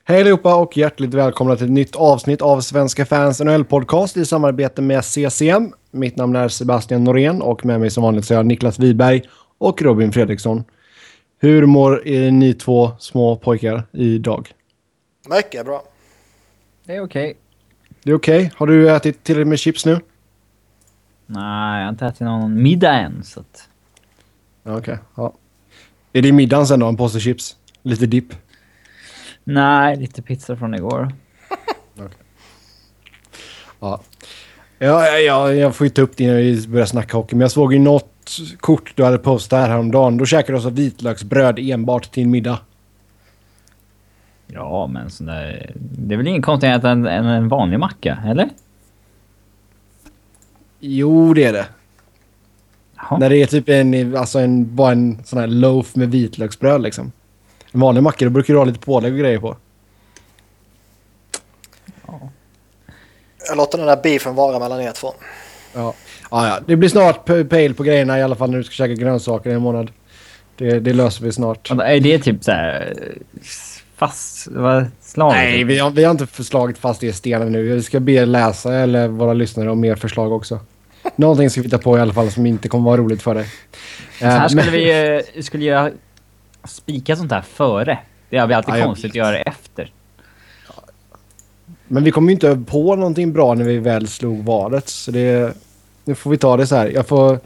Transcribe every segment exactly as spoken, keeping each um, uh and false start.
Hej allihopa och hjärtligt välkomna till ett nytt avsnitt av Svenska Fans N H L-podcast i samarbete med C C M. Mitt namn är Sebastian Norén och med mig som vanligt så är jag Niklas Wiberg och Robin Fredriksson. Hur mår ni två små pojkar idag? Mycket bra. Det är okej. Okay. Det är okej. Okay. Har du ätit tillräckligt med chips nu? Nej, jag har inte ätit någon middag än. Så att... Okej, okay. Ja. Är det middagen sen då? En påse chips? Lite dipp? Nej, lite pizza från igår. Okay. Ja. Ja, ja, jag får ju ta upp det när vi börjar snacka hockey. Men jag såg ju något kort du hade postat här häromdagen. Då käkade du alltså vitlöksbröd enbart till middag. Ja, men sån där... det är väl ingen konstigt att en, en, en vanlig macka, eller? Jo, det är det. Jaha. När det är typ en, alltså en, bara en sån här loaf med vitlöksbröd liksom. En vanlig macka, då brukar du ha lite pålägg och grejer på. Ja. Jag låter den där beefen vara mellan er två. Ja. Ja, ja. Det blir snart pejl på grejerna i alla fall när du ska käka grönsaker i en månad. Det, det löser vi snart. Är det typ så här fast vad slaget? Nej, vi har, vi har inte förslaget fast i stenen nu. Vi ska be läsa eller våra lyssnare om mer förslag också. Någonting ska vi ta på i alla fall som inte kommer vara roligt för dig. Så här skulle vi uh, skulle göra spika sånt här före. Det har vi alltid ja, konstigt att göra efter. Men vi kom ju inte på någonting bra när vi väl slog valet. Så det, nu får vi ta det så här. Jag får,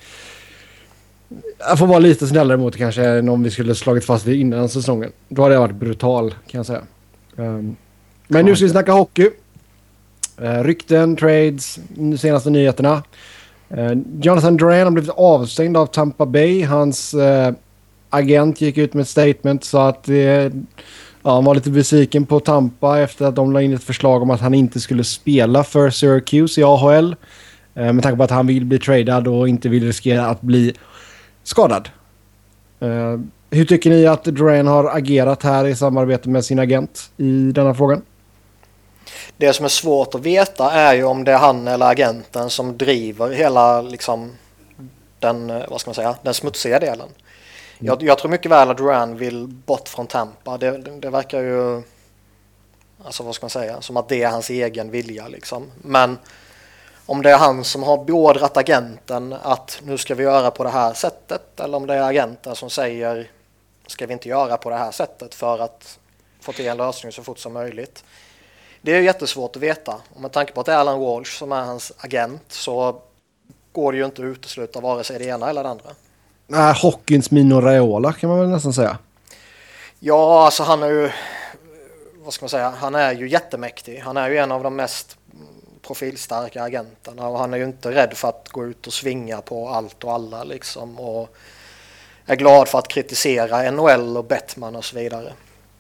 jag får vara lite snällare mot det kanske än om vi skulle slagit fast det innan säsongen. Då hade jag varit brutal kan jag säga. Um, men nu ska vi snacka hockey. Uh, rykten, trades, senaste nyheterna. Uh, Jonathan Drouin har blivit avstängd av Tampa Bay. Hans uh, agent gick ut med ett statement så att uh, ja, han var lite besviken på Tampa efter att de la in ett förslag om att han inte skulle spela för Syracuse i A H L. Uh, med tanke på att han vill bli tradad och inte vill riskera att bli skadad. Uh, hur tycker ni att Drouin har agerat här i samarbete med sin agent i denna frågan? Det som är svårt att veta är ju om det är han eller agenten som driver hela liksom den, vad ska man säga, den smutsiga delen. Mm. Jag, jag tror mycket väl att Drouin vill bort från Tampa. Det, det, det verkar ju, alltså vad ska man säga, som att det är hans egen vilja liksom. Men om det är han som har beordrat agenten att nu ska vi göra på det här sättet, eller om det är agenten som säger ska vi inte göra på det här sättet för att få till en lösning så fort som möjligt. Det är ju jättesvårt att veta. Och med tanke på att det är Alan Walsh som är hans agent så går det ju inte att utesluta vare sig det ena eller det andra. Nej, hockeyns Mino Raiola kan man väl nästan säga. Ja, alltså han är ju, vad ska man säga, han är ju jättemäktig. Han är ju en av de mest profilstarka agenterna och han är ju inte rädd för att gå ut och svinga på allt och alla liksom och är glad för att kritisera N H L och Bettman och så vidare.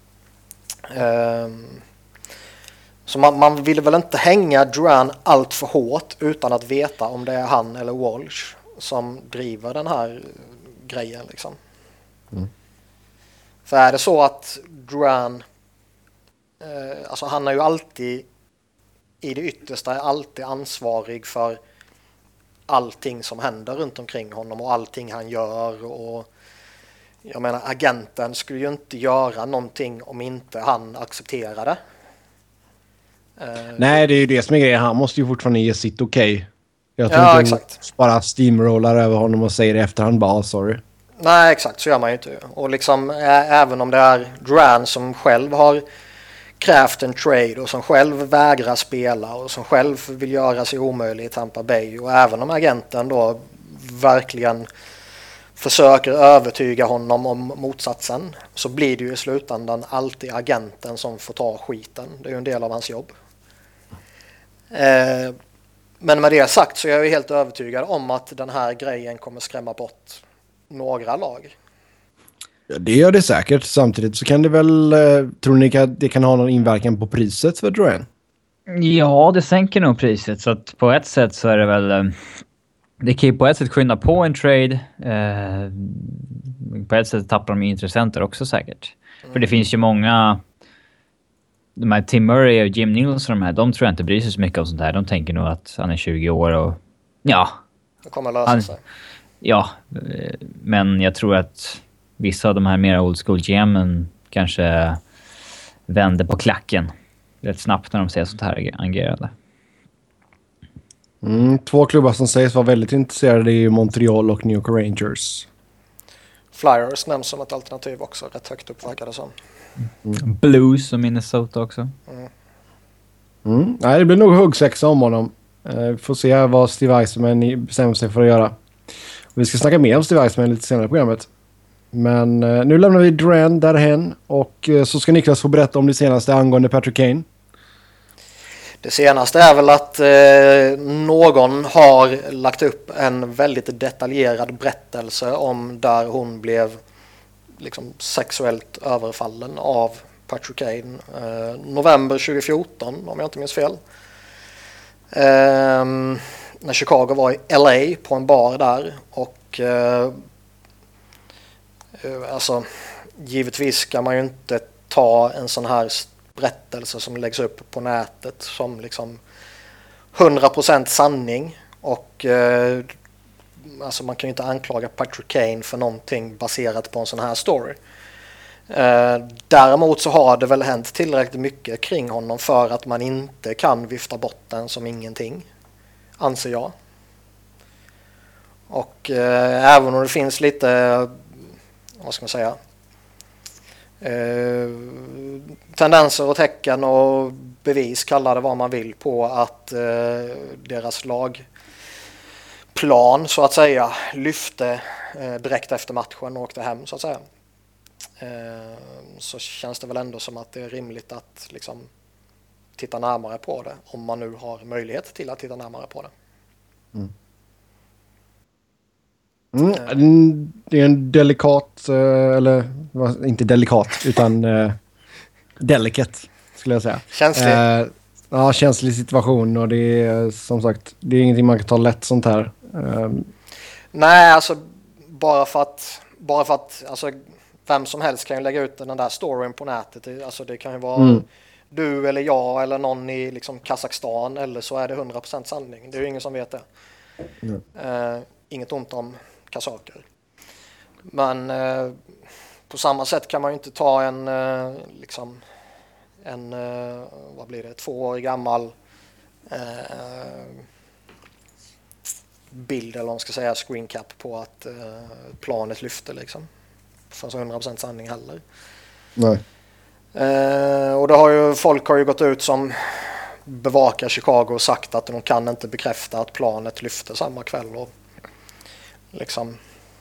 Um, Så man, man vill väl inte hänga Drouin allt för hårt utan att veta om det är han eller Walsh som driver den här grejen liksom. Mm. För är det så att Drouin, eh, alltså han är ju alltid i det yttersta alltid ansvarig för allting som händer runt omkring honom och allting han gör och jag menar agenten skulle ju inte göra någonting om inte han accepterar det. Nej, det är ju det som är grejen. Han måste ju fortfarande ge sitt okej. Okay. Jag tror ja, inte exakt. Bara steamrollar över honom och säger i efterhand bara sorry. Nej, exakt. Så gör man ju inte. Och liksom ä- även om det är Drouin som själv har krävt en trade och som själv vägrar spela och som själv vill göra sig omöjlig i Tampa Bay och även om agenten då verkligen försöker övertyga honom om motsatsen så blir det ju i slutändan alltid agenten som får ta skiten. Det är ju en del av hans jobb. Eh, men med det sagt så är jag ju helt övertygad om att den här grejen kommer skrämma bort några lag. Ja, det gör det säkert. Samtidigt så kan det väl, eh, tror ni att det kan ha någon inverkan på priset för Drouin? Ja, det sänker nog priset. Så att på ett sätt så är det väl... Eh, det kan ju på ett sätt skynda på en trade. Eh, på ett sätt tappar de intressenter också säkert. Mm. För det finns ju många... De här Tim Murray och Jim Nilsson, de här, de tror jag inte bryr sig så mycket om sånt här. De tänker nog att han är tjugo år och... Ja. Det kommer lösa han, sig. Ja, men jag tror att vissa av de här mer old school G M:en kanske vänder på klacken rätt snabbt när de ser sånt här agerande. Mm, två klubbar som sägs vara väldigt intresserade är Montreal och New York Rangers. Flyers nämns som ett alternativ också, rätt högt upp verkar det som. Mm. Blues och Minnesota också. Mm. Mm. Nej, det blir nog huggsexa om honom. Vi får se vad Steve Eisenman bestämmer sig för att göra. Vi ska snacka mer om Steve Eisenman lite senare i programmet. Men uh, nu lämnar vi Duran därhen och uh, så ska Niklas få berätta om det senaste angående Patrick Kane. Det senaste är väl att eh, någon har lagt upp en väldigt detaljerad berättelse om där hon blev liksom sexuellt överfallen av Patrick Kane eh, november tjugo fjorton om jag inte minns fel. Eh, när Chicago var i L A på en bar där och eh, alltså givetvis ska man ju inte ta en sån här berättelse som läggs upp på nätet som liksom hundra procent sanning och eh, alltså man kan ju inte anklaga Patrick Kane för någonting baserat på en sån här story. Eh, däremot så har det väl hänt tillräckligt mycket kring honom för att man inte kan vifta bort den som ingenting, anser jag. Och eh, även om det finns lite, vad ska man säga, eh, tendenser och tecken och bevis, kalla det vad man vill, på att eh, deras lagplan så att säga lyfte eh, direkt efter matchen och åkte hem så att säga. Eh, så känns det väl ändå som att det är rimligt att liksom titta närmare på det om man nu har möjlighet till att titta närmare på det. Mm. Mm, det är en delikat, eller inte delikat utan uh, delicate skulle jag säga. Känslig. Uh, ja, känslig situation och det är som sagt, det är ingenting man kan ta lätt sånt här. Uh, Nej, alltså bara för att, bara för att alltså, vem som helst kan ju lägga ut den där storyn på nätet. Alltså det kan ju vara mm. du eller jag eller någon i liksom Kazakstan eller så är det hundra procent sanning. Det är ju ingen som vet det. Mm. Uh, inget ont om kazaker. Men uh, på samma sätt kan man ju inte ta en uh, liksom en uh, vad blir det, två år gammal uh, bild eller om man ska säga screen cap på att uh, planet lyfter liksom. För så hundra procent sanning heller. Nej. Uh, och det har ju, folk har ju gått ut som bevakar Chicago och sagt att de kan inte bekräfta att planet lyfter samma kväll och liksom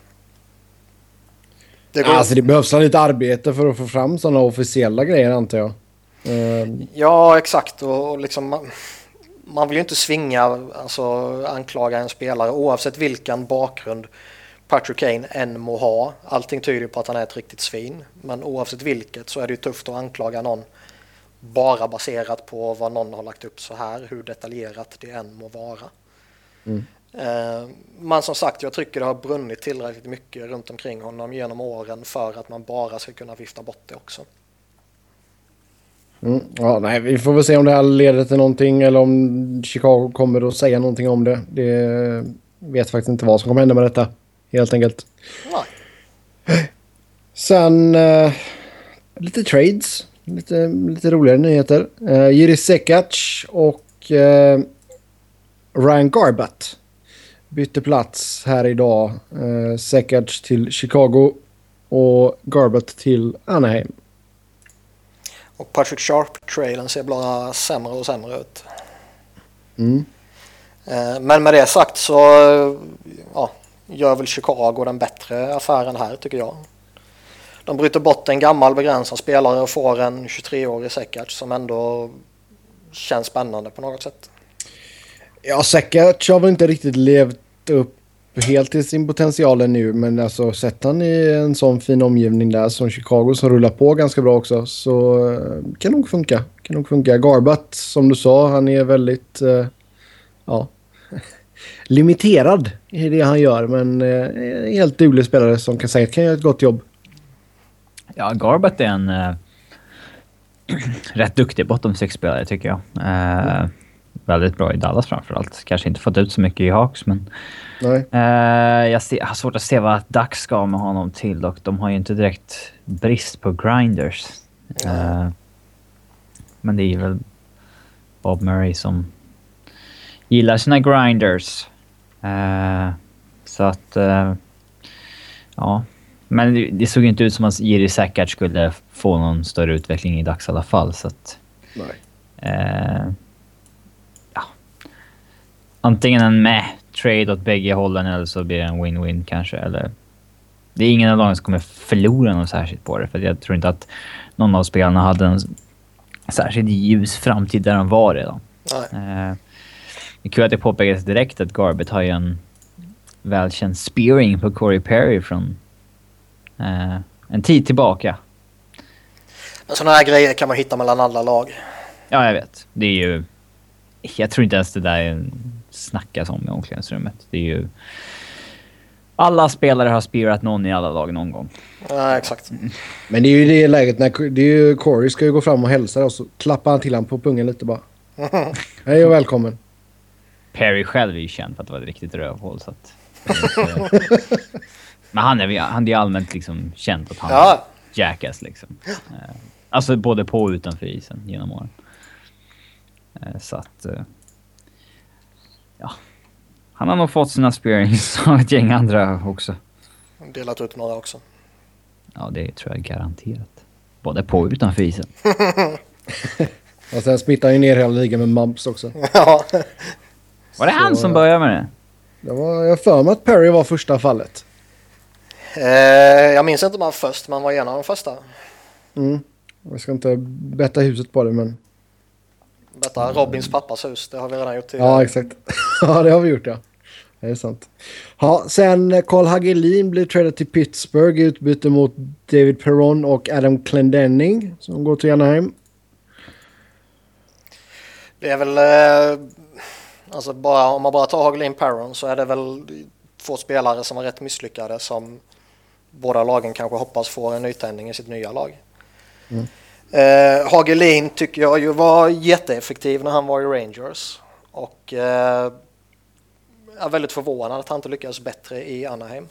det, går... alltså, det behövs lite arbete för att få fram sådana officiella grejer antar jag. Uh... Ja, exakt och, och liksom man, man vill ju inte svinga, alltså anklaga en spelare oavsett vilken bakgrund Patrick Kane än må ha. Allting tyder på att han är ett riktigt svin, men oavsett vilket så är det ju tufft att anklaga någon bara baserat på vad någon har lagt upp så här, hur detaljerat det än må vara. Mm. Uh, men som sagt, jag tycker det har brunnit tillräckligt mycket runt omkring honom genom åren för att man bara ska kunna vifta bort det också. Mm. Ja, nej, vi får väl se om det här leder till någonting eller om Chicago kommer att säga någonting om det. Det vet faktiskt inte vad som kommer hända med detta, helt enkelt. Nej. Sen uh, lite trades, lite, lite roligare nyheter. Uh, Jiri Sekac och uh, Ryan Garbutt bytte plats här idag. Uh, Sekac till Chicago och Garbutt till Anaheim. Och Patrick Sharp-trailen ser bara sämre och sämre ut. Mm. Uh, men med det sagt så uh, ja, gör väl Chicago den bättre affären här tycker jag. De bryter bort en gammal begränsad spelare och får en tjugotre-årig Sekac som ändå känns spännande på något sätt. Ja, Sekac har väl inte riktigt levt upp helt till sin potential nu, men alltså sett han i en sån fin omgivning där som Chicago som rullar på ganska bra också, så kan nog funka. Kan nog funka. Garbutt, som du sa, han är väldigt uh, ja, limiterad i det han gör, men uh, helt duglig spelare som kan säkert kan göra ett gott jobb. Ja, Garbutt är en uh, rätt duktig bottom six-spelare tycker jag. Uh, mm. Väldigt bra i Dallas framförallt. Kanske inte fått ut så mycket i Hawks, men Nej. Uh, jag, ser, jag har svårt att se vad Ducks ska med honom till, och de har ju inte direkt brist på grinders. Uh, Men det är väl Bob Murray som gillar sina grinders. Uh, så att... Uh, ja. Men det, det såg inte ut som att Jiri Sackart skulle få någon större utveckling i dags i alla fall. Så att... Nej. Uh, ja. Antingen en meh trade åt bägge hållen eller så blir det en win-win kanske. Eller... Det är ingen av dem som kommer förlora något särskilt på det. För jag tror inte att någon av spelarna hade en särskilt ljus framtid där de var redan. Nej. Uh, det är kul att det påpekas direkt att Garbett har ju en välkänd spearing på Corey Perry från uh, en tid tillbaka. Men sådana här grejer kan man hitta mellan alla lag. Ja, jag vet. Det är ju... Jag tror inte ens det där snackas om i omklädningsrummet. Det är ju... Alla spelare har spearat någon i alla lag någon gång. Ja, exakt. Men det är ju det läget när det är ju Corey ska ju gå fram och hälsa och så klappar han till han på pungen lite bara. Hej och välkommen. Perry själv är ju känd för att vara ett riktigt rövhål så att... Men han är han är allmänt liksom känd att han ja. är jackass liksom. Alltså både på och utanför isen genom åren. Så att... Ja. Han har nog fått sina spearings av ett gäng andra också. Delat ut några också. Ja, det tror jag garanterat. Både på och utanför isen. Och sen smittar han ju ner hela ligan med mumps också. Ja. Var det Så, han som började med det? det var, jag för mig att Perry var första fallet. Eh, jag minns inte om han först, men var en av de första. Mm. Jag ska inte betta huset på det, men... Detta Robins pappas hus, det har vi redan gjort till. Ja, exakt. Ja, det har vi gjort, ja. Det är sant. Ja, sen Carl Hagelin blir tradad till Pittsburgh i utbyte mot David Perron och Adam Clendenning som går till Anaheim. Det är väl... Eh, alltså bara, om man bara tar Hagelin Perron så är det väl två spelare som var rätt misslyckade som båda lagen kanske hoppas får en nytändning i sitt nya lag. Mm. Eh, Hagelin tycker jag ju var jätteeffektiv när han var i Rangers och eh, är väldigt förvånad att han inte lyckas bättre i Anaheim.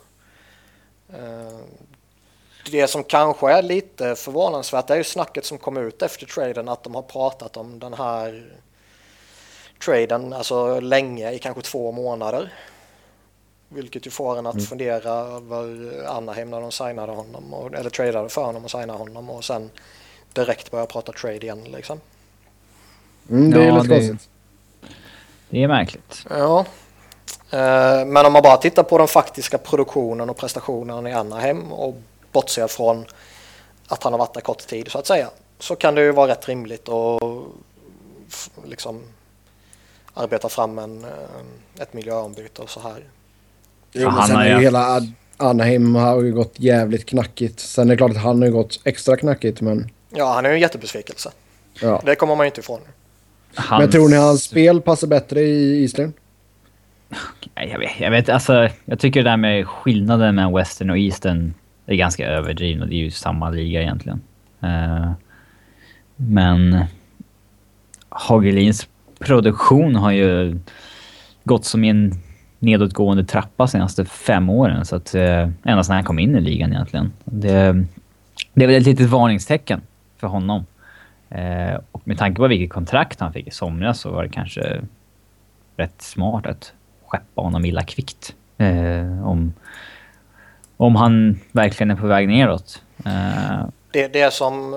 Eh, det som kanske är lite förvånansvärt är ju snacket som kom ut efter traden att de har pratat om den här traden alltså länge, i kanske två månader. Vilket ju får en att mm. fundera över Anaheim när de signade honom och, eller tradade för honom och signade honom och sen direkt börja prata trade igen liksom. Mm, det är ja, lite det, konstigt. Det är märkligt. Ja. Eh, men om man bara tittar på den faktiska produktionen och prestationen i Anaheim och bortser från att han har varit där kort tid så att säga, så kan det ju vara rätt rimligt att f- liksom arbeta fram en, ett miljöombyte och så här. Jo, men han sen har ju hela Anaheim har ju gått jävligt knackigt. Sen är det klart att han har ju gått extra knackigt, men... Ja, han är ju en jättebesvikelse. Ja. Det kommer man ju inte ifrån. Hans... Men tror ni hans spel passar bättre i Island? Jag vet, jag vet, alltså jag tycker det där med skillnaden mellan Western och Eastern är ganska överdriven och det är ju samma liga egentligen. Uh, men Hagelins produktion har ju gått som en nedåtgående trappa senaste fem åren så att uh, ända sedan han kom in i ligan egentligen. Det, det är väl ett litet varningstecken för honom. Uh, och med tanke på vilket kontrakt han fick i somras så var det kanske rätt smart att skeppa honom illa kvickt. Uh, om, om han verkligen är på väg neråt. Uh, det, det är som...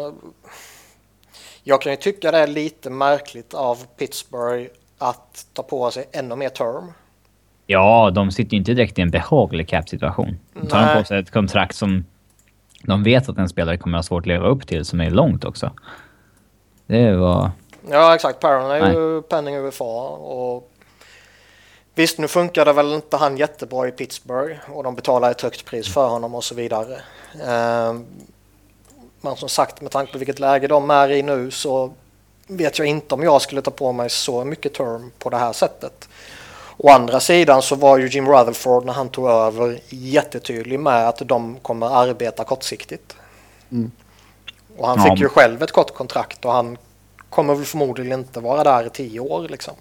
Jag kan ju tycka det är lite märkligt av Pittsburgh att ta på sig ännu mer term. Ja, de sitter ju inte direkt i en behaglig cap-situation. De tar de på sig ett kontrakt som de vet att en spelare kommer att ha svårt att leva upp till, som är långt också. Det var... Ja, exakt. Perron är Nej. ju penning U F A och visst, nu funkar det väl inte han jättebra i Pittsburgh och de betalar ett högt pris för honom och så vidare. Um, men som sagt, med tanke på vilket läge de är i nu så vet jag inte om jag skulle ta på mig så mycket term på det här sättet. Å andra sidan så var ju Jim Rutherford när han tog över jättetydlig med att de kommer arbeta kortsiktigt. Mm. Och han fick ja. ju själv ett kort kontrakt och han kommer väl förmodligen inte vara där i tio år liksom.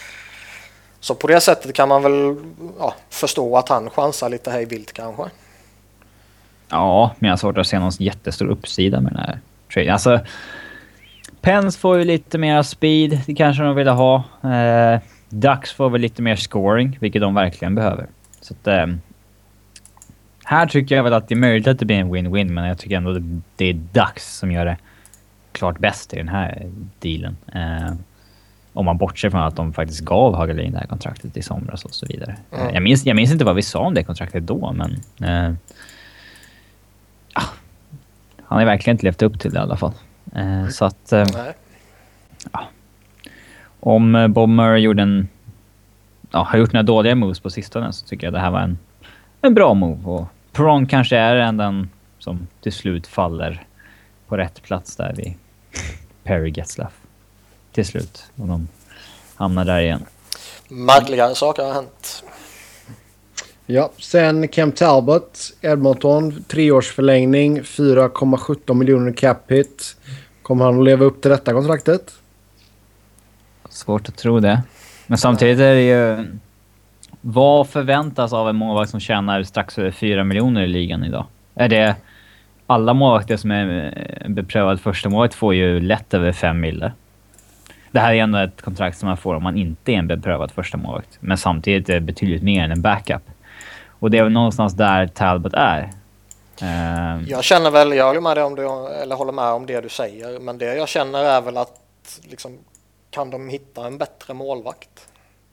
Så på det sättet kan man väl ja, förstå att han chansar lite hej vilt kanske. Ja, men jag har svårt att se någon jättestor uppsida med den här traden. Alltså, Pens får ju lite mer speed, det kanske de vill ha. Eh, Ducks får väl lite mer scoring, vilket de verkligen behöver. Så att, eh, här tycker jag väl att det är möjligt att det blir en win-win, men jag tycker ändå att det är Ducks som gör det klart bäst i den här dealen. Eh, om man bortser från att de faktiskt gav Hagelin det här kontraktet i somras och så vidare. Mm. Eh, jag, minns, jag minns inte vad vi sa om det kontraktet då, men eh, ja, han har verkligen inte levt upp till det i alla fall. Eh, så att eh, ja. Om Bob Murray gjorde en ja, har gjort några dåliga moves på sistone, så tycker jag det här var en, en bra move. Och Perron kanske är en den som till slut faller på rätt plats där vid Perry Getzlaff. Till slut. Om de hamnar där igen. Märkliga saker har hänt. Ja, sen Cam Talbot, Edmonton, treårsförlängning, fyra komma sjutton miljoner cap hit. Kommer han att leva upp till detta kontraktet? Svårt att tro det. Men samtidigt är det ju... Vad förväntas av en målvakt som tjänar strax över fyra miljoner i ligan idag? Är det... Alla målvakter som är beprövad första målet får ju lätt över fem mille. Det här är ändå ett kontrakt som man får om man inte är en beprövad första målvakt. Men samtidigt är det betydligt mer än en backup. Och det är väl någonstans där Talbot är. Uh... Jag känner väl, jag håller med, dig om det, eller håller med om det du säger. Men det jag känner är väl att liksom, kan de hitta en bättre målvakt?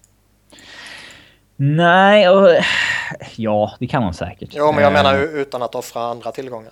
Nej, och... ja, det kan de säkert. Jo, men jag menar utan att offra andra tillgångar.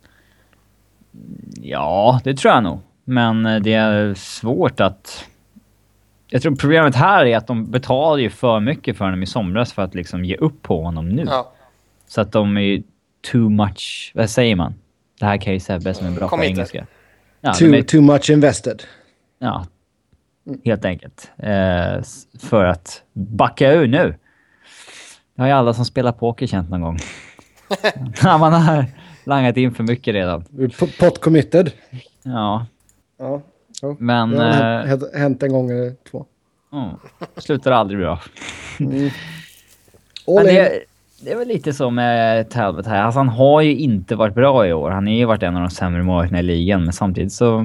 Ja, det tror jag nog. Men det är svårt att... Jag tror problemet här är att de betalar ju för mycket för honom i somras för att liksom ge upp på honom nu. Ja. Så att de är too much... Vad säger man? Det här kan jag ju säga bäst som är bra på engelska. Ja, too, är, too much invested. Ja, helt enkelt. Eh, för att backa ur nu. Det har ju alla som spelar poker känt någon gång. Ja, man har langat in för mycket redan. Pot committed. Ja. Ja. ja. Men... Det har hänt, äh, hänt en gång eller två. Mm, slutar aldrig bra. Mm. Men det, det är väl lite som med Talbot här. Alltså, han har ju inte varit bra i år. Han har ju varit en av de sämre målvakterna i ligan. Men samtidigt så...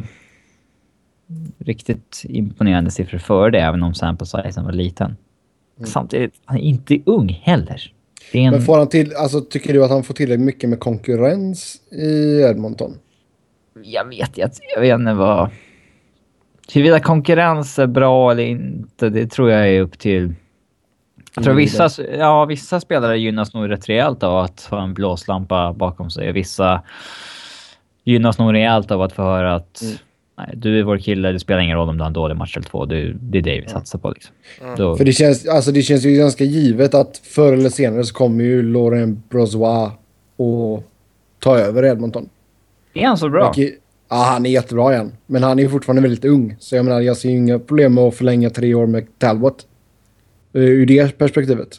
Riktigt imponerande siffror för det, även om sample sizen var liten. Mm. Samtidigt, han är inte ung heller. En... Men får han till, alltså, tycker du att han får tillräckligt mycket med konkurrens i Edmonton? Jag vet, jag, jag vet inte vad... Huruvida konkurrens är bra eller inte, det tror jag är upp till... Jag tror vissa, ja, vissa spelare gynnas nog rätt rejält av att ha en blåslampa bakom sig. Vissa gynnas nog rejält av att få höra att mm. nej, du är vår kille, det spelar ingen roll om du har en dålig match eller två. Du, det är det vi satsar på. Liksom. Mm. Då... För det känns, alltså, det känns ju ganska givet att förr eller senare så kommer ju Laurent Brossoit och ta över Edmonton. Är han så bra? Vilket, ja, han är jättebra igen. Men han är ju fortfarande väldigt ung. Så jag menar, jag ser ju inga problem med att förlänga tre år med Talbot. Ur det perspektivet.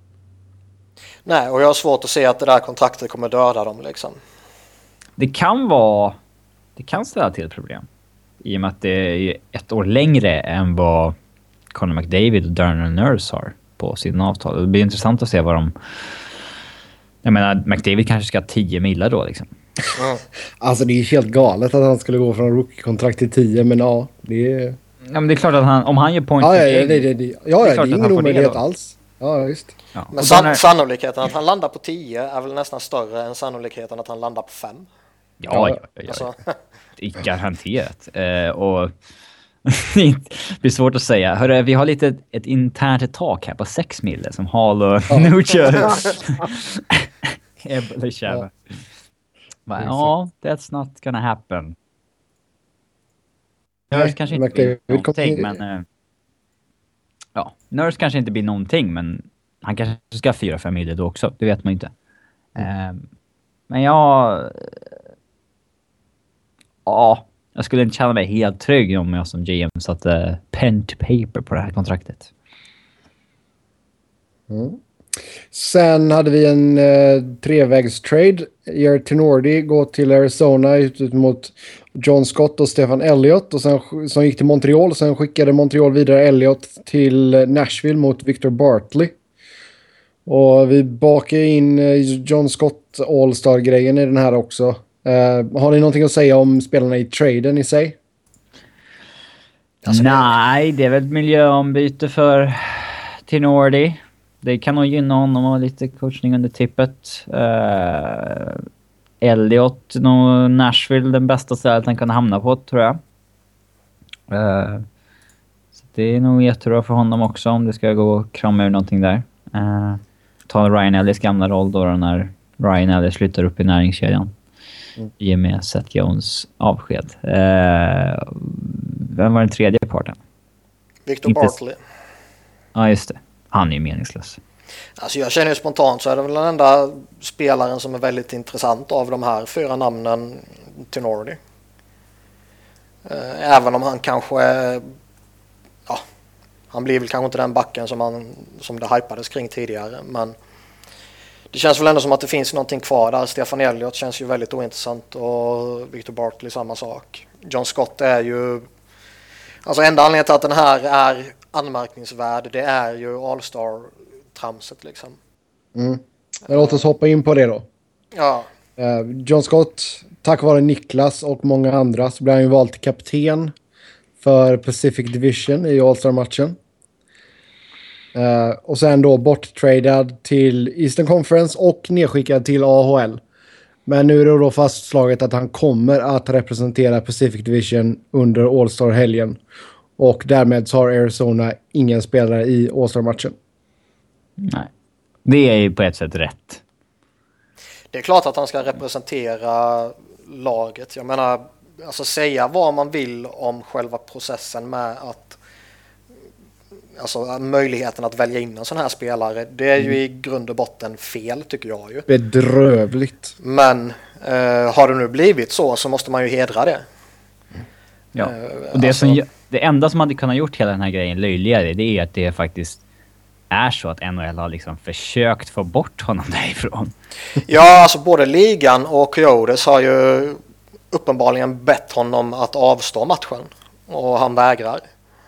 Nej, och jag har svårt att se att det där kontraktet kommer döda dem liksom. Det kan vara... Det kan ställa till problem. I och med att det är ett år längre än vad Connor McDavid och Darnell Nurse har på sin avtal. Det blir intressant att se vad de... Jag menar, McDavid kanske ska ha tio millar då liksom. Mm. Alltså det är helt galet att han skulle gå från rookie-kontrakt till tio, men ja, det är... Ja, men det är klart att han, om han gör point ja, ja, det, det, det, ja, ja, det är, det är ingen omöjlighet alls. Ja, visst. Ja. Men san- är... sannolikheten att han landar på tio är väl nästan större än sannolikheten att han landar på fem. Ja, ja, ja. ja. Alltså. Det är garanterat. Uh, och det blir svårt att säga. Hörru, vi har lite ett internt tak här på sex mille som Hall och ja. nu kör. Eller kärva. Ja, ja, that's not gonna happen. Nurse kanske inte blir någonting, men... Uh, ja, Nurse kanske inte blir någonting, men han kanske ska ha fyra, fem miljoner då också. Det vet man inte. Mm. Uh, men jag... Ja, jag skulle inte känna mig helt trygg om jag som G M satte pen to paper på det här kontraktet. Mm. Sen hade vi en eh, trevägs-trade. Jared Tenordi går till Arizona ut, ut mot John Scott och Stefan Elliott. Och sen, som gick till Montreal. Sen skickade Montreal vidare Elliott till Nashville mot Victor Bartley. Och vi bakar in eh, John Scott All-Star-grejen i den här också. Uh, har ni någonting att säga om spelarna i traden i sig? Alltså, Nej, det är väl ett miljöombyte för Tinordi. Det kan nog gynna honom och lite coachning under tippet. Uh, Elliot, nog Nashville, den bästa stället han kan hamna på, tror jag. Uh, så det är nog jättebra för honom också om det ska gå att krama ur någonting där. Uh, ta Ryan Ellis gamla roll då när Ryan Ellis slutar upp i näringskedjan. Mm. I och med Seth Jones avsked. Uh, vem var den tredje parten? Victor Inte... Bartley. Ja, just det. Han är ju meningslös. Alltså jag känner ju spontant så är det väl den enda spelaren som är väldigt intressant av de här fyra namnen till Nordy. Även om han kanske är, ja, han blir väl kanske inte den backen som, han, som det hypades kring tidigare, men det känns väl ändå som att det finns någonting kvar där. Stefan Elliott känns ju väldigt ointressant och Victor Bartley samma sak. John Scott är ju, alltså enda anledningen till att den här är anmärkningsvärd, det är ju All-Star-tramset liksom. Mm. Låt oss hoppa in på det då. Ja. Uh, John Scott, tack vare Niklas och många andra så blev han ju vald till kapten för Pacific Division i All-Star-matchen. Uh, och sen då borttradad till Eastern Conference och nedskickad till A H L. Men nu är det då fastslaget att han kommer att representera Pacific Division under All-Star-helgen. Och därmed så har Arizona ingen spelare i All-Star-matchen. Nej. Det är ju på ett sätt rätt. Det är klart att han ska representera laget. Jag menar, alltså säga vad man vill om själva processen med att, alltså möjligheten att välja in en sån här spelare, det är ju i grund och botten fel tycker jag ju. Bedrövligt. Men eh, har det nu blivit så så måste man ju hedra det. Ja, och det, alltså, som, det enda som hade kunnat gjort hela den här grejen löjligare, det är att det faktiskt är så att N H L har liksom försökt få bort honom därifrån. Ja, alltså både ligan och Coyotes har ju uppenbarligen bett honom att avstå matchen och han vägrar.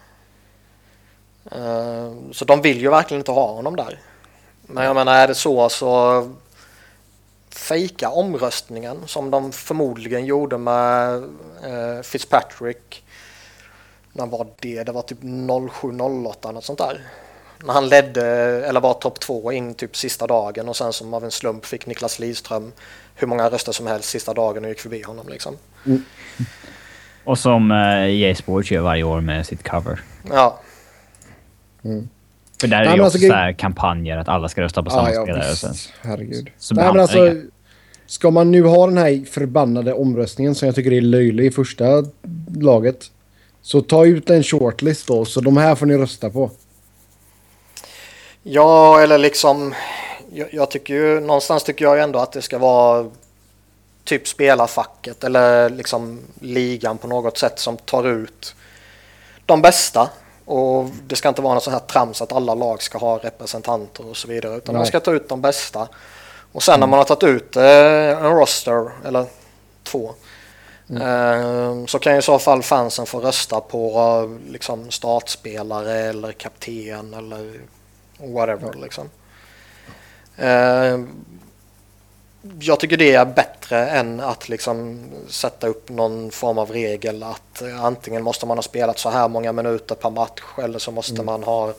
Uh, så de vill ju verkligen inte ha honom där. Men jag menar, är det så så fejka omröstningen som de förmodligen gjorde med uh, Fitzpatrick. När var det? Det var typ noll sju noll åtta något sånt där. När han ledde, eller var topp två in typ sista dagen och sen som av en slump fick Niklas Lidström hur många röster som helst sista dagen och gick förbi honom liksom. Mm. Och som uh, E A Sports gör varje år med sitt cover. Ja. Mm. För där är det ju också så här kampanjer att alla ska rösta på samma ah, spelare. Ja, sen, herregud. Nej, men alltså, ska man nu ha den här förbannade omröstningen som jag tycker är löjlig i första laget, så ta ut en shortlist då, så de här får ni rösta på. Ja, eller liksom jag, jag tycker ju, någonstans tycker jag ju ändå att det ska vara typ spelarfacket eller liksom ligan på något sätt som tar ut de bästa, och det ska inte vara något så här trams att alla lag ska ha representanter och så vidare, utan Nej. man ska ta ut de bästa och sen mm. när man har tagit ut eh, en roster eller två mm. eh, så kan ju i så fall fansen få rösta på eh, liksom startspelare eller kapten eller whatever liksom. Uh, jag tycker det är bättre än att liksom sätta upp någon form av regel att uh, antingen måste man ha spelat så här många minuter per match eller så måste mm. man ha uh,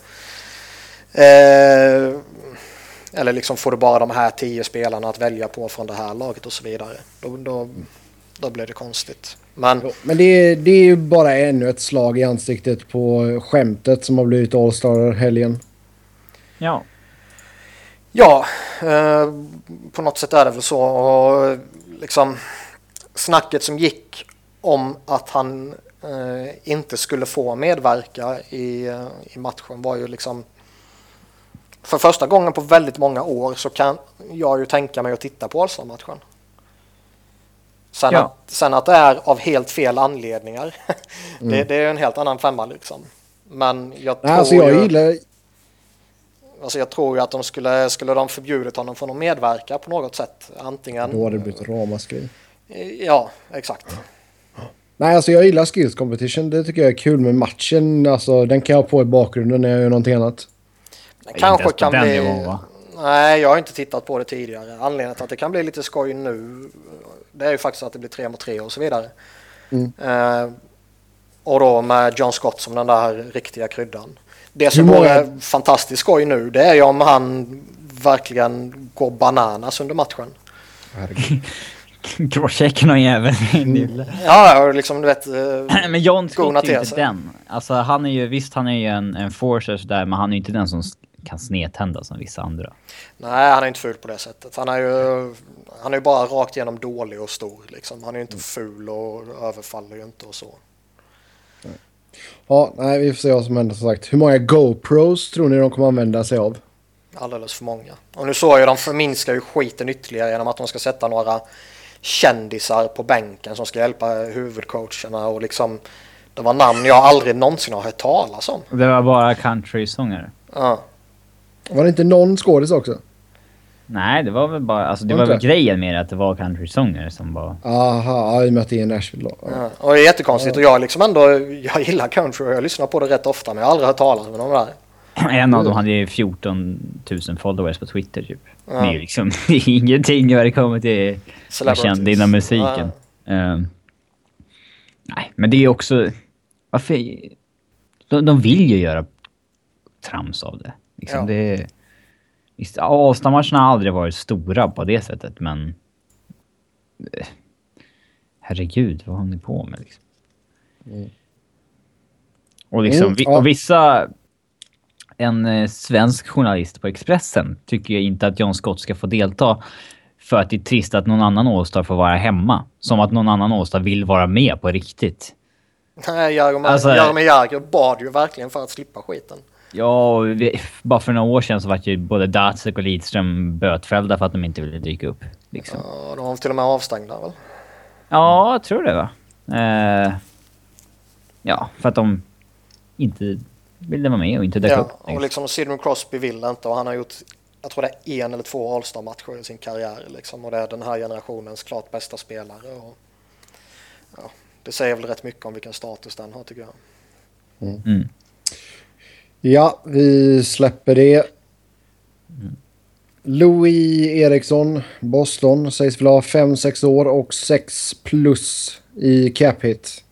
eller liksom får du bara de här tio spelarna att välja på från det här laget och så vidare. Då, då, då blir det konstigt. Men, jo, men det, är, det är ju bara ännu ett slag i ansiktet på skämtet som har blivit All-Star-helgen. Ja. Ja, eh, på något sätt är det väl så. Och liksom snacket som gick om att han eh, inte skulle få medverka i, eh, i matchen var ju liksom, för första gången på väldigt många år så kan jag ju tänka mig att titta på All-Star-matchen. Sen, ja. att, sen att det är av helt fel anledningar, mm. det, det är en helt annan femma liksom. Men jag tror alltså, jag ju... gillar... Alltså jag tror ju att de skulle, skulle de förbjudit honom från att medverka på något sätt. Antingen... Då hade det blivit ramaskri. Ja, exakt. Nej, alltså jag gillar skills competition. Det tycker jag är kul med matchen. Alltså den kan jag ha på i bakgrunden när jag gör någonting annat. Det kanske kan bli... Nivå, Nej, jag har inte tittat på det tidigare. Anledningen till att det kan bli lite skoj nu, det är ju faktiskt att det blir tre mot tre och så vidare. Mm. Uh, Och då med John Scott som den där riktiga kryddan. Det som Hur många- vore fantastiskt skoj nu, det är ju om han verkligen går bananas under matchen. Herregud. Crosscheck någon jävel. Ja, och liksom du vet... eh, Men John Scott Gona är ju till inte sig. den. Alltså han är ju, visst han är ju en, en forcer sådär, men han är ju inte den som s- kan snedtända som vissa andra. Nej, han är inte ful på det sättet. Han är ju, han är ju bara rakt igenom dålig och stor. Liksom. Han är ju inte ful och överfaller ju inte och så. Ja, nej, vi får se vad som händer som sagt. Hur många GoPros tror ni de kommer använda sig av? Alldeles för många. Och nu såg jag de förminskar ju skiten ytterligare genom att de ska sätta några kändisar på bänken som ska hjälpa huvudcoacherna och liksom det var namn jag aldrig någonsin har hört talas om. Det var bara country-sångare. Ja. Var det inte någon skådis också? Nej, det var väl bara, alltså det Var var inte väl det? grejen med att det var country-sångare som var... Aha, ja, i och med att det är Nashville då. Ja. Ja. Och det är jättekonstigt och jag liksom ändå, jag gillar country och jag lyssnar på det rätt ofta men jag har aldrig hört talas om dem där. En av dem hade ju fjorton tusen followers på Twitter typ. Ja. Det är ju liksom det är ingenting när det kommer till vara känd inom musiken. Ehm, nej, men det är också... Varför... De, de vill ju göra trams av det. Liksom Ja. det visst, Avstammatcherna har aldrig varit stora på det sättet, men... eh, Herregud, vad har ni på med liksom? Och liksom, Mm, vi, ja. och vissa... En eh, svensk journalist på Expressen tycker jag inte att John Scott ska få delta för att det är trist att någon annan All-Star får vara hemma. Som att någon annan All-Star vill vara med på riktigt. Nej, Jaromir Alltså- Jaromir Jagr bad ju verkligen för att slippa skiten. Ja, och vi, bara för några år sedan så var ju både Datsek och Lidström bötfällda för att de inte ville dyka upp. Liksom. Ja, de var till och med avstängda väl? Ja, jag tror det va. Eh, ja, för att de inte ville vara med och inte dök Ja, upp. och liksom Sidney Crosby vill inte och han har gjort, jag tror det är en eller två All-Star-matcher i sin karriär liksom, och det är den här generationens klart bästa spelare. Och, ja, det säger väl rätt mycket om vilken status den har tycker jag. Mm. Ja, vi släpper det. Louis Eriksson, Boston, sägs väl ha fem sex år och sex plus i cap hit.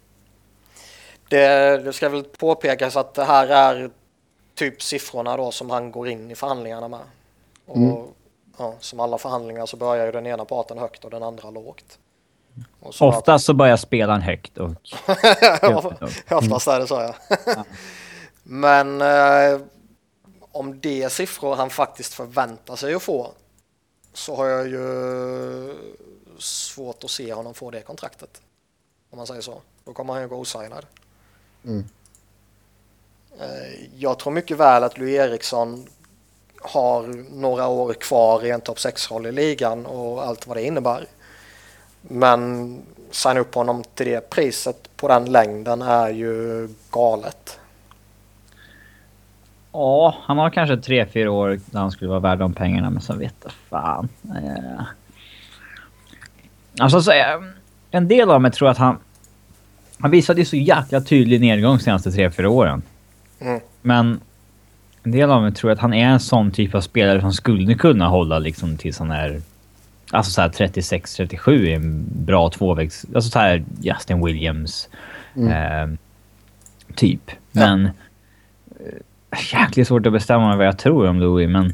Det, det ska väl påpekas att det här är typ siffrorna då som han går in i förhandlingarna med. Och Mm. ja, som alla förhandlingar så börjar ju den ena parten högt och den andra lågt. Och så Ofta så börjar spelaren högt och... Oftast är det så, ja. Men eh, om det är siffror han faktiskt förväntar sig att få så har jag ju svårt att se honom få det kontraktet. Om man säger så. Då kommer han ju gå osignad. Mm. Eh, jag tror mycket väl att Louis Eriksson har några år kvar i en topp sex-roll i ligan och allt vad det innebär. Men signa upp honom till det priset på den längden är ju galet. Ja, han har kanske tre, fyra år där han skulle vara värd de pengarna, men så vet jag fan. Eh. Alltså så, eh, en del av mig tror att han han visade ju så jäkla tydlig nedgång de senaste tre, fyra åren. Mm. Men en del av mig tror att han är en sån typ av spelare som skulle kunna hålla liksom till sån här, alltså så här trettiosex trettiosju är en bra tvåvägs, alltså så här Justin Williams Mm. eh, typ. Men eh, jäkligt svårt att bestämma vad jag tror om Louis, men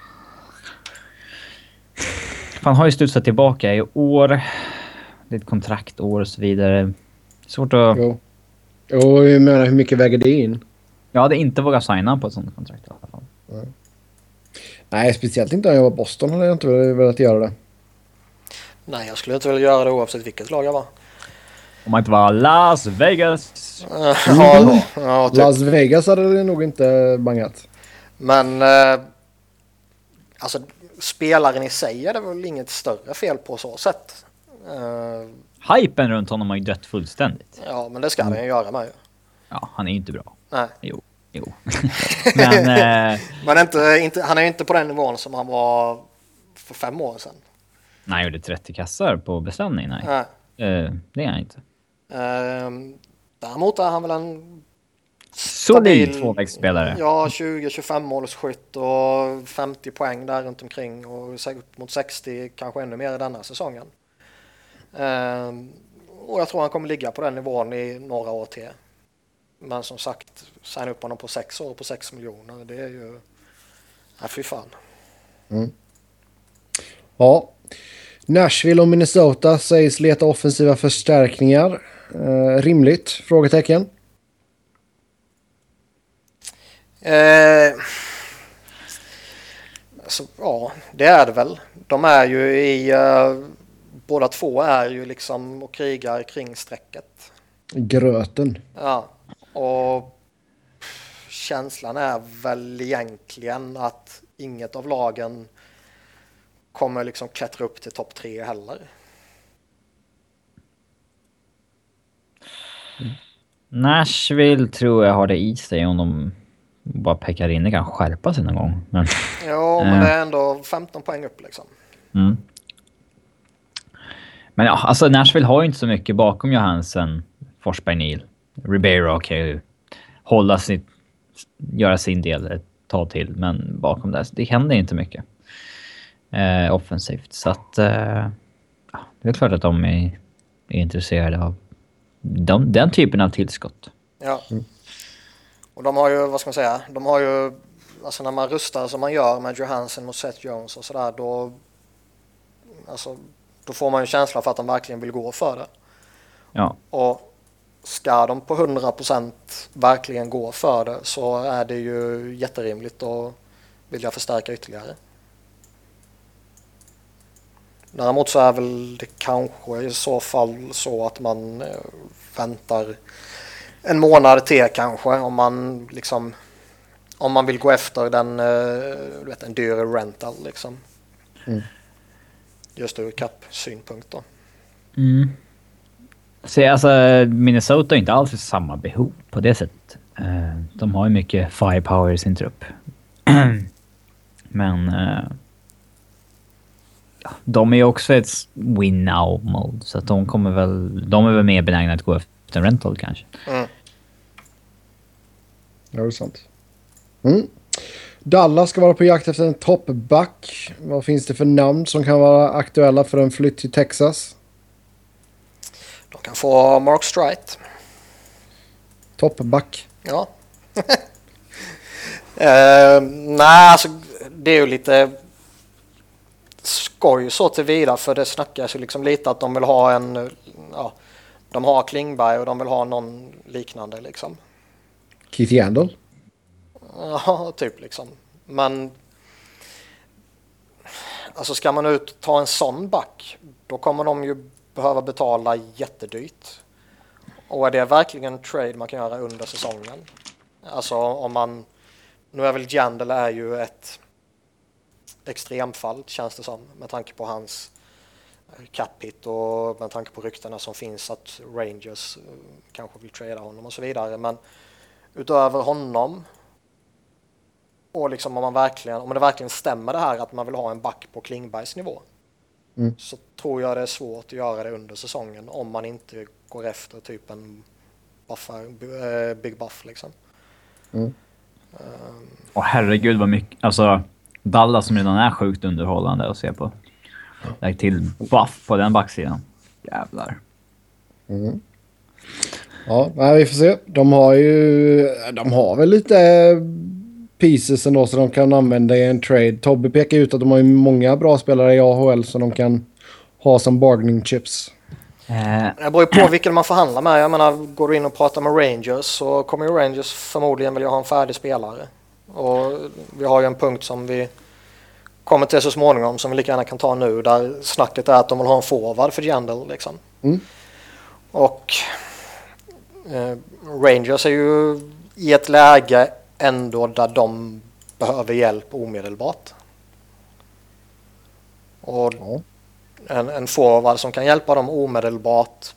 han har ju studsat tillbaka i år. Det är ett kontraktår och så vidare. Svårt att... Jo. Jo, jag menar hur mycket väger det in? Jag hade inte vågat signa på ett sånt kontrakt i alla fall. Nej, speciellt inte om jag var Boston hade jag inte velat göra det. Nej, jag skulle inte vilja göra det oavsett vilket lag jag var. Om man inte var Las Vegas. Eh, ja, ja, typ. Las Vegas hade det nog inte bangat. Men eh, alltså spelaren i sig är det väl inget större fel på så sätt. Eh, Hypen runt honom har ju dött fullständigt. ja, men det ska den ju göra med ju. Ja, han är ju inte bra. Nej. Jo, jo. Men... Eh, Men inte, inte, han är ju inte på den nivån som han var för fem år sedan. nej, han gjorde trettio kassar på beställning, nej. Nej. Eh, det är han inte. Eh, däremot är han väl en Solid tvåvägsspelare. Ja, tjugo tjugofem målsskytt och femtio poäng där runt omkring och upp mot sextio, kanske ännu mer i denna säsongen. Eh, och jag tror han kommer ligga på den nivån i några år till. Men som sagt, signa upp honom på sex år på sex miljoner, det är ju... Ja, fy fan. Mm. Ja. Nashville och Minnesota sägs leta offensiva förstärkningar. Eh, rimligt? Frågetecken. Eh, alltså, ja, det är det väl. De är ju i... Uh, båda två är ju liksom och krigar kring strecket. Gröten. Ja, och känslan är väl egentligen att inget av lagen kommer liksom klättra upp till topp tre heller. Mm. Nashville tror jag har det i sig om de bara pekar in. Det kan skärpa sig någon gång. Men, jo, men det är ändå femton poäng upp liksom. Mm. Men ja, alltså Nashville har ju inte så mycket bakom Johansson, Forsberg, Neal. Ribeiro kan ju hålla sitt, göra sin del ett tag till, men bakom det, det händer inte mycket eh, offensivt. Så att eh, ja, det är klart att de är, är intresserade av de, den typen av tillskott. Ja. Mm. Och de har ju, vad ska man säga, de har ju, alltså när man rustar som man gör med Johansson mot Seth Jones och sådär, då alltså då får man ju känsla för att de verkligen vill gå för det. Ja. Och ska de på hundra procent verkligen gå för det så är det ju jätterimligt att vilja förstärka ytterligare. Däremot så är väl det kanske i så fall så att man väntar en månad till kanske om man liksom om man vill gå efter den du vet, en dyr rental liksom. Mm. Just ur kapp-synpunkt då. Mm. Så alltså, Minnesota är inte alls samma behov på det sättet. Uh, de har ju mycket firepower i sin trupp. Men uh, ja, de är ju också ett win now mode. Så att de kommer väl, de är väl mer benägna att gå efter en rental kanske. Mm. Ja, det är sant. Mm. Dallas ska vara på jakt efter en toppback. Vad finns det för namn som kan vara aktuella för en flytt till Texas? De kan få Mark Streit. Toppback. Ja. uh, nej, alltså det är ju lite skoj så tillvida, för det snackas ju liksom lite att de vill ha en, ja, de har Klingberg och de vill ha någon liknande liksom. Keith Yandel? Ja, typ liksom. Men alltså ska man ut och ta en sån back, då kommer de ju behöva betala jättedyrt. Och är det verkligen en trade man kan göra under säsongen? Alltså om man, nu är väl Yandel är ju ett extremfall känns det som, med tanke på hans cap hit och med tanke på ryktena som finns att Rangers kanske vill trada honom och så vidare. Men utöver honom och liksom om man verkligen, om det verkligen stämmer det här att man vill ha en back på Klingbergs nivå, mm. så tror jag det är svårt att göra det under säsongen om man inte går efter typ en buffer, big buff liksom. Mm. Um, och herregud vad mycket, alltså Dallas som redan är sjukt underhållande att se på. Lägg till buff på den backsidan. Jävlar. Mm. Ja, vi får se. De har ju, de har väl lite pieces ändå så de kan använda i en trade. Tobbe pekar ut att de har ju många bra spelare i A H L som de kan ha som bargaining chips. Det beror ju på vilken man förhandlar med. Jag menar, går du in och pratar med Rangers så kommer ju Rangers förmodligen vilja ha en färdig spelare. Och vi har ju en punkt som vi kommer till så småningom som vi lika gärna kan ta nu, där snacket är att de vill ha en forward för Yandel liksom. Mm. Och eh, Rangers är ju i ett läge ändå där de behöver hjälp omedelbart. Och ja. en, en forward som kan hjälpa dem omedelbart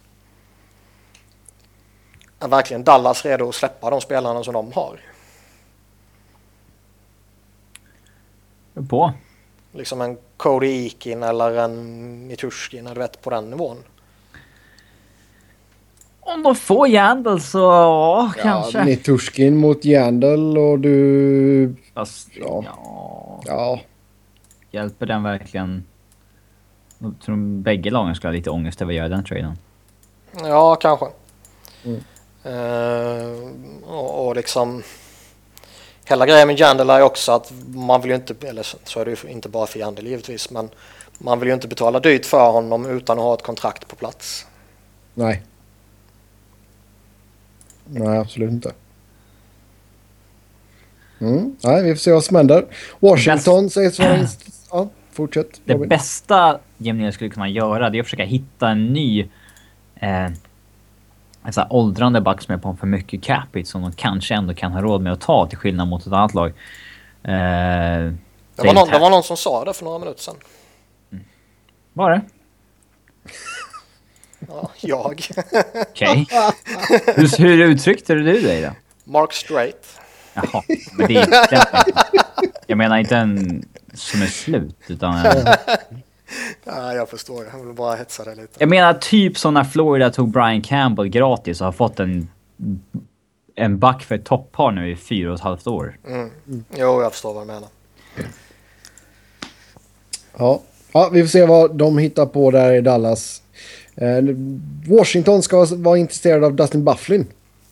är verkligen Dallas redo att släppa de spelarna som de har. På? Liksom en Cody Eakin eller en Nitushkin, du vet, på den nivån. Om de får Yandel så ja, kanske. Ja, Nitushkin mot Yandel och du... Fast, ja. Ja. ja. Hjälper den verkligen? Jag tror bägge lagen ska ha lite ångest över att göra den traden. Ja, kanske. Mm. Uh, och, och liksom hela grejen med Jandel är också att man vill ju inte, eller så är det ju inte bara för Jandel givetvis, men man vill ju inte betala dyrt för honom utan att ha ett kontrakt på plats. Nej. Nej, absolut inte. Mm. Nej, vi får se vad som händer. Washington Bäst... sägs vara... Ja, fortsätt. Det bästa Jim skulle kunna göra det är att försöka hitta en ny eh, en sån här åldrande back som är på för mycket capita som de kanske ändå kan ha råd med att ta till skillnad mot ett annat lag. Eh, det, var någon, det var någon som sa det för några minuter sedan. Mm. Var det? Ja, jag. Okej. Okay. Hur, hur uttryckte du dig då? Mark Straight. Jaha, men det är inte... Jag menar inte en som är slut, utan... En... Ja, jag förstår. Jag vill bara hetsa det lite. Jag menar typ som när Florida tog Brian Campbell gratis och har fått en en back för ett toppar nu i fyra och ett halvt år. Mm. Jo, jag förstår vad du menar. Ja. Ja, vi får se vad de hittar på där i Dallas. Eh, Washington ska vara intresserad av Dustin Byfuglien.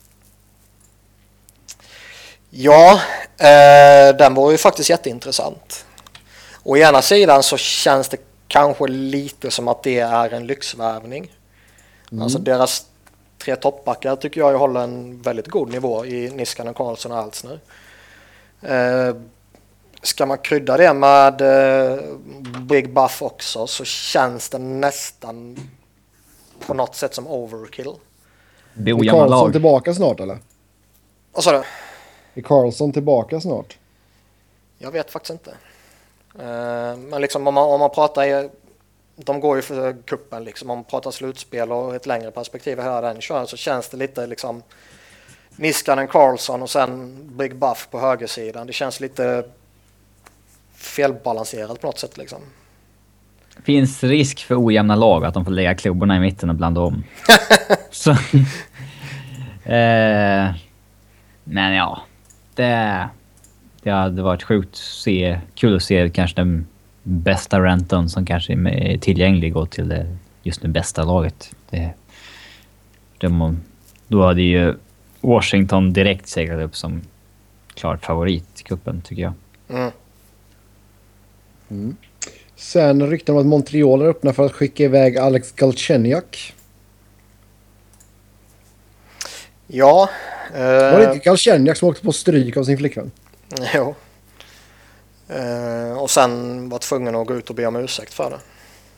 Ja, eh, den var ju faktiskt jätteintressant. Å ena sidan så känns det kanske lite som att det är en lyxvärvning. Mm. Alltså deras tre toppbackar tycker jag håller en väldigt god nivå i Niskanen, Karlsson och Alsner. Eh, ska man krydda det med eh, Big Buff också så känns det nästan på något sätt som overkill. Är Karlsson tillbaka snart eller? Vad sa du? Är Karlsson tillbaka snart? Jag vet faktiskt inte. Uh, men liksom om man, om man pratar, de går ju för kuppen liksom, om man pratar slutspel och ett längre perspektiv här den kör så känns det lite liksom Niskanen, Karlsson och sen Big Buff på högersidan. Det känns lite felbalanserat på något sätt liksom. Finns risk för ojämna lag att de får lägga klubborna i mitten och blanda om. Så, eh, men ja, det, det hade varit sjukt se, kul att se kanske den bästa renten som kanske är tillgänglig och till det just det bästa laget. Det, det, då hade ju Washington direkt seglat upp som klart favorit i kuppen tycker jag. Mm. Mm. Sen rykten om att Montreal är öppna för att skicka iväg Alex Galchenyuk. Ja. Eh... Var det inte Galchenyuk som åkte på stryk av sin flickvän? Jo. Eh, och sen var tvungen att gå ut och be om ursäkt för det.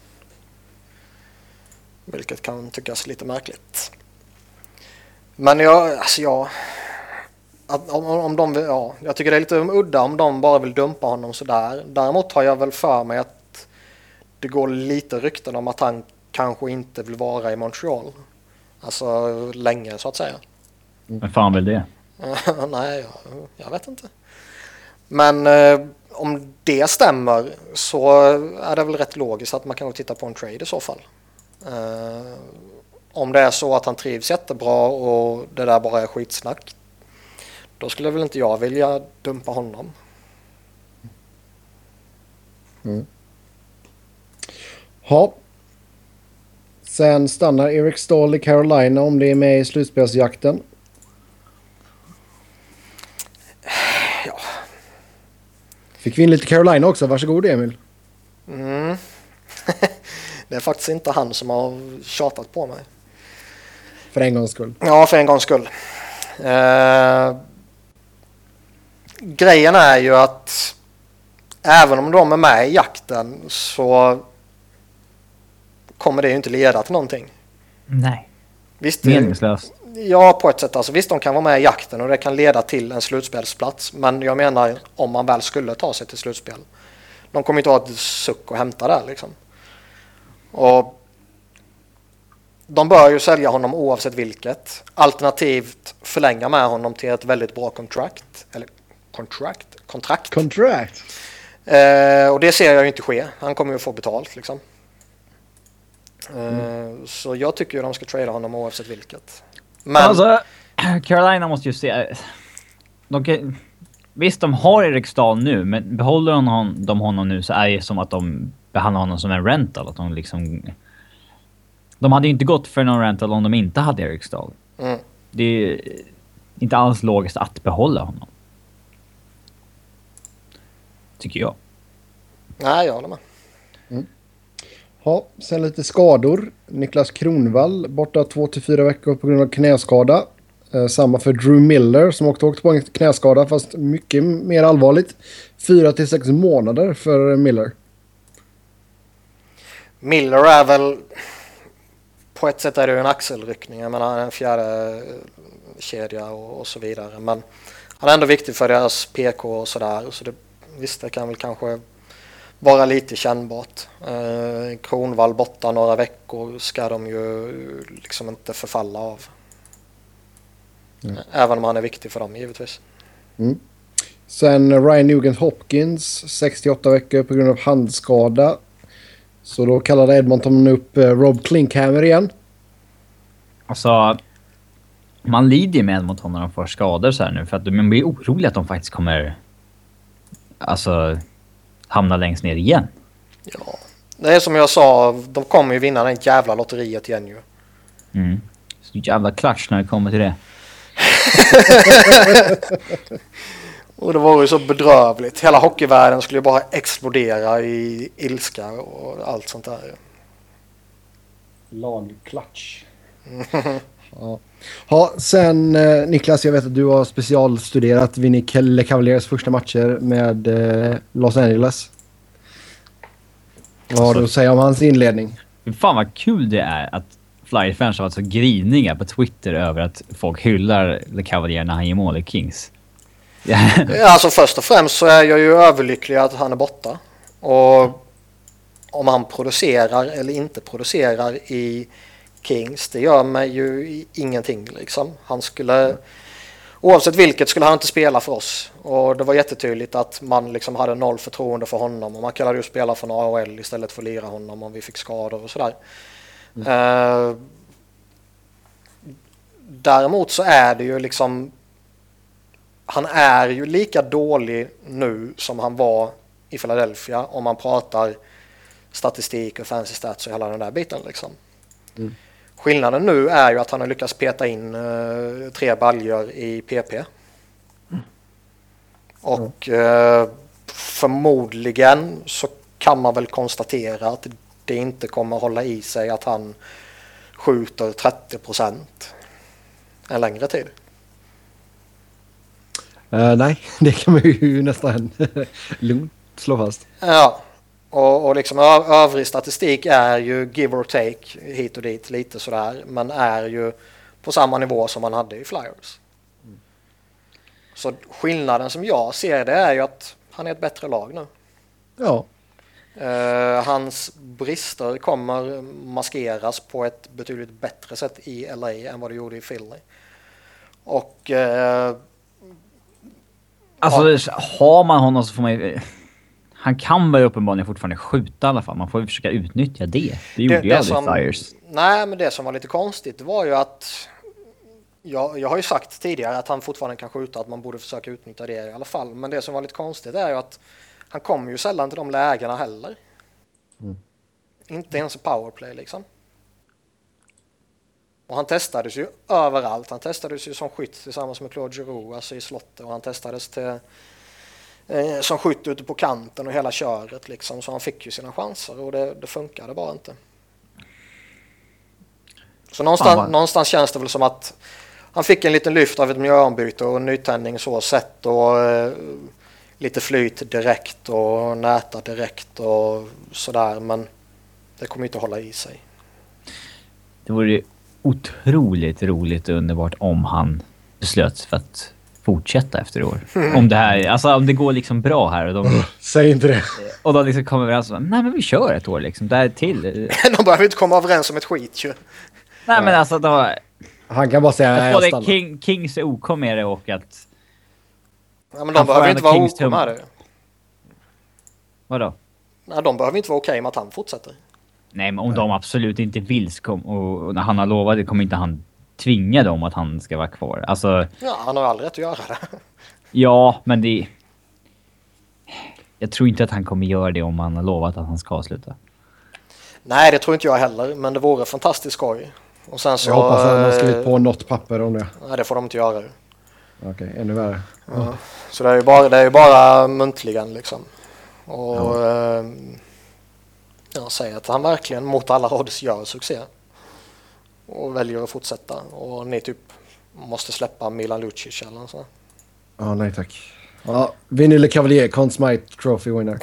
Vilket kan tyckas lite märkligt. Men jag, alltså jag... Att om, om de vill, ja, jag tycker det är lite udda om de bara vill dumpa honom sådär. Däremot har jag väl för mig att det går lite rykten om att han kanske inte vill vara i Montreal. Alltså länge så att säga. Men fan väl det? Nej, jag, jag vet inte. Men eh, om det stämmer så är det väl rätt logiskt att man kan titta på en trade i så fall. Eh, om det är så att han trivs jättebra och det där bara är skitsnack, då skulle väl inte jag vilja dumpa honom. Mm. Ja. Sen stannar Eric Stahl i Carolina om det är med i slutspelsjakten. Ja. Fick vi in lite Carolina också. Varsågod Emil. Mm. Det är faktiskt inte han som har tjatat på mig. För en gångs skull. Ja, för en gångs skull. Uh... Grejen är ju att även om de är med i jakten så kommer det ju inte leda till någonting. Nej. Visst, meningslöst. Ja, på ett sätt. Alltså, visst, de kan vara med i jakten och det kan leda till en slutspelsplats. Men jag menar om man väl skulle ta sig till slutspel. De kommer inte ha ett suck och hämta där liksom. Och de bör ju sälja honom oavsett vilket. Alternativt förlänga med honom till ett väldigt bra kontrakt. Eller Contract? Kontrakt. Contract. Eh, och det ser jag ju inte ske. Han kommer ju få betalt liksom. Eh, mm. Så jag tycker ju de ska trada honom oavsett vilket. Men... Alltså, Carolina måste ju se... De kan... Visst, de har Erik Stahl nu, men behåller de, de honom nu så är det som att de behandlar honom som en rental. Att de liksom De hade ju inte gått för någon rental om de inte hade Eric Stahl. Mm. Det är inte alls logiskt att behålla honom. Tycker jag. Nej, jag håller med. Ja, sen lite skador. Niklas Kronwall borta två till fyra veckor på grund av knäskada. Eh, samma för Drew Miller som också åkte på en knäskada fast mycket mer allvarligt. Fyra till sex månader för Miller. Miller är väl på ett sätt är det ju en axelryckning. Jag menar en fjärde kedja och, och så vidare. Men han är ändå viktig för deras P K och sådär. Så det, visst, det kan väl kanske vara lite kännbart. Eh, Kronwall borta några veckor ska de ju liksom inte förfalla av. Mm. Även om han är viktig för dem givetvis. Mm. Sen Ryan Nugent Hopkins sextioåtta veckor på grund av handskada. Så då kallade Edmonton upp eh, Rob Klinkhammer igen. Alltså, man lider med Edmonton när de får skador så här nu. För att man blir orolig att de faktiskt kommer alltså hamna längst ner igen. Ja, det är som jag sa, de kommer ju vinna den jävla lotteriet igen ju. Mm. Så jävla klatsch när det kommer till det. Och det var ju så bedrövligt. Hela hockeyvärlden skulle ju bara explodera i ilska och allt sånt där. Lagklatsch. Ja. Ja, sen eh, Niklas, jag vet att du har specialstuderat Vinny Le Cavaliers första matcher med eh, Los Angeles. Vad har du att säga om hans inledning? Fan vad kul det är att Flyers-fans har varit så griniga på Twitter över att folk hyllar Le Cavalier när han ger mål i Kings. Ja, alltså först och främst så är jag ju överlycklig att han är borta. Och om han producerar eller inte producerar i Kings, det gör mig ju ingenting liksom. Han skulle, oavsett vilket skulle han inte spela för oss. Och det var jättetydligt att man liksom hade noll förtroende för honom. Och man kallade ju spela från A H L istället för att lira honom om vi fick skador och sådär. Mm. Uh, däremot så är det ju liksom, han är ju lika dålig nu som han var i Philadelphia om man pratar statistik och fancy stats och hela den där biten liksom. Mm. Skillnaden nu är ju att han har lyckats peta in uh, tre baljor i P P. Mm. Och uh, förmodligen så kan man väl konstatera att det inte kommer hålla i sig att han skjuter trettio procent en längre tid. Uh, nej, det kan man ju nästan lugnt slå fast. Ja, och, och liksom ö- övrig statistik är ju give or take hit och dit lite sådär, men är ju på samma nivå som man hade i Flyers. Mm. Så skillnaden som jag ser det är ju att han är ett bättre lag nu. Ja. Uh, hans brister kommer maskeras på ett betydligt bättre sätt i L A än vad det gjorde i Philly. Och uh, alltså ja. Har man honom så får man ju, han kan väl uppenbarligen fortfarande skjuta i alla fall. Man får ju försöka utnyttja det. Det gjorde det, ju aldrig Flyers. Nej, men det som var lite konstigt var ju att jag, jag har ju sagt tidigare att han fortfarande kan skjuta, att man borde försöka utnyttja det i alla fall. Men det som var lite konstigt är ju att han kommer ju sällan till de lägena heller. Mm. Inte ens i powerplay liksom. Och han testades ju överallt. Han testades ju som skytt tillsammans med Claude Giroux, alltså i slottet. Och han testades till, eh, som skytt ute på kanten och hela köret liksom. Så han fick ju sina chanser och det, det funkade bara inte. Så någonstans, ah, någonstans känns det väl som att han fick en liten lyft av ett miljöombyte och en nytändning så sett och eh, lite flyt direkt och näta direkt och sådär, men det kommer inte att hålla i sig. Det vore otroligt roligt och underbart om han beslöt för att fortsätta efter år. Mm. Om det här, alltså om det går liksom bra här och de oh, säg inte det. Och då liksom kommer överens om, nej men vi kör ett år liksom, där till. De behöver inte komma överens om ett skit ju. Nej ja. Men alltså då, han kan bara säga att både King, Kings är OK med det och att ja, men de behöver inte vara OK med det. Vadå? Nej, de behöver inte vara okej med att han fortsätter. Nej, men om Nej. de absolut inte vill kom, och när han har lovat det kommer inte han tvinga dem att han ska vara kvar. Alltså, ja, han har aldrig rätt att göra det. Ja, men det... Jag tror inte att han kommer göra det om han har lovat att han ska sluta. Nej, det tror inte jag heller, men det vore fantastiskt skoj. Och sen så, jag hoppas att de har skrivit på något papper om det. Nej, det får de inte göra. Okej, okay, ännu värre. Ja. Mm. Så det är ju bara, det är ju bara muntligen liksom. Och ja. Eh, jag säger att han verkligen mot alla odds gör succé. Och väljer att fortsätta. Och ni typ måste släppa Milan Lucic eller så. Ja, nej tack. Ja, Vinny Le Cavalier, Conn Smythe Trophy winner.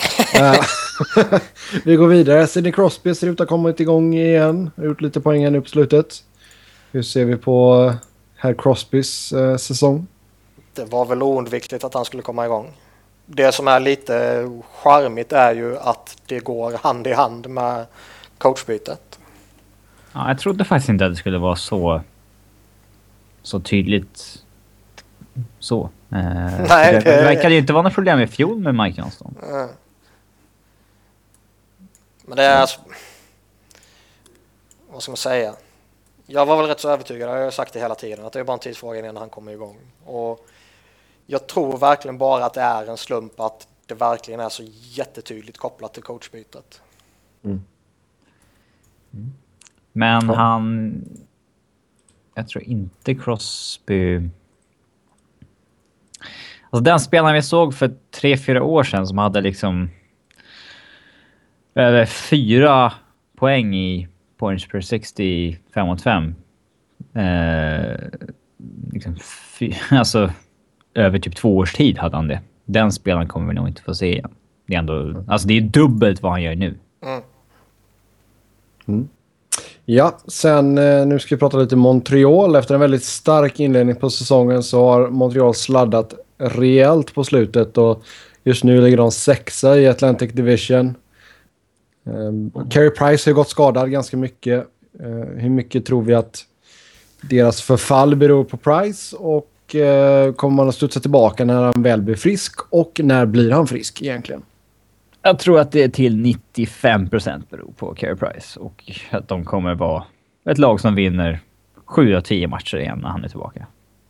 Vi går vidare. Sidney Crosby ser ut att ha kommit igång igen. Har gjort lite poäng nu på slutet. Hur ser vi på herr Crosbys eh, säsong? Det var väl oundvikligt att han skulle komma igång. Det som är lite charmigt är ju att det går hand i hand med coachbytet. Ja, jag trodde faktiskt inte att det skulle vara så så tydligt så. Eh, Nej, det, det, det verkade ju inte vara något problem i fjol med Mike Johnston. Mm. Men det är alltså, vad ska man säga? Jag var väl rätt så övertygad, jag har sagt det hela tiden, att det är bara en tidsfråga innan han kommer igång. Och jag tror verkligen bara att det är en slump att det verkligen är så jättetydligt kopplat till coachbytet. Mm. Mm. Men ja. han... Jag tror inte Crosby... Alltså den spelaren vi såg för tre, fyra år sedan som hade liksom över fyra poäng i points per sextio fem mot fem. Eh, liksom fy, alltså över typ två års tid hade han det. Den spelaren kommer vi nog inte få se igen. Det är ändå, alltså det är dubbelt vad han gör nu. Mm. Mm. Ja, sen nu ska vi prata lite Montreal. Efter en väldigt stark inledning på säsongen så har Montreal sladdat rejält på slutet och just nu ligger de sexa i Atlantic Division. Um, Carey Price har gått skadad ganska mycket. Uh, hur mycket tror vi att deras förfall beror på Price och uh, kommer man att studsa tillbaka när han väl blir frisk och när blir han frisk egentligen? Jag tror att det är till nittiofem procent beror på Carey Price och att de kommer vara ett lag som vinner sju av tio matcher igen när han är tillbaka.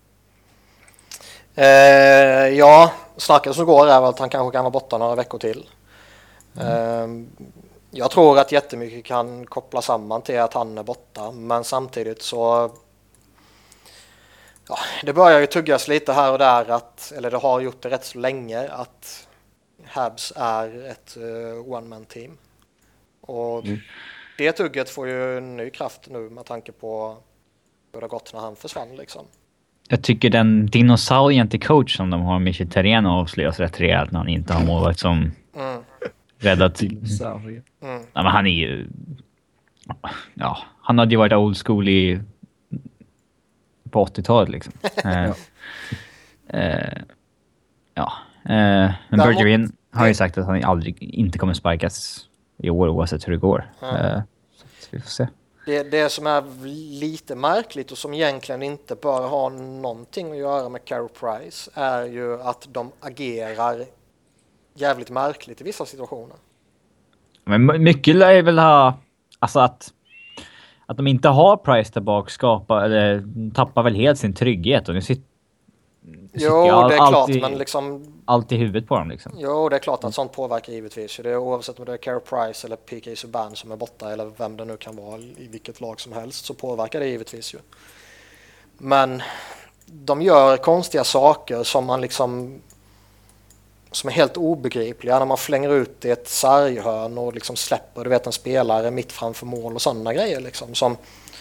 Eh, ja, snacket som går är väl att han kanske kan vara borta några veckor till. Mm. Eh, jag tror att jättemycket kan koppla samman till att han är borta, men samtidigt så ja, det börjar ju tuggas lite här och där att, eller det har gjort det rätt så länge, att Habs är ett uh, one-man-team. Och mm. det tugget får ju ny kraft nu med tanke på hur det har gått när han försvann liksom. Jag tycker den dinosaurien till coach som de har, Mkhitaryan, avslöjas rätt rejält när han inte har målvakt som mm. räddat. Mm. Ja, men han är ju... Ja, han hade ju varit old school i... på åttiotalet liksom. uh, uh, ja. Uh, men Bergevin har ju sagt att han aldrig inte kommer sparkas i år oavsett hur det går. Mm. Uh, så vi får se. Det, det som är lite märkligt och som egentligen inte bör ha någonting att göra med Carey Price är ju att de agerar jävligt märkligt i vissa situationer. Men mycket lär väl ha... Alltså att, att de inte har Price tillbaka skapa, eller tappar väl helt sin trygghet. Och nu sitter, jo, all, det är klart, i, men liksom... Allt i huvudet på dem liksom. Jo, det är klart att sånt påverkar givetvis. Det är oavsett om det är Carey Price eller P K Subban som är borta eller vem det nu kan vara i vilket lag som helst så påverkar det givetvis ju. Men de gör konstiga saker som man liksom som är helt obegripliga när man flänger ut i ett sarghörn och liksom släpper, du vet, en spelare mitt framför mål och sådana grejer liksom som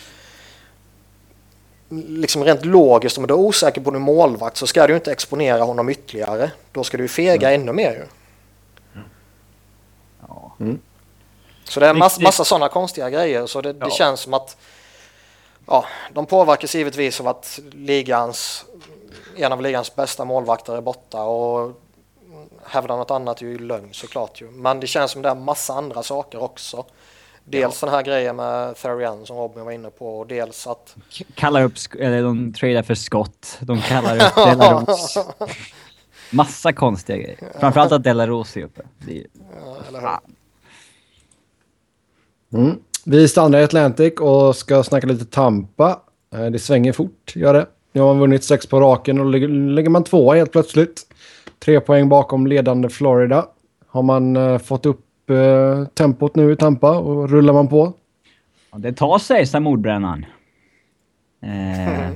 liksom rent logiskt, om du är osäker på din målvakt så ska du inte exponera honom ytterligare. Då ska du fega mm. ännu mer ju. Mm. Ja. Mm. Så det är en massa, massa sådana konstiga grejer så det, det ja. känns som att ja, de påverkas givetvis av att ligans en av ligans bästa målvakter är borta och hävda något annat är ju lögn såklart ju. Men det känns som det är massa andra saker också. Dels ja. den här grejen med Therrien som Robin var inne på och dels att... Kallar upp, eller de tradar för skott. De kallar upp Delarose. Massa konstiga grejer. Framförallt att Delarose är uppe. Det är... Ja, eller hur? Mm. Vi stannar i Atlantic och ska snacka lite Tampa. Det svänger fort, gör det. Nu har man vunnit sex på raken och lägger man två helt plötsligt. Tre poäng bakom ledande Florida. Har man uh, fått upp upp eh, tempot nu i Tampa och rullar man på. Ja, det tar sig, sa mordbrännaren. Eh,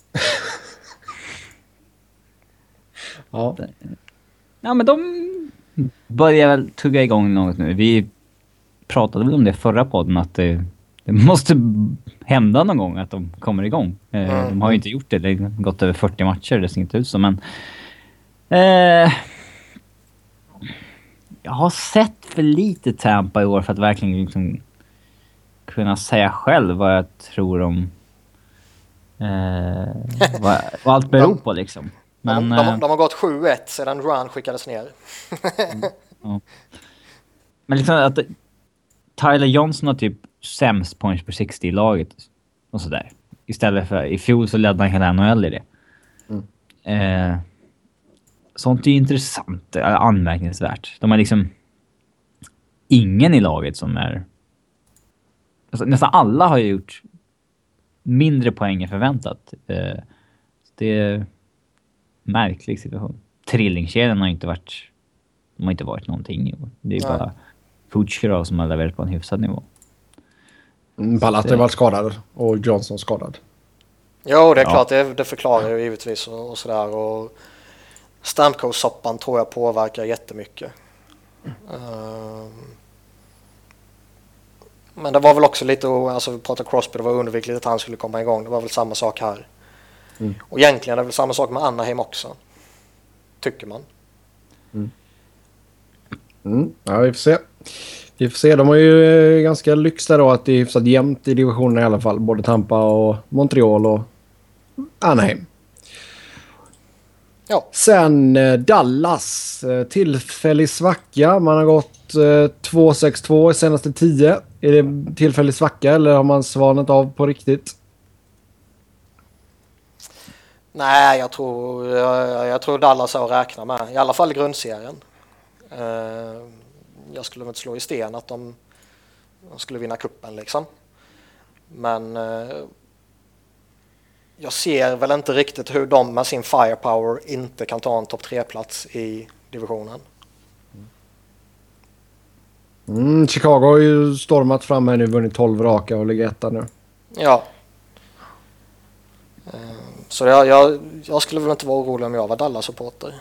Ja. ja, men de börjar väl tugga igång något nu. Vi pratade väl om det förra podden, att det, det måste hända någon gång att de kommer igång. Eh, Mm. De har ju inte gjort det. Det har gått över fyrtio matcher, det ser inte ut så, men... Eh, jag har sett för lite Tampa i år för att verkligen liksom kunna säga själv vad jag tror om eh, vad, vad allt beror på liksom. Men, de, de, eh, de har gått sju ett sedan Durant skickades ner. ja. Men liksom att Tyler Johnson har typ sämst points per sextio i laget och sådär. Istället för i fjol så ledde han hela N H L i det. Mm. Eh, sånt är ju intressant, anmärkningsvärt. De har liksom ingen i laget som är... Alltså, nästan alla har ju gjort mindre poäng än förväntat. Eh, det är en märklig situation. Trillingkedjan har inte varit... De har inte varit någonting i år. Det är Nej. bara Kucherov som har levererat på en hyfsad nivå. Mm, Ballat har varit skadad och Johnson skadad. Jo, det är Ja. klart, det, det förklarar ju givetvis och, och sådär. Och Stamkos-soppan tror jag påverkar jättemycket. Um, men det var väl också lite, alltså vi pratade Crosby, det var undvikligt att han skulle komma igång. Det var väl samma sak här. Mm. Och egentligen är det väl samma sak med Anaheim också. Tycker man. Mm. Ja, vi får se. Vi får se. De har ju eh, ganska lyxade då att det är hyfsat jämnt i divisionen i alla fall. Både Tampa och Montreal och Anaheim. Ja. Sen eh, Dallas. Eh, tillfällig svacka. Man har gått eh, två sex två i senaste tio. Är det tillfällig svacka eller har man svanat av på riktigt? Nej, jag tror, jag, jag tror Dallas är att räkna med. I alla fall i grundserien. Uh, jag skulle väl inte slå i sten att de, de skulle vinna kuppen liksom. Men uh, jag ser väl inte riktigt hur de med sin firepower inte kan ta en topp tre-plats i divisionen. Mm, Chicago har ju stormat fram här nu, vunnit tolv raka och ligger etta nu. Ja. Uh, så jag, jag, jag skulle väl inte vara orolig om jag var Dallas-supporter.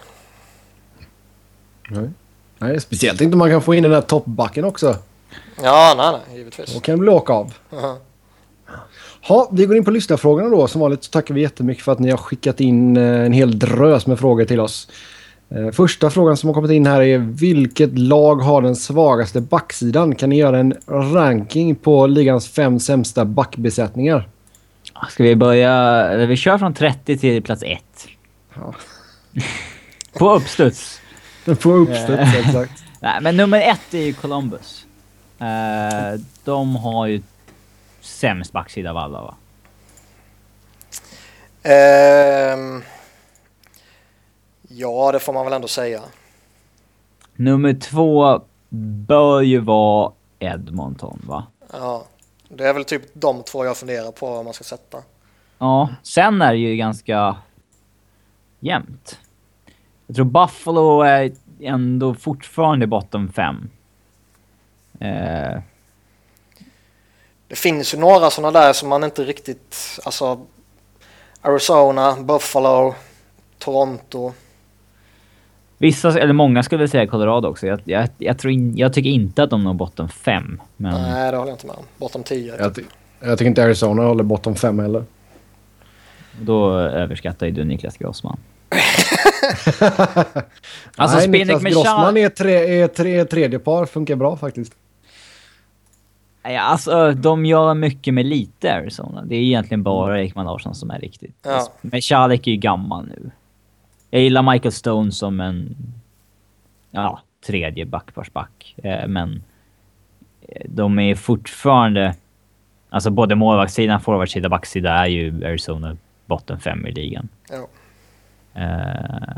Nej. Nej, speciellt inte om man kan få in den där toppbacken också. Ja, nej, nej, givetvis. Då kan det bli åka av. Uh-huh. Ja, vi går in på lyssnarfrågorna då. Som vanligt så tackar vi jättemycket för att ni har skickat in eh, en hel drös med frågor till oss. Eh, första frågan som har kommit in här är: vilket lag har den svagaste backsidan? Kan ni göra en ranking på ligans fem sämsta backbesättningar? Ska vi börja... Eller vi kör från trettio till plats ett. Ja. På uppstuds. På uppstöt, exakt. Nej, men nummer ett är ju Columbus. Eh, de har ju sämst backsida av alla, va? Ehm, ja, det får man väl ändå säga. Nummer två bör ju vara Edmonton, va? Ja, det är väl typ de två jag funderar på vad man ska sätta. Ja, sen är det ju ganska jämnt. Jag tror Buffalo är ändå fortfarande bottom fem. Eh, Det finns ju några sådana där som man inte riktigt, alltså Arizona, Buffalo, Toronto. vissa, eller många skulle säga Colorado också. Jag, jag, jag, tror in, jag tycker inte att de når bottom fem. Men Nej, det håller jag inte med om. Bottom tio. Jag, ty- jag tycker inte Arizona håller bottom fem heller. då överskattar ju du Niklas Grossman. Alltså Nej, Spinnik Niklas med Grossman Char- är, tre, är tre, tredje par. Funkar bra faktiskt. Ja, alltså de gör mycket med lite Arizona. Det är egentligen bara Ekman Larsson som är riktigt. Ja. Men Charlek är ju gammal nu. Jag gillar Michael Stone som en ja, tredje backparsback. Eh, men de är fortfarande, alltså både målvaktssidan, forwardsida, backsida är ju Arizona botten fem i ligan. Ja. Eh,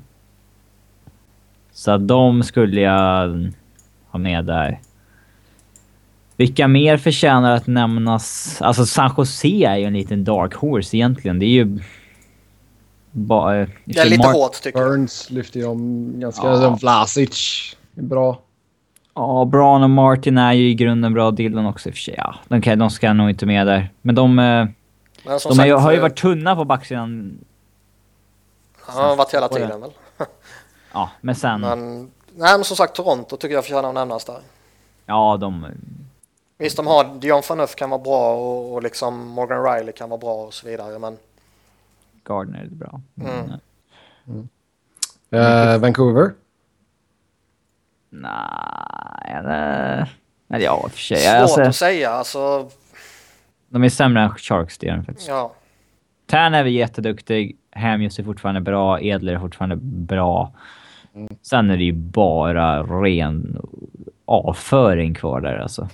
så de skulle jag ha med där. Vilka mer förtjänar att nämnas? Alltså San Jose är ju en liten dark horse egentligen. Det är ju bara... Det är lite hårt tycker jag. Burns lyfter ju om ganska... Ja. Ja. Vlasic är bra. Ja, Braun och Martin är ju i grunden bra. Dillon också i och för sig. Ja, de, kan, de ska nog inte med där. Men de, Men som de sagt, är, har ju varit tunna på backsidan. Han har varit hela tiden väl. Ja, men sen... Men, nej, men som sagt, Toronto tycker jag förtjänar att nämnas där. Ja, de... Visst, de har Dion Phaneuf kan vara bra och, och liksom Morgan Riley kan vara bra och så vidare, men... Gardner är bra. Mm. Mm. Uh, Vancouver? Nej, eller... Eller ja, för sig. Svårt Alltså, att säga, alltså... de är sämre än Sharks, det är de faktiskt. Ja. Tärn är väl jätteduktig. Hamjus är fortfarande bra. Edler är fortfarande bra. Mm. Sen är det ju bara ren avföring kvar där alltså.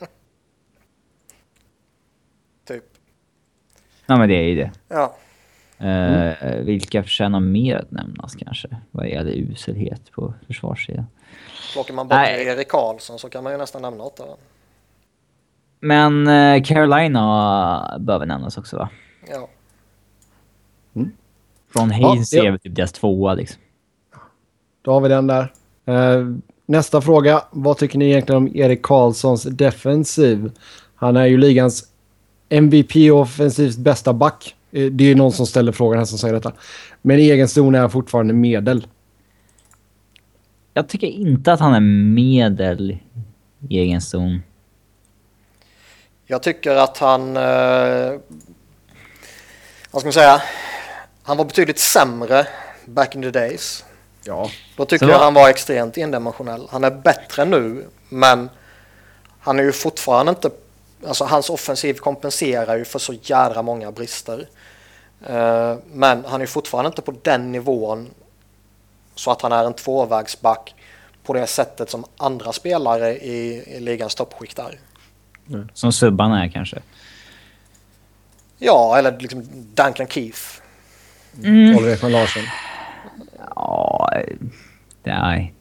Typ. Ja, men det är ju det. Ja. Uh, mm. Vilka förtjänar mer att nämnas kanske? Vad gäller uselhet på försvarssidan? Plockar man bort Erik Karlsson så kan man ju nästan nämna åtta. Men uh, Carolina behöver nämnas också, va? Ja. Mm. Från Hayes ja, är typ deras tvåa liksom. Då har vi den där. Uh, nästa fråga. Vad tycker ni egentligen om Erik Karlssons defensiv? Han är ju ligans M V P och offensivt bästa back. Det är ju någon som ställer frågan här som säger detta. Men i egen zon är han fortfarande medel. Jag tycker inte att han är medel i egen zon. Jag tycker att han... Eh, vad ska man säga? Han var betydligt sämre back in the days. Ja. Då tycker så jag han var extremt endimensionell. Han är bättre nu, men han är ju fortfarande inte... Alltså hans offensiv kompenserar ju för så jädra många brister. Uh, men han är fortfarande inte på den nivån så att han är en tvåvägsback på det sättet som andra spelare i, i ligans toppskikt är. Mm. Som Subban är kanske. Ja, eller liksom Duncan Keith. Mm. Oliver Ekman Larsson. Ja, nej.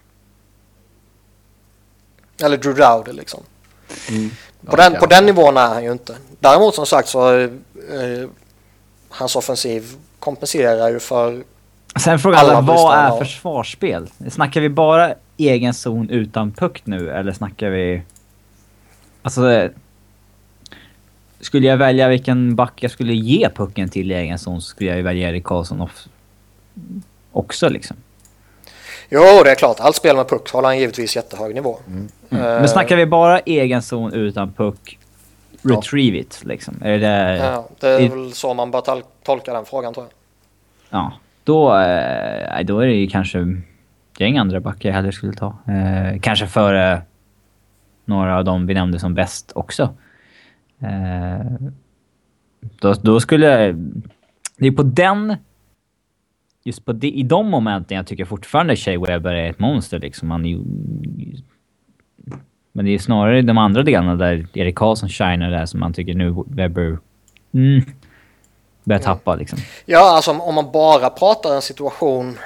Eller Drew Dowdy liksom. Mm. På, den, på den nivån är han ju inte. Däremot som sagt så eh, hans offensiv kompenserar ju för... Sen frågar alla, vad är försvarsspel? Snackar vi bara egen zon utan puck nu? Eller snackar vi... Alltså... Skulle jag välja vilken back jag skulle ge pucken till i egen zon så skulle jag ju välja Erik Karlsson off- också liksom. Jo, det är klart. Allt spel med puck håller han givetvis jättehög nivå. Mm. Mm. Uh, Men snackar vi bara egen zon utan puck, retrieve ja. it liksom. Är det, ja, det är i, väl så man bör tol- tolka den frågan tror jag. Ja, då, eh, då är det ju kanske gäng andra backar jag hellre skulle ta. Eh, kanske före några av dem vi nämnde som bäst också. Eh, då, då skulle... Det är på den... Just på de, i de momenten jag tycker fortfarande Shea Weber är ett monster liksom. Han är, men det är snarare de andra delarna där Erik Karlsson shiner där som man tycker nu Weber mm, börjar tappa liksom. Ja, alltså om man bara pratar en situation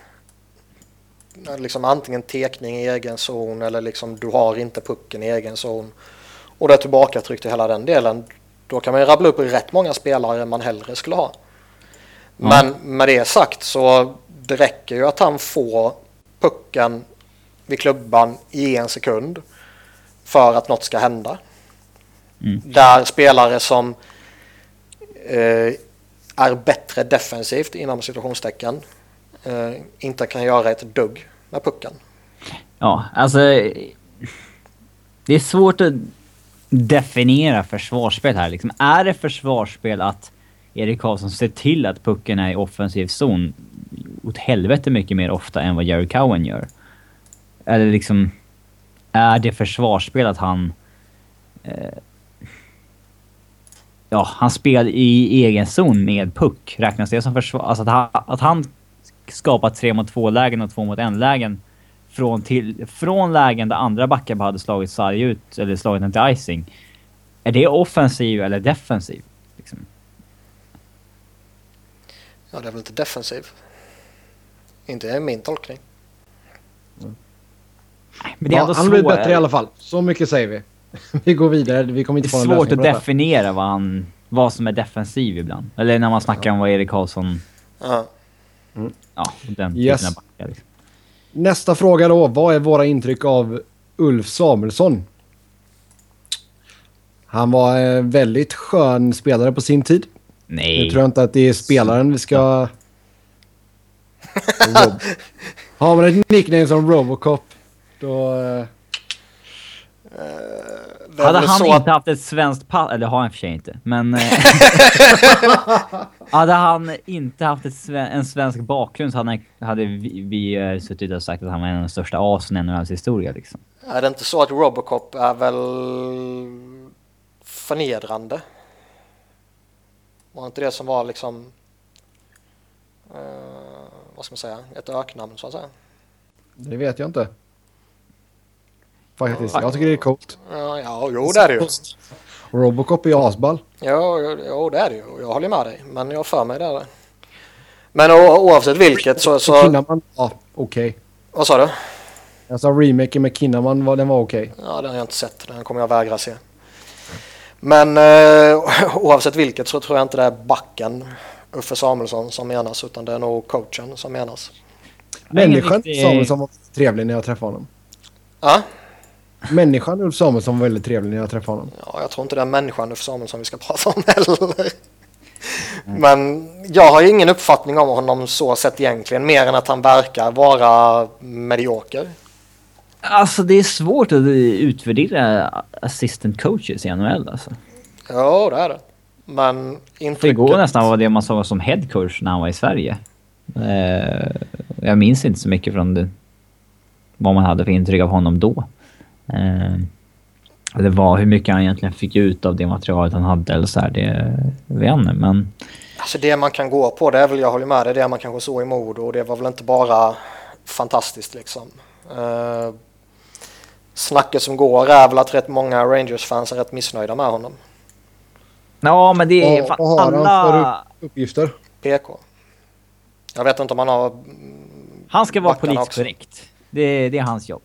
liksom antingen tekning i egen zon eller liksom du har inte pucken i egen zon och det är tillbaka tryckt i hela den delen, då kan man ju rabbla upp rätt många spelare man hellre skulle ha. Men mm. med det sagt så det räcker ju att han får pucken vid klubban i en sekund för att något ska hända. Mm. Där spelare som eh, är bättre defensivt inom situationstecken eh, inte kan göra ett dugg med pucken. Ja, alltså det är svårt att definiera försvarsspel här. Liksom. Är det försvarsspel att Erik Karlsson ser till att pucken är i offensiv zon åt helvete mycket mer ofta än vad Jerry Cowan gör? Eller liksom, är det försvarsspel att han eh, ja, han spelar i egen zon med puck? Räknas det som försvar? Alltså att han, att han skapar tre mot två lägen och två mot en lägen från, till, från lägen där andra backar bara hade slagit sarg ut eller slagit den till icing. Är det offensiv eller defensiv? Liksom? Ja, det är väl inte defensiv. Inte är min tolkning. Mm. Men det är ja, han blir bättre i alla fall. Så mycket säger vi. Vi går vidare. Vi kommer inte få en lösning på detta. Det är svårt att definiera vad, han, vad som är defensiv ibland. Eller när man snackar ja. om vad Erik Karlsson... Ja. Mm. Ja, den yes. typen av backar. Liksom. Nästa fråga då. Vad är våra intryck av Ulf Samuelsson. Han var en väldigt skön spelare på sin tid. Nej. Nu tror jag inte att det är spelaren vi ska... Rob... Har man ett nickname som Robocop, då... Uh... Hade han så inte att... haft ett svenskt pass, eller har han för sig inte, men... hade han inte haft ett sve... en svensk bakgrund så hade, han... hade vi, vi suttit och sagt att han var en av de största asen i N H L:s historia liksom. Är det inte så att Robocop är väl förnedrande? Var inte det som var liksom... Uh, vad ska man säga? Ett öknamn så att säga. Det vet jag inte. Faktiskt, jag tycker det är coolt. Ja, ja jo det är det ju. Robocop är asball. Ja, jo, jo det är det ju. Jag håller med dig. Men jag för mig det är det. Men o- oavsett vilket så... så... Kinnaman var okej. Okay. Vad sa du? Jag sa remaken med Kinnaman, var, den var okej. Okay. Ja, den har jag inte sett. Den kommer jag vägra se. Men eh, oavsett vilket så tror jag inte det är backen Uffe Samuelsson som menas, utan det är nog coachen som menas. Människan riktig... Samuelsson var trevlig när jag träffade honom. Ja? Människan Ulf Samuelsson var väldigt trevlig när jag träffade honom. Ja, jag tror inte det är människan Uffe Samuelsson vi ska prata om heller. Mm. Men jag har ingen uppfattning om honom så sett egentligen, mer än att han verkar vara medioker. Alltså det är svårt att utvärdera assistant coaches i N H L alltså. Ja, det är det. Men inte... Det går nästan var det man såg som head coach när han var i Sverige. Eh, jag minns inte så mycket från det, vad man hade för intryck av honom då. Eh, det var hur mycket han egentligen fick ut av det materialet han hade eller så här, det vet jag inte, men... Alltså det man kan gå på, det är väl, jag håller med dig, det man kanske såg i Modo, och det var väl inte bara fantastiskt liksom. Eh, snacket som går är väl att rätt många Rangers-fans är rätt missnöjda med honom. Ja, men det är vad, fan vad har alla... han för uppgifter? P K. Jag vet inte om han har... Han ska vara backarna politiskt också. korrekt. Det, det är hans jobb.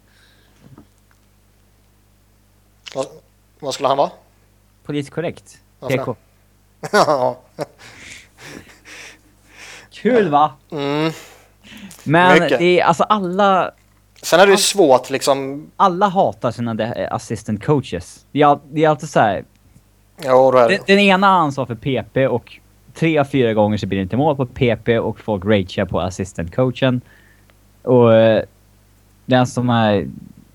Vad, vad skulle han vara? Politiskt korrekt. Varför P K. Ja. Kul va? Mm. Men Mycket. det är alltså alla... Sen är det ju svårt liksom... Alla hatar sina de- assistant coaches. Det är, all, det är alltid så här. Ja, då är det. Den, den ena har ansvar för P P och tre av fyra gånger så blir det inte mål på P P och folk ragear på assistant coachen. Och eh, den som är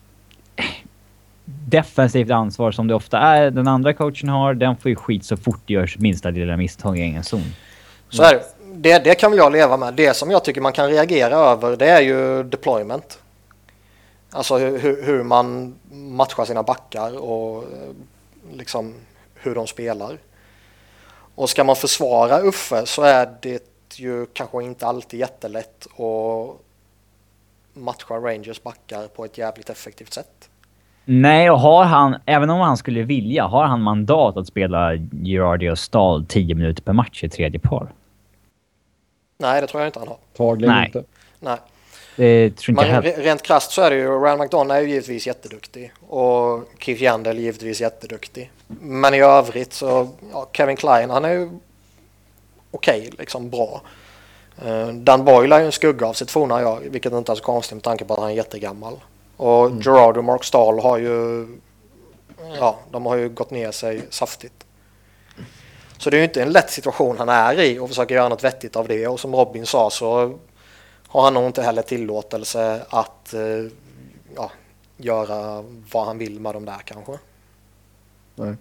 defensivt ansvar som det ofta är den andra coachen har, den får ju skit så fort det görs minsta lilla misstag i egen zon. Så är det. det. Det kan väl jag leva med. Det som jag tycker man kan reagera över, det är ju deployment. Alltså hur, hur man matchar sina backar och liksom hur de spelar. Och ska man försvara Uffe så är det ju kanske inte alltid jättelätt att matcha Rangers backar på ett jävligt effektivt sätt. Nej, och har han, även om han skulle vilja, har han mandat att spela Girardi och Stahl tio minuter per match i tredje par? Nej, det tror jag inte han har. Tagligen Nej. inte. Nej. Det tror inte Men jag heller. re- rent krasst så är det ju, Ryan McDonough är ju givetvis jätteduktig och Keith Yandel är givetvis jätteduktig. Men i övrigt så, ja, Kevin Klein, han är ju okej, okay, liksom bra. Uh, Dan Boyle är ju en skugga av sitt forna jag, vilket inte är så konstigt med tanke på att han är jättegammal. Och mm. Gerard och Mark Stahl har ju, ja, de har ju gått ner sig saftigt. Så det är ju inte en lätt situation han är i och försöka göra något vettigt av det. Och som Robin sa så har han nog inte heller tillåtelse att uh, ja, göra vad han vill med dem där kanske. Nej.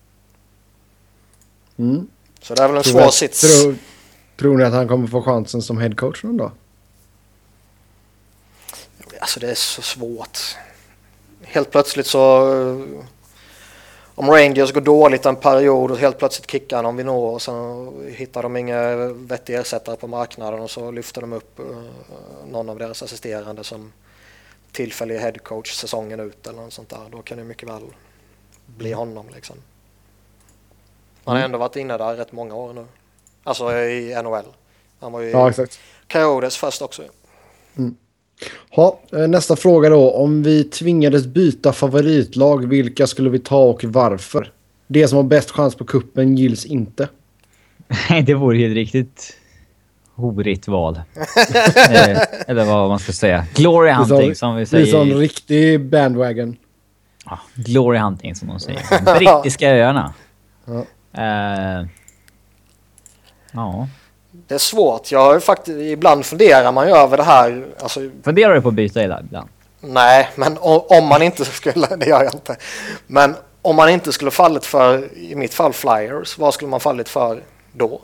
Mm. Så det är väl en Tror svår jag- sits. Tror, tror ni att han kommer få chansen som headcoach någon dag? Alltså det är så svårt. Helt plötsligt så... Om Rangers går dåligt en period och helt plötsligt kickar han om vi når och sen hittar de inga vettiga ersättare på marknaden och så lyfter de upp uh, någon av deras assisterande som tillfällig headcoach säsongen ut eller något sånt där. Då kan det mycket väl bli honom liksom. Han har ändå varit inne där rätt många år nu. Alltså i N H L. Han var ju Ja, i exakt. Coyotes först också. Ha, eh, nästa fråga då. Om vi tvingades byta favoritlag, vilka skulle vi ta och varför? Det som har bäst chans på kuppen gills inte. Nej, det vore ju ett riktigt horigt val. eh, eller vad man ska säga. Glory hunting som vi Det är en sån säger. riktig bandwagon. Ja, Glory Hunting som de säger. De brittiska öarna. Ja. Uh, ja. Det är svårt. Jag har ju faktiskt, ibland funderar man ju över det här. Alltså, funderar du på att byta ibland? Nej, men om, om man inte skulle, det gör jag inte. Men om man inte skulle fallit för, i mitt fall, Flyers, vad skulle man fallit för då?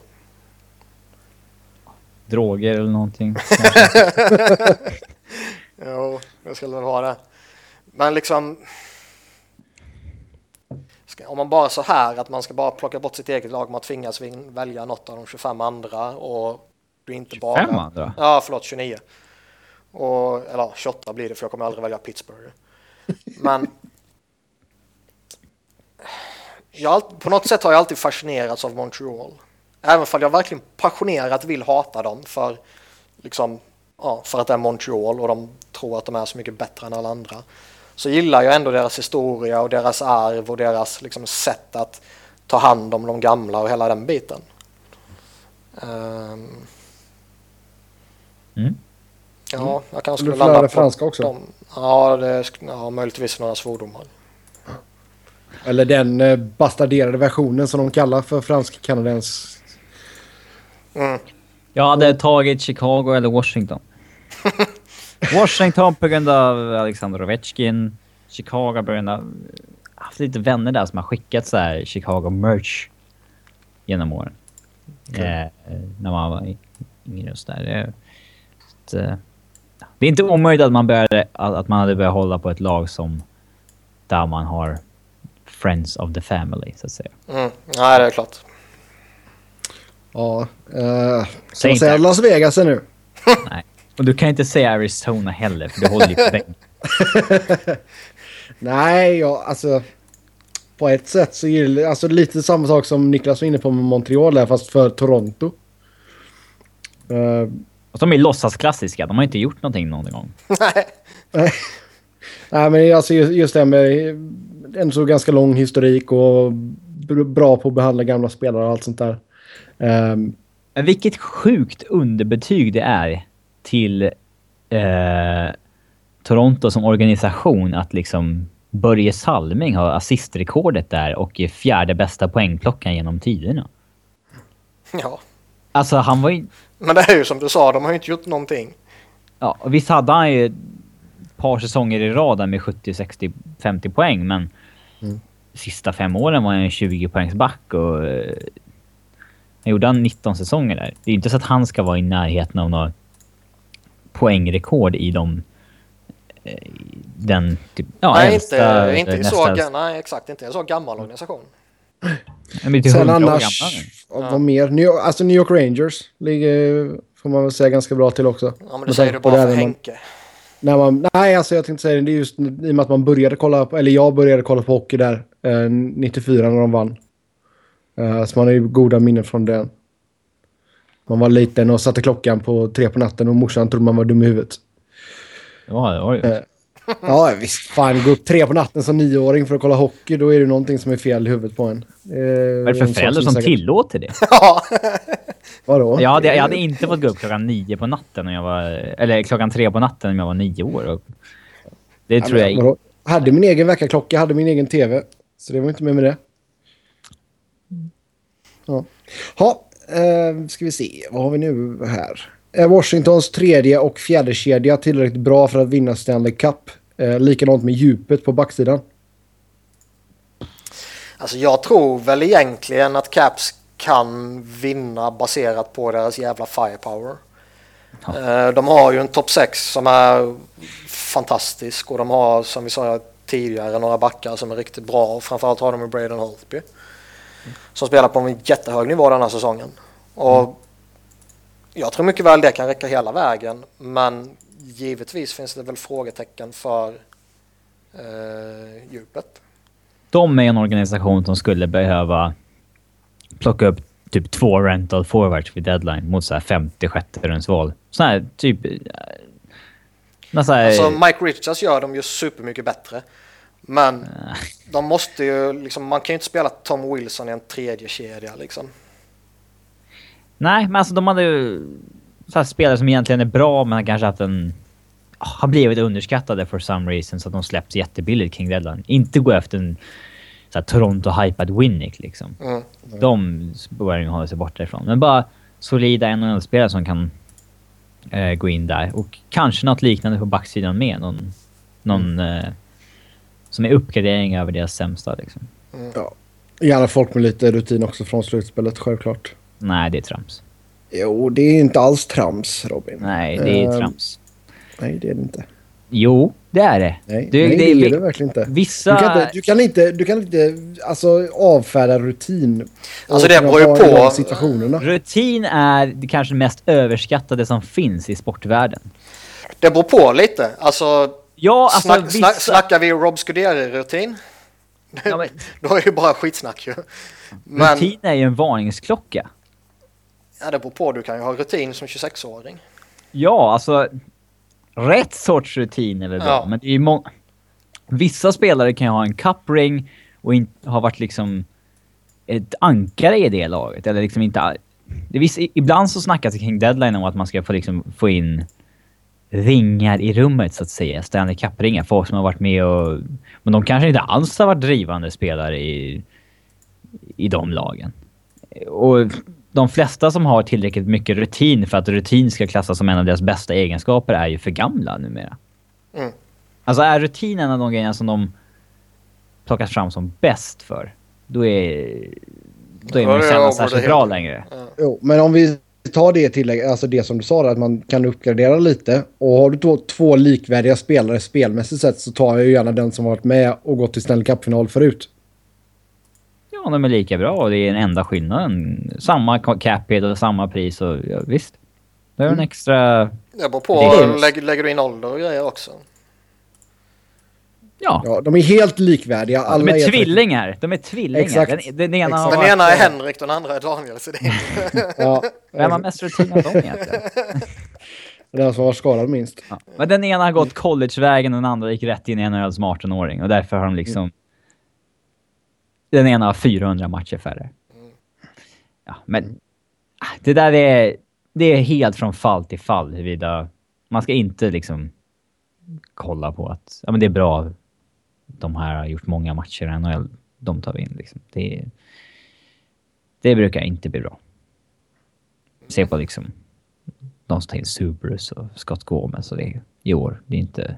Droger eller någonting. Jo, det skulle väl vara det. Men liksom, ska, om man bara så här att man ska bara plocka bort sitt eget lag, man tvingas välja något av de tjugofem andra och du inte bara... tjugofem andra? Ja, förlåt, tjugonio. Och, eller tjugoåtta blir det, för jag kommer aldrig välja Pittsburgh. Men jag, på något sätt har jag alltid fascinerats av Montreal. Även om jag verkligen passionerat vill hata dem för, liksom, ja, för att det är Montreal och de tror att de är så mycket bättre än alla andra. Så gillar jag ändå deras historia och deras arv och deras liksom, sätt att ta hand om de gamla och hela den biten. Um, mm. Ja, jag kanske skulle skulle landa på franska också. Dem. Ja, det är ja, möjligtvis några svordomar. Eller den eh, bastarderade versionen som de kallar för fransk-kanadens. Mm. Jag hade tagit Chicago eller Washington. Washington på grund av Alexander Ovechkin. Chicago på grund av... Jag har haft lite vänner där som har skickat så här Chicago merch genom åren. Mm. Eh, när man var yngre och så där. Det, så, det är inte omöjligt att man, började, att man hade börjat hålla på ett lag som där man har friends of the family, så att säga. Mm. Nej, det är klart. Ja, eh, ska man säga Las Vegas nu? Nej. Och du kan inte säga Arizona heller, för det håller ju på bänk. Nej, ja, alltså på ett sätt så är det alltså, lite samma sak som Niklas var inne på med Montreal där, fast för Toronto. Uh, och de är låtsasklassiska, de har inte gjort någonting någon gång. Nej. Nej, men alltså just det med en så ganska lång historik och bra på att behandla gamla spelare och allt sånt där. Um, Vilket sjukt underbetyg det är till eh, Toronto som organisation att liksom Börje Salming har assistrekordet där och är fjärde bästa poängplockan genom tiderna. Ja. Alltså han var ju... Men det är ju som du sa, de har ju inte gjort någonting. Ja, och visst hade han ju ett par säsonger i rad med sjuttio, sextio, femtio poäng, men mm. sista fem åren var han en tjugo poängs back och eh, han gjorde han nitton säsonger där. Det är inte så att han ska vara i närheten av något poängrekord i de den typ, ja, nej, äldsta, inte, inte nästa, så, nej, exakt, inte en så gammal organisation. Sen annars, ja. Vad mer? New, alltså New York Rangers ligger, får man väl säga, ganska bra till också. Ja, men det säger du bara för Henke. Man, när man, nej, alltså jag tänkte säga det är just i och med att man började kolla på, eller jag började kolla på hockey där eh, nittiofyra när de vann. Uh, så man har ju goda minnen från det. Man var liten och satte klockan på tre på natten och morsan trodde man var dum i huvudet. Ja, det var ju. Uh, ja, visst. Fan, gå upp tre på natten som nioåring för att kolla hockey, då är det någonting som är fel i huvudet på en. Uh, Vad är det för föräldrar som, som tillåter det? Ja. Vadå? Jag hade, jag hade inte fått gå upp klockan nio på natten när jag var, eller klockan tre på natten när jag var nio år. Och det ja, tror jag inte. Jag hade min egen väckarklocka, jag hade min egen tv. Så det var inte med med det. Ja, ha, eh, ska vi se. Vad har vi nu här? Är Washingtons tredje och fjärde kedja tillräckligt bra för att vinna Stanley Cup? Eh, likadant med djupet på backsidan. Alltså jag tror väl egentligen att Caps kan vinna baserat på deras jävla firepower. Ja. Eh, de har ju en topp sex som är fantastisk och de har, som vi sa tidigare, några backar som är riktigt bra. Och framförallt har de ju Braden Holtby som spelar på en jättehög nivå den här säsongen. Och mm. jag tror mycket väl det kan räcka hela vägen, men givetvis finns det väl frågetecken för eh, djupet. De är en organisation som skulle behöva plocka upp typ två rental forwards vid deadline mot så här femtio sjätte rundsval. Så här typ så här... Alltså Mike Richards gör dem ju supermycket bättre. Men de måste ju liksom, man kan ju inte spela Tom Wilson i en tredje kedja liksom. Nej, men alltså de hade ju så här spelare som egentligen är bra men har kanske haft en har blivit underskattade for some reason så att de släpps jättebilligt kring deadline. Inte gå efter en så här, Toronto-hypad Winnick liksom. Mm. De börjar ju hålla sig borta ifrån. Men bara solida N H L-spelare som kan eh, gå in där. Och kanske något liknande på backsidan med. Någon, någon mm. eh, som är uppgradering över deras sämsta liksom. Mm. Ja. Gärna folk med lite rutin också från slutspelet, självklart. Nej, det är trams. Jo, det är inte alls trams, Robin. Nej, det är uh, trams. Nej, det är det inte. Jo, det är det. Nej, du, nej det, det är vi, det verkligen inte. Vissa... Du kan inte, du kan inte, du kan inte alltså, avfärda rutin. Alltså det beror ju på... Situationerna. Rutin är det kanske mest överskattade som finns i sportvärlden. Det beror på lite. Alltså, ja, alltså snack, vissa... snack, snackar vi Rob Scuderi-rutin? Ja, men... Då är det ju bara skitsnack ju. Men... Rutin är ju en varningsklocka. Ja, det beror på. Du kan ju ha rutin som tjugosex-åring. Ja, alltså... Rätt sorts rutin är väl bra, ja. men det är må- vissa spelare kan ju ha en cup-ring och inte ha varit liksom ett ankare i det laget. Eller liksom inte... Det viss, ibland så snackas det kring deadline om att man ska få, liksom, få in ringar i rummet så att säga. Stanley Cup-ringar. Folk som har varit med och... Men de kanske inte alls har varit drivande spelare i, i de lagen. Och de flesta som har tillräckligt mycket rutin för att rutin ska klassas som en av deras bästa egenskaper är ju för gamla numera. Mm. Alltså är rutin en av de grejerna som de plockas fram som bäst för, då är, då är man ju sällan särskilt bra längre. Ja. Jo, men om vi tar det tillägg, alltså det som du sa, att man kan uppgradera lite. Och har du då två likvärdiga spelare spelmässigt sett så tar jag ju gärna den som varit med och gått till Stanley Cup-final förut. Ja, de är lika bra och det är den enda skillnaden. Samma capita och samma pris och ja, visst. Det är en Mm. Det extra... beror på, lägger, lägger du in ålder och grejer också. Ja. Ja, de är helt likvärdiga. Alla De är är tvillingar. De är tvillingar. Exakt. Den, den ena har Den varit- ena är Henrik, den andra är Daniel. Så det är... Ja, Vem har mest rutin av dem egentligen? den som var skadad minst. Ja. Men den ena har gått collegevägen och den andra gick rätt in i N H L som arton-åring. Och därför har de liksom... Mm. Den ena har fyrahundra matcher färre. Ja, men... Det där är... Det är helt från fall till fall huruvida... Man ska inte liksom... Kolla på att... Ja, men det är bra. De här har gjort många matcher i N H L. De tar vi in liksom. Det... Det brukar inte bli bra. Se på liksom... De som tar in Subrus och Scott Gomez och det i år. Det är inte...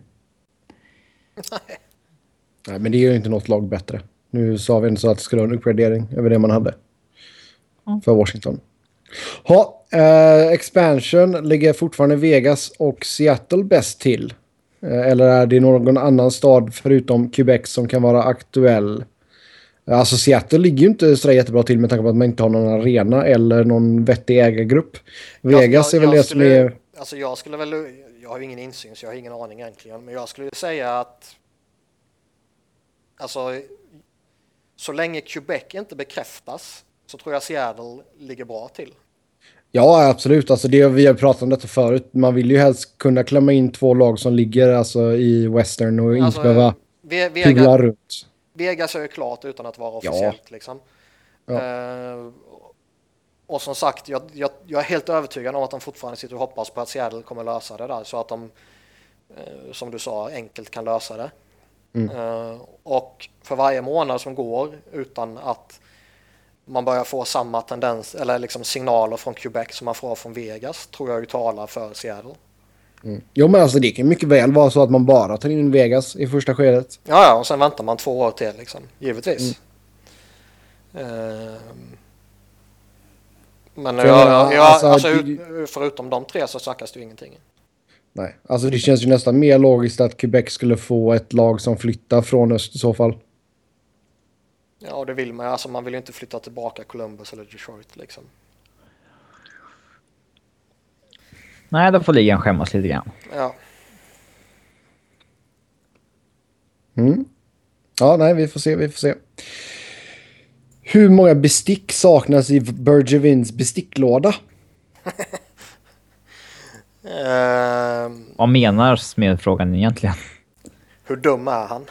Nej, men det är ju inte något lag bättre. Nu sa vi inte så att det skulle vara en uppgradering över det man hade. Mm. För Washington. Ha, eh, expansion ligger fortfarande Vegas och Seattle bäst till. Eh, eller är det någon annan stad förutom Quebec som kan vara aktuell? Alltså Seattle ligger ju inte så jättebra till med tanke på att man inte har någon arena eller någon vettig ägargrupp. Vegas jag, jag, är väl jag det skulle, som är... Alltså jag skulle väl... Jag har ju ingen insyn så jag har ingen aning egentligen. Men jag skulle säga att... Alltså... Så länge Quebec inte bekräftas så tror jag Seattle ligger bra till. Ja, absolut. Alltså det, vi har pratat om detta förut. Man vill ju helst kunna klämma in två lag som ligger alltså, i Western och Alltså, inte behöva Ve- pula Vegas, runt. Vegas är ju klart utan att vara Ja. officiellt. Liksom. Ja. Uh, och som sagt, jag, jag, jag är helt övertygad om att de fortfarande sitter och hoppas på att Seattle kommer lösa det där. Så att de, uh, som du sa, enkelt kan lösa det. Mm. Uh, och för varje månad som går utan att man börjar få samma tendens eller liksom signaler från Quebec som man får från Vegas tror jag ju talar för Seattle. Mm. Jo, men alltså det kan mycket väl vara så att man bara tar in Vegas i första skedet. Ja, ja, och sen väntar man två år till liksom, givetvis. Mm. Uh, men För jag, jag- jag, alltså, alltså, det- ut- förutom de tre så snackas det ju ingenting. Nej, alltså det känns ju nästan mer logiskt att Quebec skulle få ett lag som flyttar från öst i så fall. Ja, och det vill man. Alltså, man vill ju inte flytta tillbaka Columbus eller Detroit liksom. Nej, då får ligan skämmas lite grann. Ja. Mm. Ja, nej, vi får se, vi får se. Hur många bestick saknas i Bergevins besticklåda? Ehm, Vad menas med frågan egentligen? hur dum är han?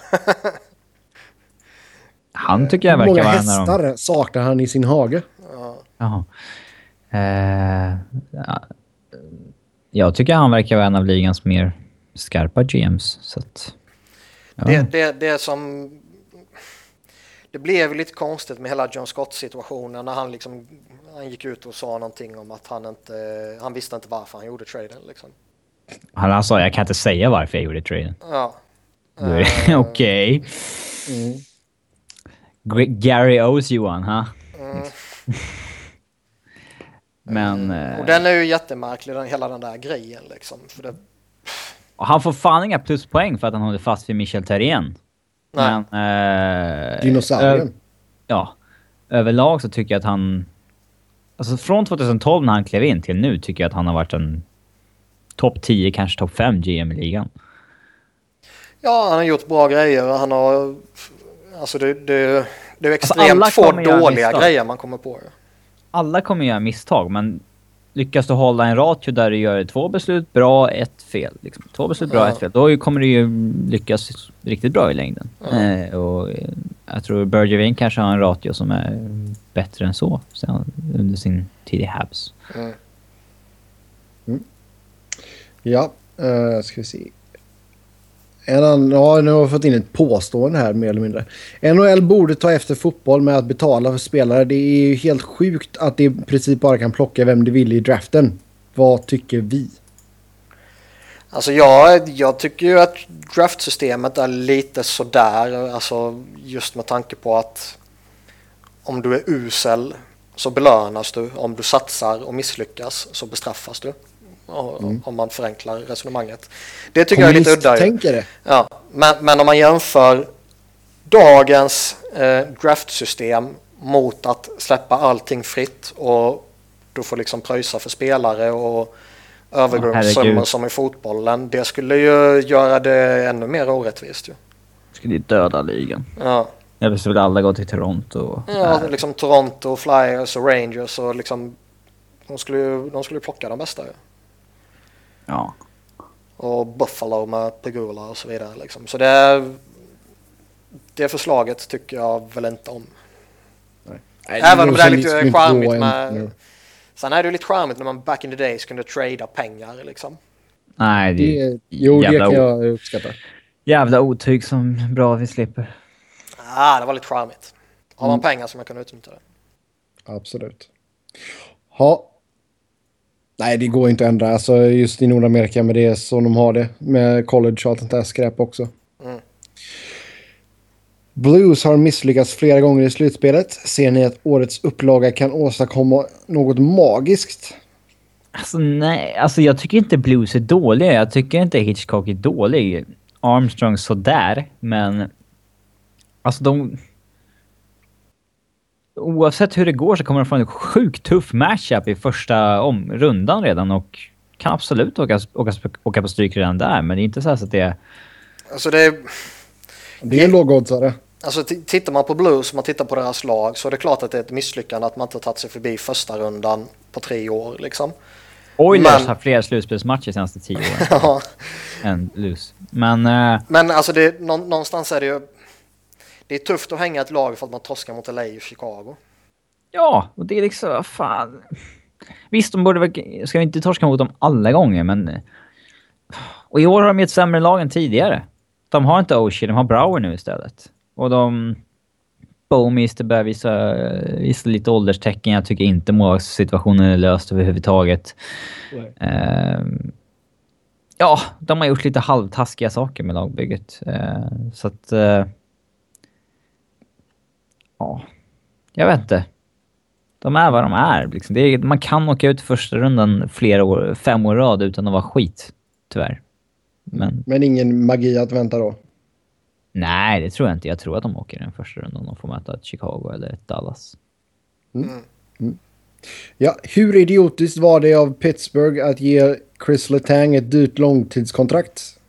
Han tycker jag Hur många verkar vara en av dem. hästar saknar han i sin hage? Jaha. Eh, ja. Jag tycker han verkar vara en av ligans mer skarpa G Ms. Så att, ja. det, det, det som... Det blev lite konstigt med hela John Scott-situationen när han liksom han gick ut och sa någonting om att han inte han visste inte varför han gjorde traden liksom. Han, han sa jag kan inte säga varför jag gjorde traden. Ja. Uh, Okej. Okay. Mm. Gary owes you one, ha? Huh? Mm. Men... Och den är ju jättemärklig, den, hela den där grejen liksom. För det... Och han får fan inga pluspoäng för att han håller fast vid Michel Therrien. Nej. Men... Eh, Dinosaurien. Ö- ja. Överlag så tycker jag att han... Alltså från tjugohundratolv när han klev in till nu tycker jag att han har varit en topp tio, kanske topp fem G M i ligan. Ja, han har gjort bra grejer. Han har... Alltså det, det, det är extremt alltså få dåliga grejer man kommer på. Alla kommer göra misstag, men lyckas du hålla en ratio där du gör två beslut bra, ett fel. Liksom. Två beslut bra, ja. ett fel. Då kommer du ju lyckas riktigt bra i längden. Ja. Eh, och jag tror Bergevin kanske har en ratio som är bättre än så under sin tid i Habs. Mm. Mm. Ja, uh, ska vi se. En annan, ja, nu har vi fått in ett påstående här mer eller mindre. N H L borde ta efter fotboll med att betala för spelare. Det är ju helt sjukt att det i princip bara kan plocka vem de vill i draften. Vad tycker vi? Alltså jag, jag tycker ju att draftsystemet är lite sådär. Alltså just med tanke på att om du är usel så belönas du. Om du satsar och misslyckas så bestraffas du. Mm. Om man förenklar resonemanget. Det tycker Kommunist jag är lite udda. Tänker det. Ja, men, men om man jämför dagens eh, draftsystem mot att släppa allting fritt och du får liksom pröjsa för spelare och övergångssummor som i fotbollen. Det skulle ju göra det ännu mer orättvist ju. Skulle ju döda ligan. Ja. Jag vill alla gå till Toronto. Och ja, liksom Toronto, Flyers och Rangers och liksom de skulle ju de skulle plocka de bästa ju. Ja. Och Buffalo med Pegula och så vidare liksom. Så det det förslaget tycker jag väl inte om. Nej. Även om det är lite charmigt en, med en, sen är det ju lite charmigt när man back in the days kunde trada pengar liksom. Nej, det är jo, det kan jag uppskatta. Jävla otyg som bra vi slipper. Ah, det var lite charmigt. Har man mm. pengar som jag kan utnyttja det. Absolut. Ha. Nej, det går inte att ändra. Alltså just i Nordamerika, men det är så de har det. Med college och allt sånt där skräp också. Mm. Blues har misslyckats flera gånger i slutspelet. Ser ni att årets upplaga kan åstadkomma något magiskt? Alltså nej, alltså jag tycker inte Blues är dåliga. Jag tycker inte Hitchcock är dålig. Armstrong sådär, men alltså de... Oavsett hur det går så kommer de få en sjukt tuff matchup i första om, rundan redan och kan absolut åka, åka, åka på stryk redan där, men det är inte så, här så att det är... Alltså det är... Det är lågoddsare. Alltså t- tittar man på Blues, man tittar på deras lag, så är det klart att det är ett misslyckande att man inte har tagit sig förbi första rundan på tre år liksom. Oilers har fler slutspelsmatcher senaste tio åren ja. än Blues. Men, uh... men alltså det, nå- någonstans är det ju det är tufft att hänga ett lag för att man torskar mot L A och Chicago. Ja, och det är liksom fan. Visst, de borde väl, ska vi inte torska mot dem alla gånger, men och i år har de ett sämre lag än tidigare. De har inte Oshie, de har Brouwer nu istället. Och de Bowmeister börjar visa, visa lite ålderstecken. Jag tycker inte målsituationen är löst överhuvudtaget. Uh, ja, de har gjort lite halvtaskiga saker med lagbygget. Uh, så att... Uh, ja, jag vet inte. De är vad de är. Liksom. Det är man kan åka ut i första rundan flera år, fem år rad utan att vara skit, tyvärr. Men, Men ingen magi att vänta då? Nej, det tror jag inte. Jag tror att de åker i den första rundan och får möta ett Chicago eller ett Dallas. Mm. Mm. Ja, hur idiotiskt var det av Pittsburgh att ge Chris Letang ett dyrt långtidskontrakt?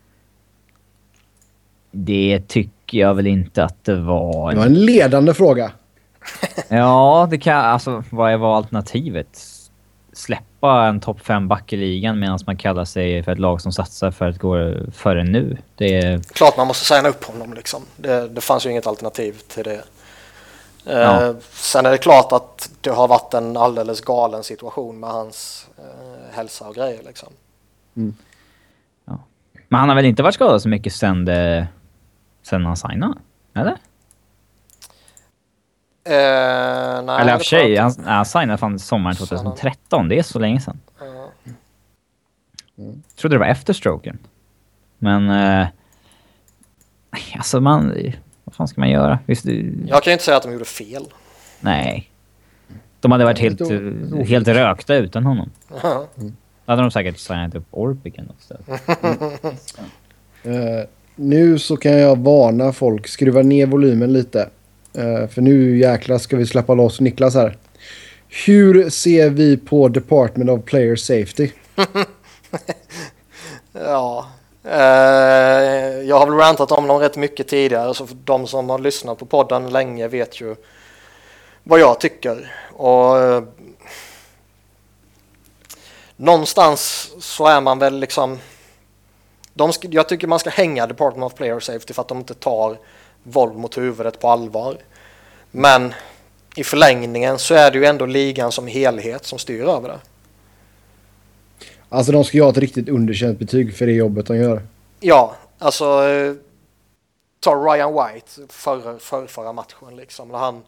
Det tycker jag väl inte att det var. Det var en ledande fråga. Ja, det kan alltså vad var alternativet? Släppa en topp fem back i ligan medan man kallar sig för ett lag som satsar för att gå före nu. Det är klart man måste signa upp honom liksom. Det, det fanns ju inget alternativ till det. Ja. Eh, sen är det klart att det har varit en alldeles galen situation med hans eh, hälsa och grejer liksom. Mm. Ja. Men han har väl inte varit skadad så mycket sen, det, sen han signade? Eller? Eh, nej, Eller i och för sig, han, han signade fan sommaren tjugohundratretton. Det är så länge sedan. Uh. Mm. Jag trodde det var efter stroken. Men... Eh, alltså man... Vad fan ska man göra? Visst, du... Jag kan ju inte säga att de gjorde fel. Nej. De hade varit helt, helt rökta utan honom. Uh-huh. Mm. Då hade de säkert signat upp Orpik någonstans. uh, nu så kan jag varna folk. Skruva ner volymen lite. Uh, för nu jäklar ska vi släppa loss Niklas här. Hur ser vi på Department of Player Safety? Ja... Uh, jag har väl rantat om dem rätt mycket tidigare, så för de som har lyssnat på podden länge vet ju vad jag tycker. Och uh, någonstans så är man väl liksom de sk- jag tycker man ska hänga Department of Player Safety för att de inte tar våld mot huvudet på allvar. Men i förlängningen så är det ju ändå ligan som helhet som styr över det. Alltså de ska ju ha ett riktigt underkänt betyg för det jobbet de gör. Ja, alltså eh, ta Ryan White förra, för, förra matchen liksom. När han,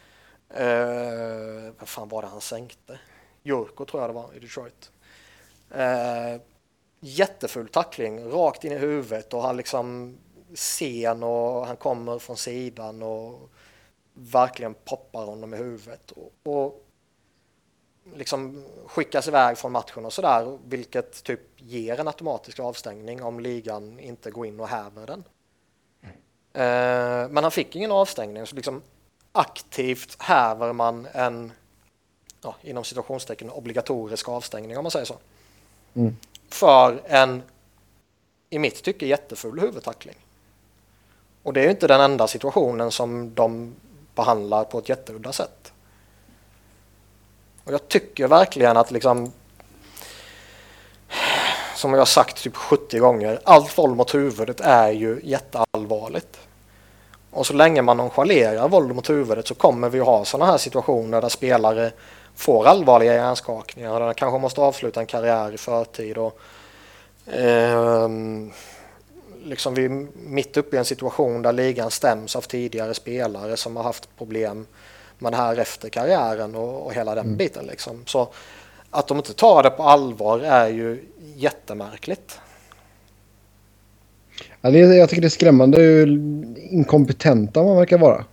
eh, vad fan var det han sänkte? Jurko tror jag det var i Detroit. Eh, jättefull tackling, rakt in i huvudet och han liksom sen och han kommer från sidan och verkligen poppar honom i huvudet. Och, och liksom skickas iväg från matchen och sådär, vilket typ ger en automatisk avstängning om ligan inte går in och häver den. Eh, men han fick ingen avstängning, så liksom aktivt häver man en, ja, inom situationstecken obligatorisk avstängning om man säger så. Mm. För en, i mitt tycke, jättefull huvudtackling. Och det är ju inte den enda situationen som de behandlar på ett jätteudda sätt. Och jag tycker verkligen att liksom, som jag har sagt typ sjuttio gånger, allt våld mot huvudet är ju jätteallvarligt. Och så länge man nonchalerar våld mot huvudet så kommer vi att ha sådana här situationer där spelare får allvarliga hjärnskakningar, där de kanske måste avsluta en karriär i förtid. Och, eh, liksom vi är mitt uppe i en situation där ligan stäms av tidigare spelare som har haft problem med det här efter karriären och, och hela den mm. biten liksom. Så att de inte tar det på allvar är ju jättemärkligt. Ja, det, jag tycker det är skrämmande hur inkompetenta man verkar vara.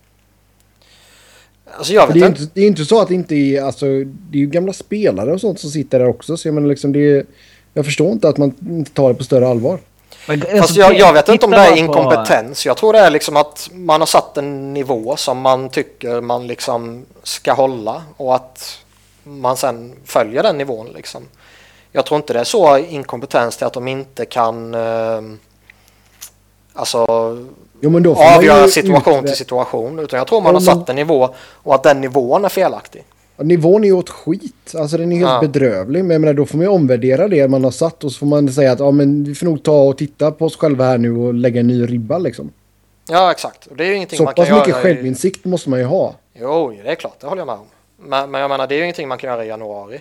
Alltså jag vet det, är inte. inte, det är inte så att det inte är, alltså, det är ju gamla spelare och sånt som sitter där också. Så jag, menar, liksom, det är, jag förstår inte att man inte tar det på större allvar. Men, Fast jag, jag vet inte om det är inkompetens. Jag tror det är liksom att man har satt en nivå som man tycker man liksom ska hålla och att man sen följer den nivån liksom. Jag tror inte det är så inkompetens till att de inte kan eh, alltså jo, men då avgöra situation ut... till situation, utan jag tror man ja, har satt en nivå och att den nivån är felaktig. Nivån är ju åt skit. Alltså den är helt ja. bedrövlig. Men jag menar, då får man ju omvärdera det man har satt. Och så får man säga att ja, men vi får nog ta och titta på oss själva här nu och lägga en ny ribba liksom. Ja, exakt. Och det är ju ingenting så man kan göra. Så pass mycket i... självinsikt måste man ju ha. Jo, det är klart. Det håller jag med om. Men, men jag menar, det är ju ingenting man kan göra i januari.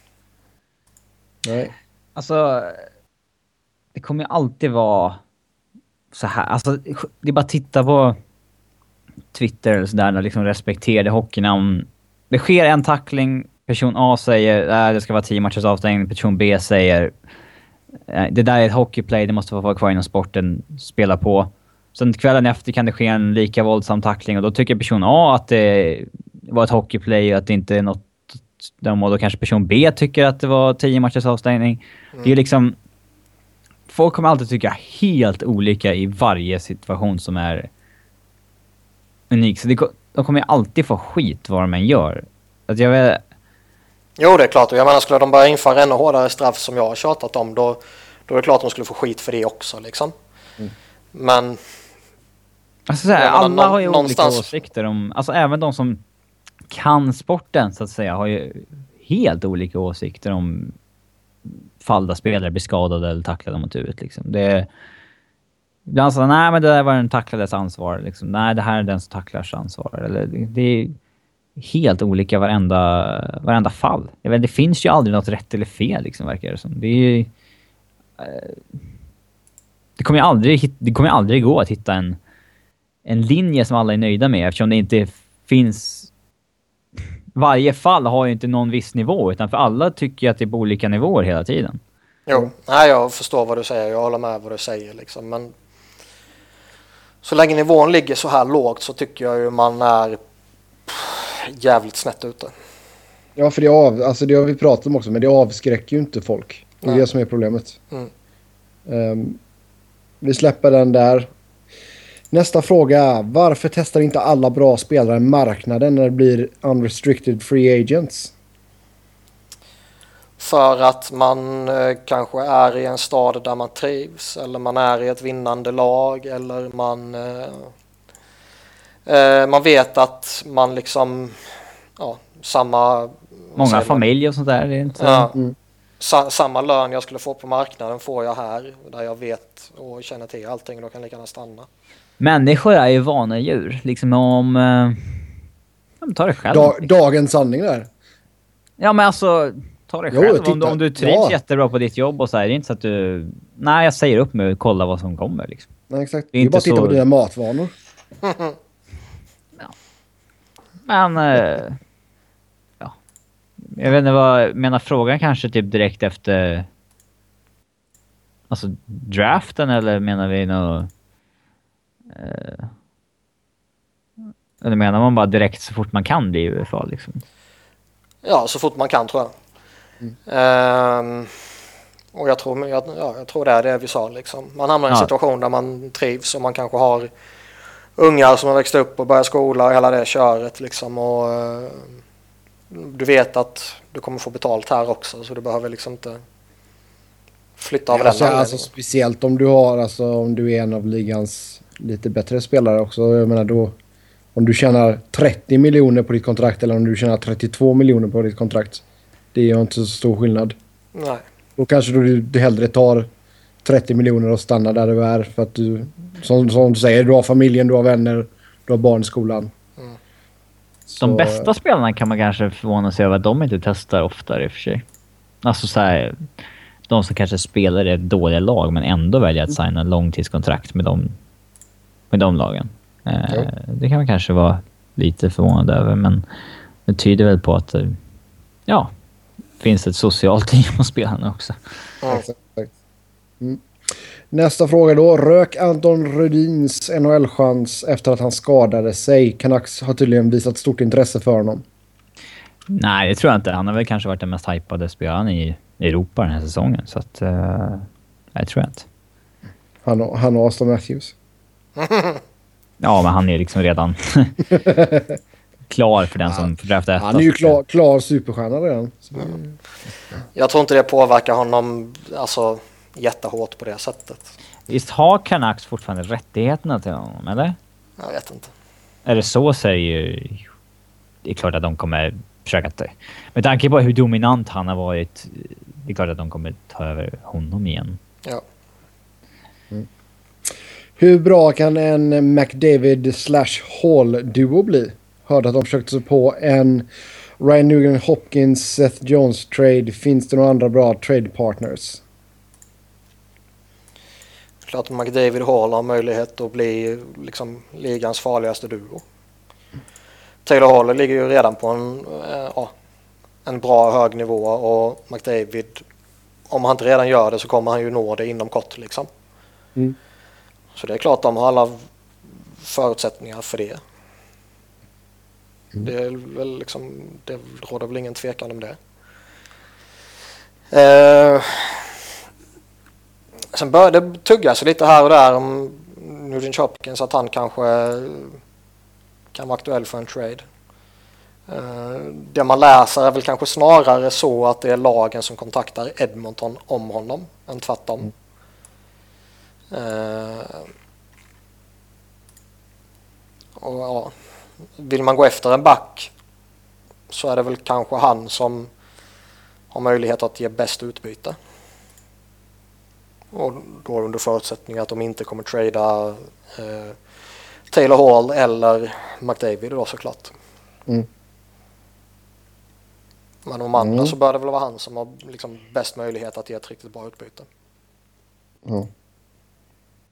Nej. Alltså, det kommer ju alltid vara så här. Alltså, det är bara att titta på Twitter eller sådär och liksom respektera hockeynamn. Det sker en tackling, person A säger att det ska vara tio matchers avstängning, person B säger det där är ett hockeyplay, det måste vara kvar inom sporten, spela på. Sen kvällen efter kan det ske en lika våldsam tackling och då tycker person A att det var ett hockeyplay och att det inte är något, och då kanske person B tycker att det var tio matchers avstängning. Mm. Det är liksom, folk kommer alltid tycka helt olika i varje situation som är unik. Så det, de kommer alltid få skit vad de än gör. Att jag vet... Jo, det är klart. Och jag menar, skulle de börja införa ännu hårdare straff som jag har tjatat om, då, då är det klart att de skulle få skit för det också. Liksom. Mm. Men... Alltså, så här, alla någon, har ju någonstans... olika åsikter om... Alltså även de som kan sporten, så att säga, har ju helt olika åsikter om fall där spelare blir skadade eller tacklade mot huvudet. Liksom. Det är... Ibland så, nej men det där var den tacklades ansvar. Liksom. Nej, det här är den som tacklars ansvar. Eller, det, det är helt olika varenda, varenda fall. Jag vet, det finns ju aldrig något rätt eller fel, liksom, verkar det som. Det är ju... Eh, kommer ju aldrig, det kommer ju aldrig gå att hitta en, en linje som alla är nöjda med, eftersom det inte finns... Varje fall har ju inte någon viss nivå, utan för alla tycker ju att det är på olika nivåer hela tiden. Jo, Mm. nej, jag förstår vad du säger. Jag håller med vad du säger liksom. Men så länge nivån ligger så här lågt så tycker jag ju man är pff, jävligt snett ute. Ja, för det, av, alltså det har vi pratat om också, men det avskräcker ju inte folk. Det är Nej. det som är problemet. Mm. Um, vi släpper den där. Nästa fråga. Varför testar inte alla bra spelare marknaden när det blir unrestricted free agents? För att man eh, kanske är i en stad där man trivs, eller man är i ett vinnande lag, eller man eh, eh, man vet att man liksom ja, samma vad Många säger man? familjer och sånt där. Det är inte... Ja, Mm. sa, samma lön jag skulle få på marknaden får jag här, där jag vet och känner till allting, och då kan jag lika gärna stanna. Människor är ju vana djur. Liksom om... Eh, ja, ta det själv. Da, dagens sanning där. Ja, men alltså... Ta det Jo, själv. titta. Om, du, om du trivs Ja. jättebra på ditt jobb och så här, det är inte så att du... Nej, jag säger upp mig och kollar vad som kommer liksom. Nej, exakt. Det Det är är inte bara att titta så- på dina matvanor. Men... Eh, ja. Jag vet inte vad... Menar frågan kanske typ direkt efter... Alltså draften, eller menar vi nå... Eh, eller menar man bara direkt så fort man kan bli U F A liksom? Ja, så fort man kan, tror jag. Ehm, och jag tror, jag, ja, jag tror det är det vi sa liksom. Man hamnar i en Ja. situation där man trivs och man kanske har ungar som har växt upp och börjat skola och hela det köret liksom. Och eh, du vet att du kommer få betalt här också, så du behöver liksom inte flytta av Alltså, den alltså, anledningen. speciellt om du har, alltså, om du är en av ligans lite bättre spelare också. Jag menar då, om du tjänar trettio miljoner på ditt kontrakt eller om du tjänar trettiotvå miljoner på ditt kontrakt. Det är ju inte så stor skillnad. Nej. Då kanske du, du hellre tar trettio miljoner och stannar där du är. För att du, som, som du säger, du har familjen, du har vänner, du har barn i skolan. Mm. Så, De bästa spelarna kan man kanske förvåna sig över att de inte testar oftare i och för sig. Alltså så här, de som kanske spelar i ett dåliga lag men ändå väljer att signa långtidskontrakt med de, med de lagen. Eh, Jo. det kan man kanske vara lite förvånad över, men det tyder väl på att eh, ja, finns ett socialt liv hos spelarna också. Mm. Exakt. Mm. Nästa fråga då. Rök Anton Rödins N H L-chans efter att han skadade sig? Canucks har tydligen visat stort intresse för honom. Nej, det tror jag inte. Han har väl kanske varit den mest hypade spelaren i Europa den här säsongen. Så att... Uh, jag tror inte. Han och, han och Austin Matthews. Ja, men han är liksom redan klar för den som får drafta ett. Han är ju klar, klar superstjärna redan. Så det, Jag tror inte det påverkar honom alltså jättehårt på det sättet. Visst har Canucks fortfarande rättigheterna till honom, eller? Jag vet inte. Är det så, så är det ju... Det är klart att de kommer försöka ta... Med tanke på hur dominant han har varit, det är klart att de kommer ta över honom igen. Ja. hur bra kan en McDavid slash Hall-duo bli? Hörde att de försökte sig på en Ryan Nugent Hopkins Seth Jones trade. Finns det några andra bra trade partners? Klart McDavid Hall har möjlighet att bli liksom ligans farligaste duo. Taylor Hall ligger ju redan på en, eh, ja, en bra hög nivå, och McDavid, om han inte redan gör det så kommer han ju nå det inom kort liksom. Mm. Så det är klart de har alla förutsättningar för det. Mm. Det är väl liksom, det råder väl ingen tvekan om det. Eh, sen började det tugga sig lite här och där om Nugent Hopkins, att han kanske kan vara aktuell för en trade. Eh, det man läser är väl kanske snarare så att det är lagen som kontaktar Edmonton om honom än tvärtom. Mm. Eh, och ja, vill man gå efter en back så är det väl kanske han som har möjlighet att ge bäst utbyte. Och då under förutsättning att de inte kommer trada eh, Taylor Hall eller McDavid då såklart. Mm. Men om andra Mm. så bör det väl vara han som har liksom bäst möjlighet att ge ett riktigt bra utbyte. Ja.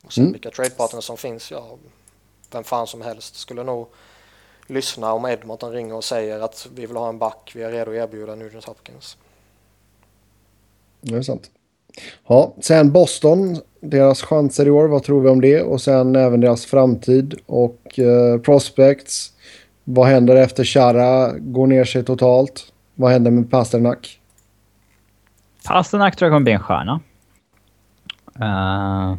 Och sen Mm. vilka trade-partners som finns, ja, vem fan som helst skulle nog lyssna om Edmonton ringer och säger att vi vill ha en back, vi är redo att erbjuda Nugent Hopkins. Det är sant. Ja, sen Boston, deras chanser i år, vad tror vi om det? Och sen även deras framtid och eh, prospects. Vad händer efter Chara går ner sig totalt? Vad händer med Pasternak? Pasternak tror jag kommer bli en stjärna. Uh,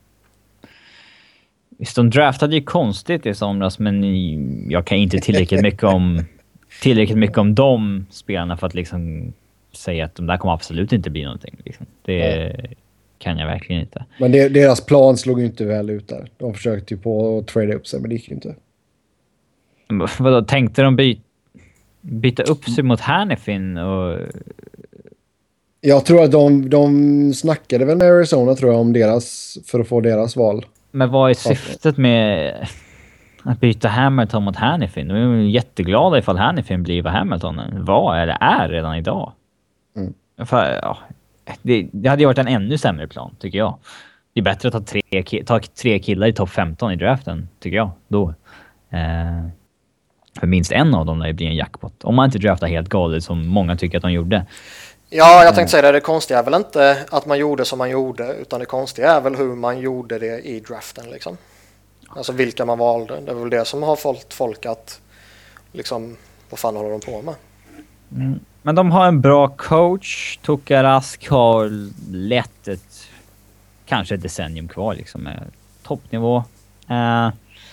visst, de draftade ju konstigt i somras, men jag kan inte tillräckligt mycket om tillräckligt mycket om de spelarna för att liksom säga att de där kommer absolut inte bli någonting. Liksom. Det mm. kan jag verkligen inte. Men det, deras plan slog ju inte väl ut där. De försökte ju på att trade upp sig, men det gick ju inte. Vadå, tänkte de by- byta upp sig mot Hanifin och... Jag tror att de, de snackade väl med Arizona tror jag om deras, för att få deras val. Men vad är syftet med att byta Hamilton mot Hanifin? De är ju jätteglada ifall Hanifin blir vad Hamilton var eller är redan idag. Mm. För, ja, det, det hade ju varit en ännu sämre plan, tycker jag. Det är bättre att ta tre, ki- ta tre killar i topp femton i draften, tycker jag. Då. Eh, för minst en av dem där blir en jackpot. Om man inte draftar helt galet som många tycker att de gjorde. Ja, jag tänkte säga det. Det konstiga är väl inte att man gjorde som man gjorde, utan det konstiga är väl hur man gjorde det i draften liksom. Alltså vilka man valde. Det är väl det som har fått folk att liksom, vad fan håller de på med? Mm. Men de har en bra coach. Tuukka Rask har lätt ett kanske ett decennium kvar liksom med toppnivå. Uh,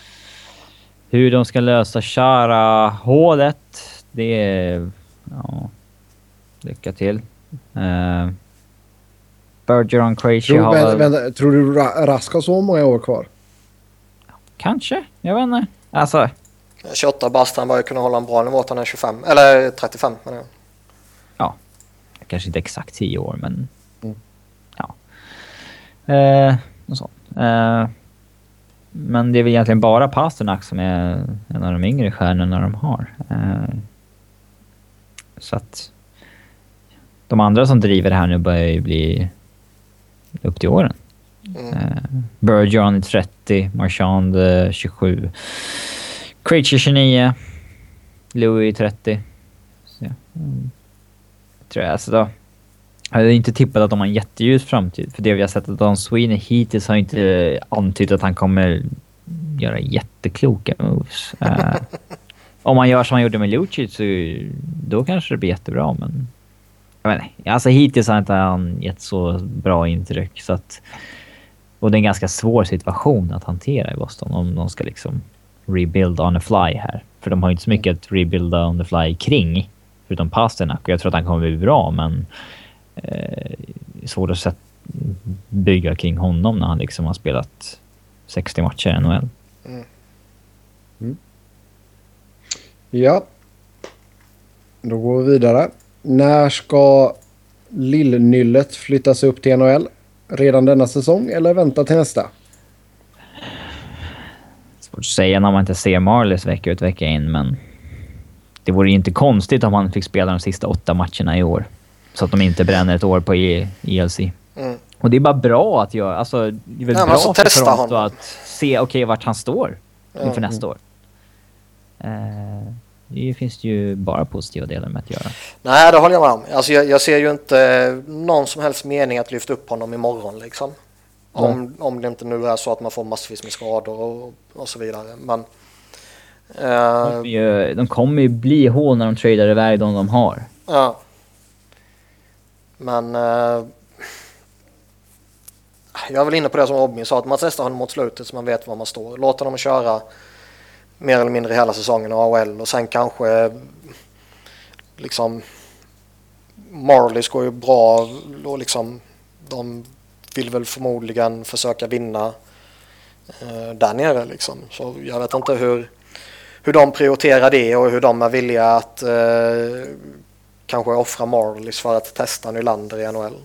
hur de ska lösa Chara-hålet, det är ja, lycka till. Uh, Bergeron, Krejci tror, har... vänta, vänta, tror du Ra- Rask har så många år kvar? Kanske, jag vet inte. Alltså... tjugoåtta bast, han bör ju kunna hålla en bra nivå att han är tjugofem, eller trettiofem menar jag. Ja, kanske inte exakt tio år, men... Mm. Ja. Eh, något sånt. Eh, men det är väl egentligen bara Pasternak som är en av de yngre stjärnorna de har. Eh, så att... De andra som driver det här nu börjar ju bli upp till åren. Mm. Uh, Bergeron är trettio, Marchand uh, tjugosju, Krejci tjugonio, Louis trettio. Så, ja. mm. Tror jag, alltså då. Jag hade inte tippat att de har en jätteljus framtid. För det vi har sett att Don Sweeney hittills har inte antytt att han kommer göra jättekloka moves. Uh, om man gör som han gjorde med Lucic så då kanske det blir jättebra, men jag vet inte. Alltså hittills har inte han gett så bra intryck så att, och det är en ganska svår situation att hantera i Boston om de ska liksom rebuild on the fly här. För de har inte så mycket att rebuilda on the fly kring förutom Pasternak, och jag tror att han kommer bli bra, men eh, svårt att sätt, bygga kring honom när han liksom har spelat sextio matcher i N H L. Mm. Mm. Ja. Då går vi vidare. När ska Lillnyllet flyttas upp till N H L? Redan denna säsong eller vänta till nästa? Svårt att säga när man inte ser Marlies vecka ut vecka in, men det vore inte konstigt om man fick spela de sista åtta matcherna i år. Så att de inte bränner ett år på E L C. Mm. Och det är bara bra att göra. Alltså, det är väl ja, bra för Toronto att se okej okay, vart han står mm. inför nästa år. Uh, det finns ju bara positiva delar med att göra. Nej, det håller jag med om. Alltså, jag, jag ser ju inte någon som helst mening att lyfta upp honom imorgon liksom. Om, mm. om det inte nu är så att man får massvis med skador och, och så vidare. Men uh, de, ju, de kommer ju bli hål när de tradar iväg de de har. Ja. Men uh, jag är väl inne på det som Robin sa, att man testar honom mot slutet så man vet var man står. Låter dem köra mer eller mindre hela säsongen av A H L och sen kanske liksom Marlies går ju bra och liksom de vill väl förmodligen försöka vinna eh, där nere liksom. Så jag vet inte hur hur de prioriterar det och hur de är villiga att eh, kanske offra Marlies för att testa Nylander i N H L.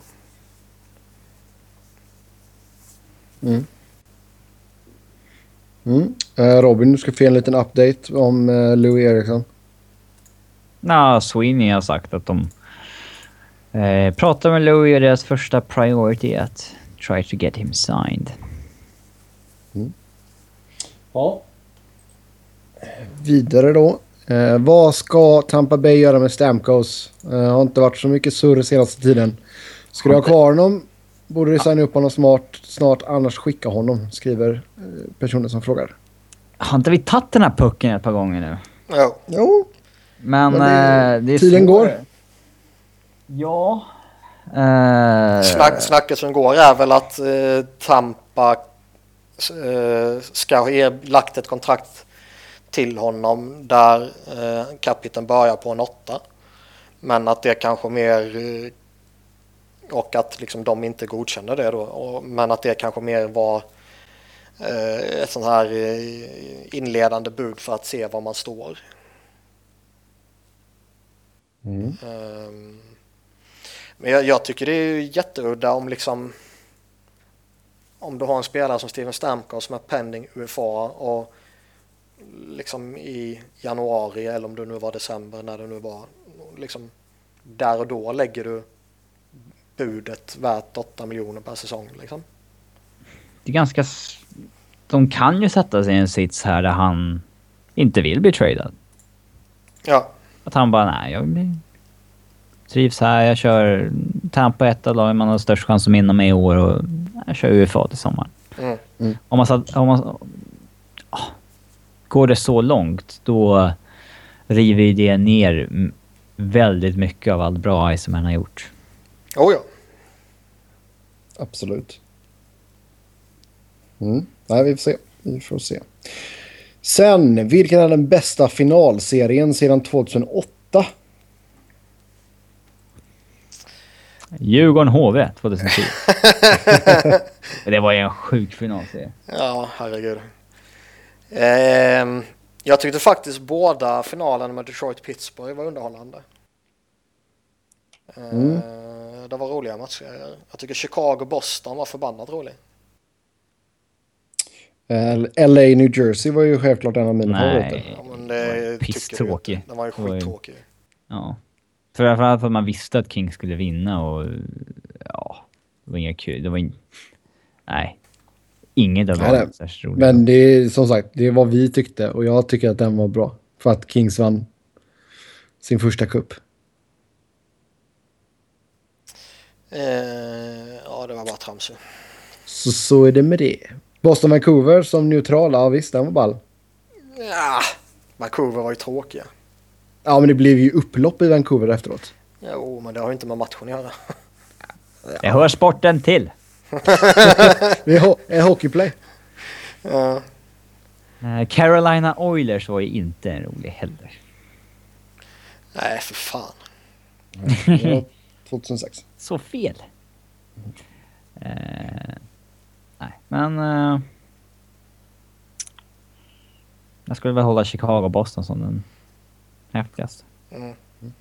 Mm. Mm. Uh, Robin, du ska få en liten update om uh, Louis Eriksson. Ja, Sweeney har sagt att de eh, pratar med Louis och deras första priority är att try to get him signed. Ja. Vidare då. Eh, vad ska Tampa Bay göra med Stamkos? Eh, har inte varit så mycket surr senaste tiden. Ska du ha kvar honom? Borde du signa upp honom smart, snart, annars skicka honom, skriver eh, personen som frågar. Har inte vi tagit den här pucken ett par gånger nu? Jo. Jo. Men, Men det- eh, det är tiden svår. går. Ja. Eh, Snack, snacket som går är väl att eh, Tampa eh, ska ha er, lagt ett kontrakt till honom där eh, capiten börjar på en åtta. Men att det kanske mer eh, och att liksom de inte godkänner det då. Och, men att det kanske mer var eh, ett sånt här eh, inledande bud för att se var man står. Mm. Um, men jag, jag tycker det är jätteudda om liksom om du har en spelare som Steven Stamkos som är pending U F A och liksom i januari eller om det nu var december när det nu var liksom där och då lägger du budet värt åtta miljoner per säsong liksom. Det är ganska... s- De kan ju sätta sig i en sits här där han inte vill bli tradad. Ja, Att han bara, nej, jag blir... trivs här, jag kör Tampa ett av lagen man har störst chans att vinna med i år och jag kör U F A till sommaren. mm. Om man, satt, om man ah, går det så långt, då river ju det ner m- väldigt mycket av allt bra som han har gjort. Oh ja. Absolut. Mm. Nej, vi får se. Vi får se. Sen, vilken är den bästa finalserien sedan tjugohundraåtta? Djurgården H V tjugohundratio. Det var ju en sjuk finalserie. Ja, herregud. Ehm, jag tyckte faktiskt båda finalen med Detroit-Pittsburgh var underhållande. Ehm, Mm. Det var roliga matcher. Jag tycker Chicago-Boston var förbannat rolig. Eh, L A New Jersey var ju självklart en av mina favoriter. Nej, Ja, men det det var ju tycker du inte. pisstråkig. Den var ju Det var ju- skittråkig. Ja. Framförallt för att man visste att King skulle vinna och ja, det var inga kul. Det var in... Nej. Inget av Nej, det nej. var särskilt roligt. Men det är som sagt, det är vad vi tyckte och jag tycker att den var bra. För att Kings vann sin första cup. Ehm, ja, det var bara trams. Så, så är det med det. Boston Vancouver som neutral, ja visst, den var ball. Ja, Vancouver var ju tråkiga. Ja, men det blev ju upplopp i Vancouver efteråt. Jo, men det har ju inte med matchen att göra. Det hör sporten till. Det är ho- är hockeyplay. Ja. Eh, Carolina Oilers var ju inte en rolig heller. Nej, för fan. Det var tjugohundrasex. Så fel. Eh, nej, men... Eh, jag skulle väl hålla Chicago och Boston som den häftigaste. Mm.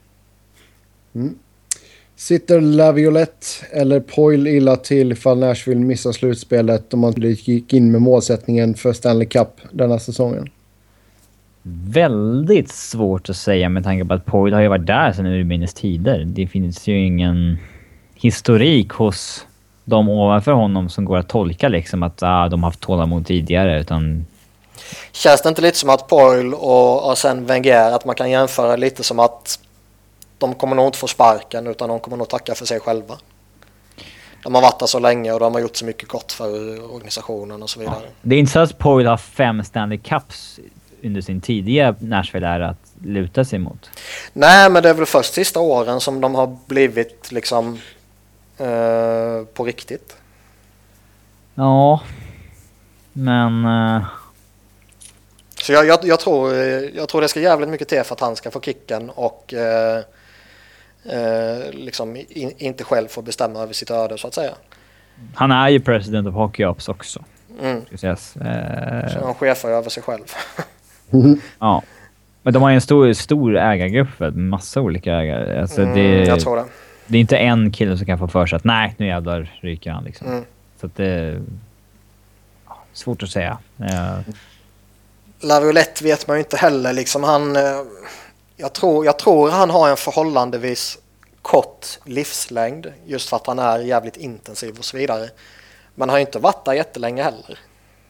Sitter Laviolette eller Poyle illa till ifall Nashville missar slutspelet om man gick in med målsättningen för Stanley Cup denna säsongen? Väldigt svårt att säga med tanke på att Poyle har ju varit där sedan urminnes tider. Det finns ju ingen historik hos de ovanför honom som går att tolka liksom att ah, de har haft tålamod tidigare, utan Känns det inte lite som att Poyle och, och sen Wenger, att man kan jämföra lite som att de kommer nog inte få sparken utan de kommer nog tacka för sig själva. De har varit där så länge och de har gjort så mycket gott för organisationen och så vidare. det är inte så att Poyle har fem Stanley Cups under sin tidiga Nashville att luta sig mot. Nej, men det är väl först sista åren som de har blivit liksom eh, på riktigt. Ja, men uh, Så jag, jag, jag, tror, jag tror det ska jävligt mycket till för att han ska få kicken och eh, eh, liksom in, inte själv få bestämma över sitt öde så att säga. han är ju president of Hockey Ops också. Mm. Ska sägas. Uh, Så han chefar över sig själv. ja. Men de har ju en stor, stor ägargrupp för massa olika ägare. Alltså Mm, det, jag tror det. det är inte en kille som kan få för sig att nej, nu jävlar ryker han liksom. Mm. Så att det ja, svårt att säga. Uh, Laviolette vet man ju inte heller liksom han eh, jag tror, jag tror han har en förhållandevis kort livslängd just för att han är jävligt intensiv och så vidare. Men han har ju inte varit där jättelänge heller.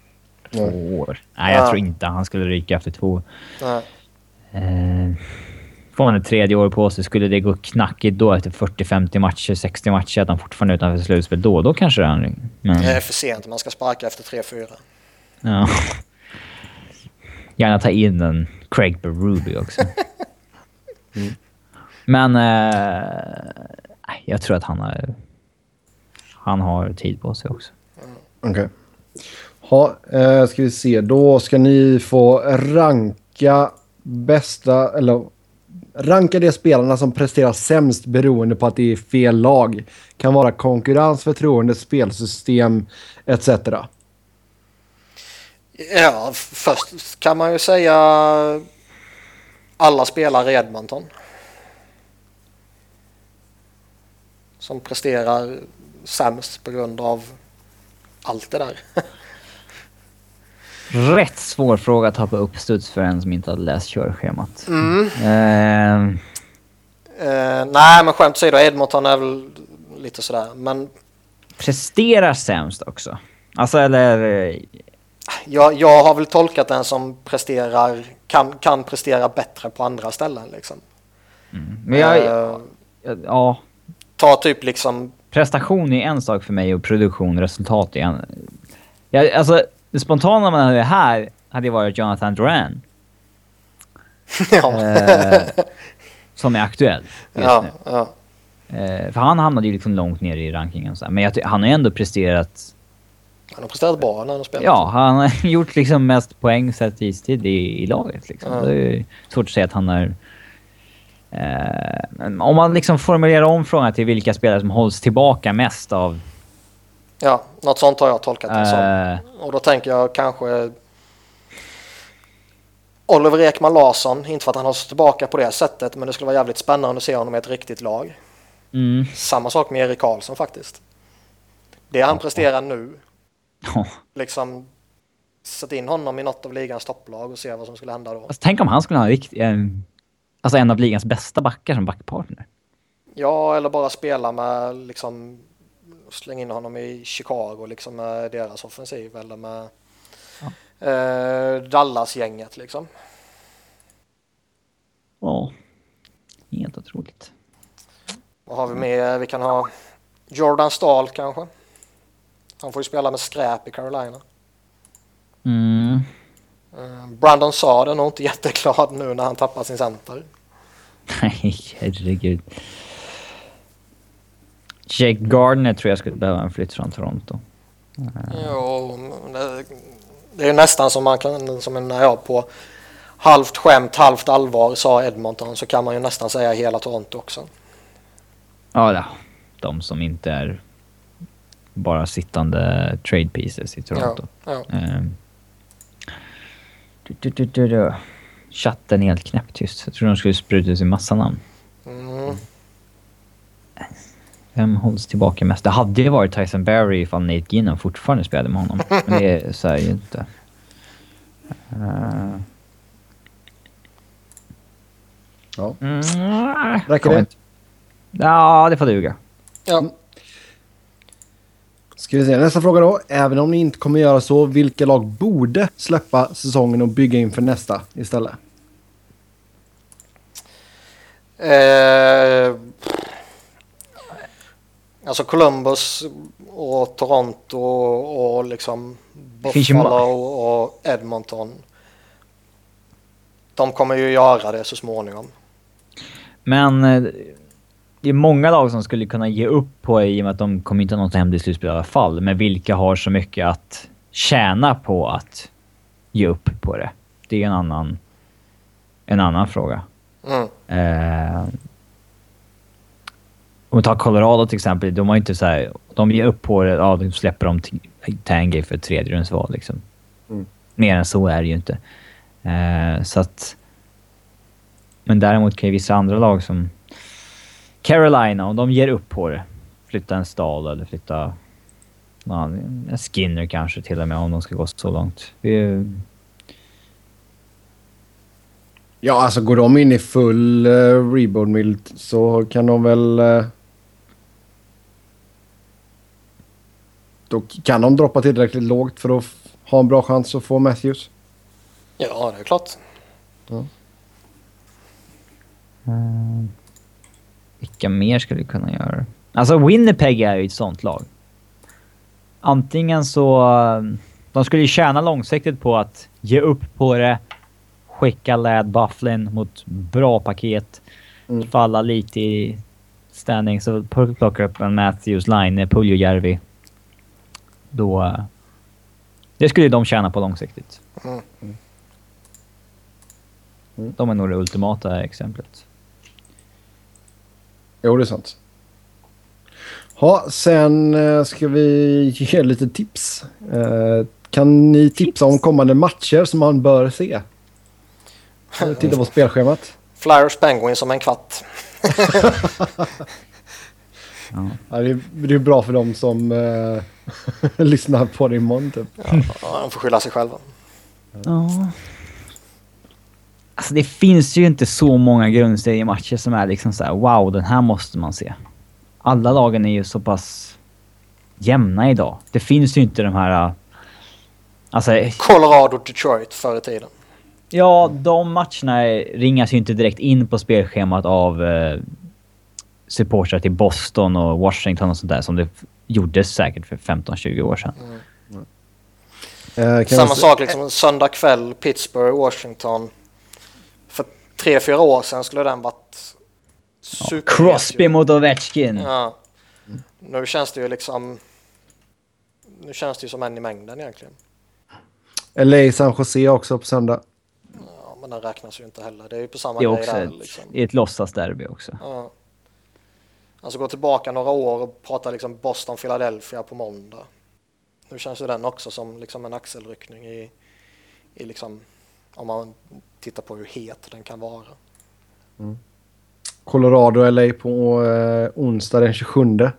Två år. Nej, jag Ja. tror inte han skulle ryka efter två. Nej. Eh, får han ett tredje år på sig, skulle det gå knackigt då efter fyrtio femtio matcher, sextio matcher, att han fortfarande är utanför slutspel då, då kanske han... Men, Det är för sent, man ska sparka efter tre fyra. ja. Gärna ta in en Craig Berube också. mm. Men eh, jag tror att han har, han har tid på sig också. Okej. Okay. Ha, eh, ska vi se. Då ska ni få ranka bästa, eller ranka de spelarna som presterar sämst beroende på att det är fel lag. Kan vara konkurrens, förtroende, spelsystem et cetera. Ja, först kan man ju säga alla spelare i Edmonton. Som presterar sämst på grund av allt det där. Rätt svår fråga att ta på uppstuds för en som inte hade läst körschemat. Mm. Eh, Uh, nej, men skämt åsido, Edmonton är väl lite sådär. Men presterar sämst också. Alltså, eller... jag, jag har väl tolkat den som presterar, kan, kan prestera bättre på andra ställen liksom. Mm. Men jag... Uh, ja, ja. Ta typ liksom... Prestation är en sak för mig och produktion, resultat är en... Jag, alltså, det spontana man hade här hade ju varit Jonathan Drouin. ja. Eh, som är aktuell just ja, nu. ja. Eh, för han hamnade ju liksom långt ner i rankingen. Så här. Men jag ty- han har ändå presterat... Han har presterat bra när han har spelat. Ja, han har gjort liksom mest poäng sett istid i, i laget. Liksom. Ja. Det är svårt att säga att han är... Eh, om man liksom formulerar om frågan till vilka spelare som hålls tillbaka mest av... Ja, något sånt har jag tolkat det som. Eh, Och då tänker jag kanske Oliver Ekman Larsson, inte för att han har stått tillbaka på det sättet, men det skulle vara jävligt spännande att se honom i ett riktigt lag. mm. Samma sak med Erik Karlsson faktiskt. Det han presterar nu, Ja. liksom sätt in honom i något av ligans topplag och se vad som skulle hända då. Alltså, tänk om han skulle ha en, rikt, en, alltså en av ligans bästa backar som backpartner. Ja, eller bara spela med liksom slänga in honom i Chicago liksom med deras offensiv eller med ja. eh, Dallas-gänget liksom. Ja, helt otroligt. Vad har vi med? Vi kan ha Jordan Stahl kanske. Han får ju spela med skräp i Carolina. Mm. Uh, Brandon Saad är nog inte jätteglad nu när han tappar sin center. Nej, herregud. Jake Gardner tror jag skulle behöva en flytt från Toronto. Uh. Jo, det, det är ju nästan som man kan, som när jag på halvt skämt, halvt allvar sa Edmonton, så kan man ju nästan säga hela Toronto också. Ja, ja. De som inte är bara sittande trade pieces i Toronto. Ja, ja. Um, du, du, du, du, du. Chatten är helt knäpptyst. Jag tror de skulle spruta ut en massa namn. Mm. Vem hålls tillbaka mest? Det hade ju varit Tyson Barrie ifall Nate Ginnon fortfarande spelade med honom. Men det är så här ju inte. Uh. Ja. Mm. Räcker det? Ja, det får duga. Ja. Ska vi se, nästa fråga då. Även om ni inte kommer göra så, vilka lag borde släppa säsongen och bygga inför nästa istället? Eh, alltså Columbus och Toronto och liksom Buffalo och Edmonton. De kommer ju göra det så småningom. Men det är många lag som skulle kunna ge upp på i och med att de kommer inte ha något hemligt slutspel i alla fall. Men vilka har så mycket att tjäna på att ge upp på det? Det är en annan en annan fråga. Mm. Eh, om vi tar Colorado till exempel, de har inte så här, de ger upp på det, ja, de släpper dem till Tangay för ett tredje rundsval liksom. Mm. Mer än så är det ju inte. Eh, så att men däremot kan ju vissa andra lag som Carolina, om de ger upp på det, flytta en stad eller flytta ja, en Skinner kanske till och med om de ska gå så långt. Vi, Ja, alltså går de in i full uh, rebuild mild så kan de väl... Uh, då kan de droppa tillräckligt lågt för att f- ha en bra chans att få Matthews. Ja, det är klart. Ja. Mm. Vilka mer skulle vi kunna göra? Alltså Winnipeg är ju ett sånt lag. Antingen så... De skulle ju tjäna långsiktigt på att ge upp på det. Skicka Lad Bufflin mot bra paket. Mm. Falla lite i standing. Så plocka upp en Matthews, Line, Puljujärvi. Då... Det skulle de tjäna på långsiktigt. Mm. Mm. De är nog det ultimata exemplet. Jo, det är sant. Ja, sen ska vi ge lite tips. Eh, kan ni tipsa tips. om kommande matcher som man bör se? Titta på spelschemat. Flyers Penguins som en kvart. Ja. Ja, det, är, det är bra för dem som eh, lyssnar på det imorgon typ. Ja, de får skylla sig själva. Ja. Alltså det finns ju inte så många grundseriematcher som är liksom så här: wow, den här måste man se. Alla lagen är ju så pass jämna idag. Det finns ju inte de här... Alltså, Colorado, Detroit förr i tiden. Ja, de matcherna ringas ju inte direkt in på spelschemat av eh, supportrar till Boston och Washington och sånt där som det gjordes säkert för femton tjugo år sedan. Mm. Mm. Eh, Samma sak liksom söndag kväll, Pittsburgh, Washington. För tre, fyra år sedan skulle den varit super. Ja, Crosby mot Ovechkin. Ja. Mm. Nu känns det ju liksom... Nu känns det ju som en i mängden egentligen. L A San Jose också på söndag. Ja, men den räknas ju inte heller. Det är ju på samma det är grej också där. ett, liksom. ett låtsasderby också. Ja. Alltså gå tillbaka några år och prata liksom Boston-Philadelphia på måndag. Nu känns ju den också som liksom en axelryckning i, i liksom, om man tittar på hur het den kan vara. Mm. Colorado L A på eh, onsdag den tjugosjunde.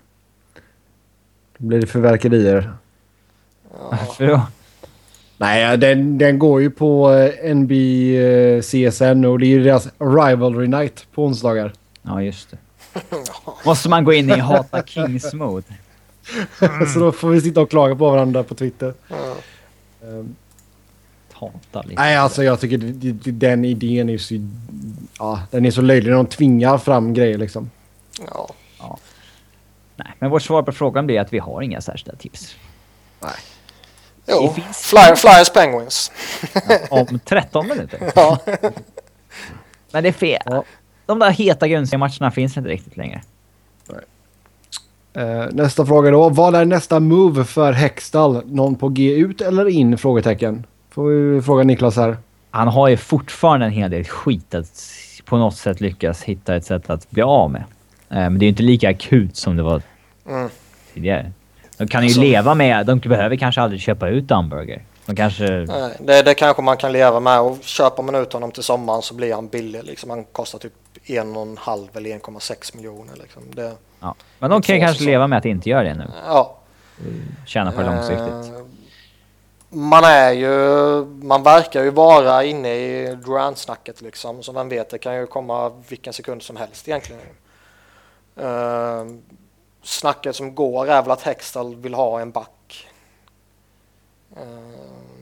Då blir det förverkerier. Ja. Varför då? Nej, den, den går ju på eh, N B C S N och det är ju deras rivalry night på onsdagar. Ja, just det. Måste man gå in i hata Kings mode? Mm. Så då får vi sitta och klaga på varandra på Twitter. Ja. Um, Hata lite. Nej, alltså jag tycker det, det, den idén är så... Ja, den är så löjlig när de tvingar fram grejer liksom. Ja. Ja. Nej, men vårt svar på frågan blir att vi har inga särskilda tips. Nej. Jo, Flyer, Flyers Penguins. Ja, om tretton minuter. Ja. Men det är fel. Ja. De där heta grundseriematcherna finns inte riktigt längre. Nej. Uh, nästa fråga då. Vad är nästa move för Hextall? Någon på G ut eller in? Frågetecken. Får vi fråga Niklas här. Han har ju fortfarande en hel del skit att på något sätt lyckas hitta ett sätt att bli av med. Uh, men det är ju inte lika akut som det var mm. tidigare. De kan ju alltså, leva med, de behöver kanske aldrig köpa ut Dumberger. De kanske... Nej, det, det kanske man kan leva med, och köper man ut honom till sommaren så blir han billig. Liksom. Han kostar typ en och en halv eller en komma sex miljoner. Liksom. Det, ja. Men de kan ju kanske leva med att inte göra det nu. Ja. Tjäna på det långsiktigt. Uh, man är ju, man verkar ju vara inne i Durant-snacket liksom. Så vem vet, det kan ju komma vilken sekund som helst egentligen. Uh, snacket som går är väl att Hextall vill ha en back. Uh,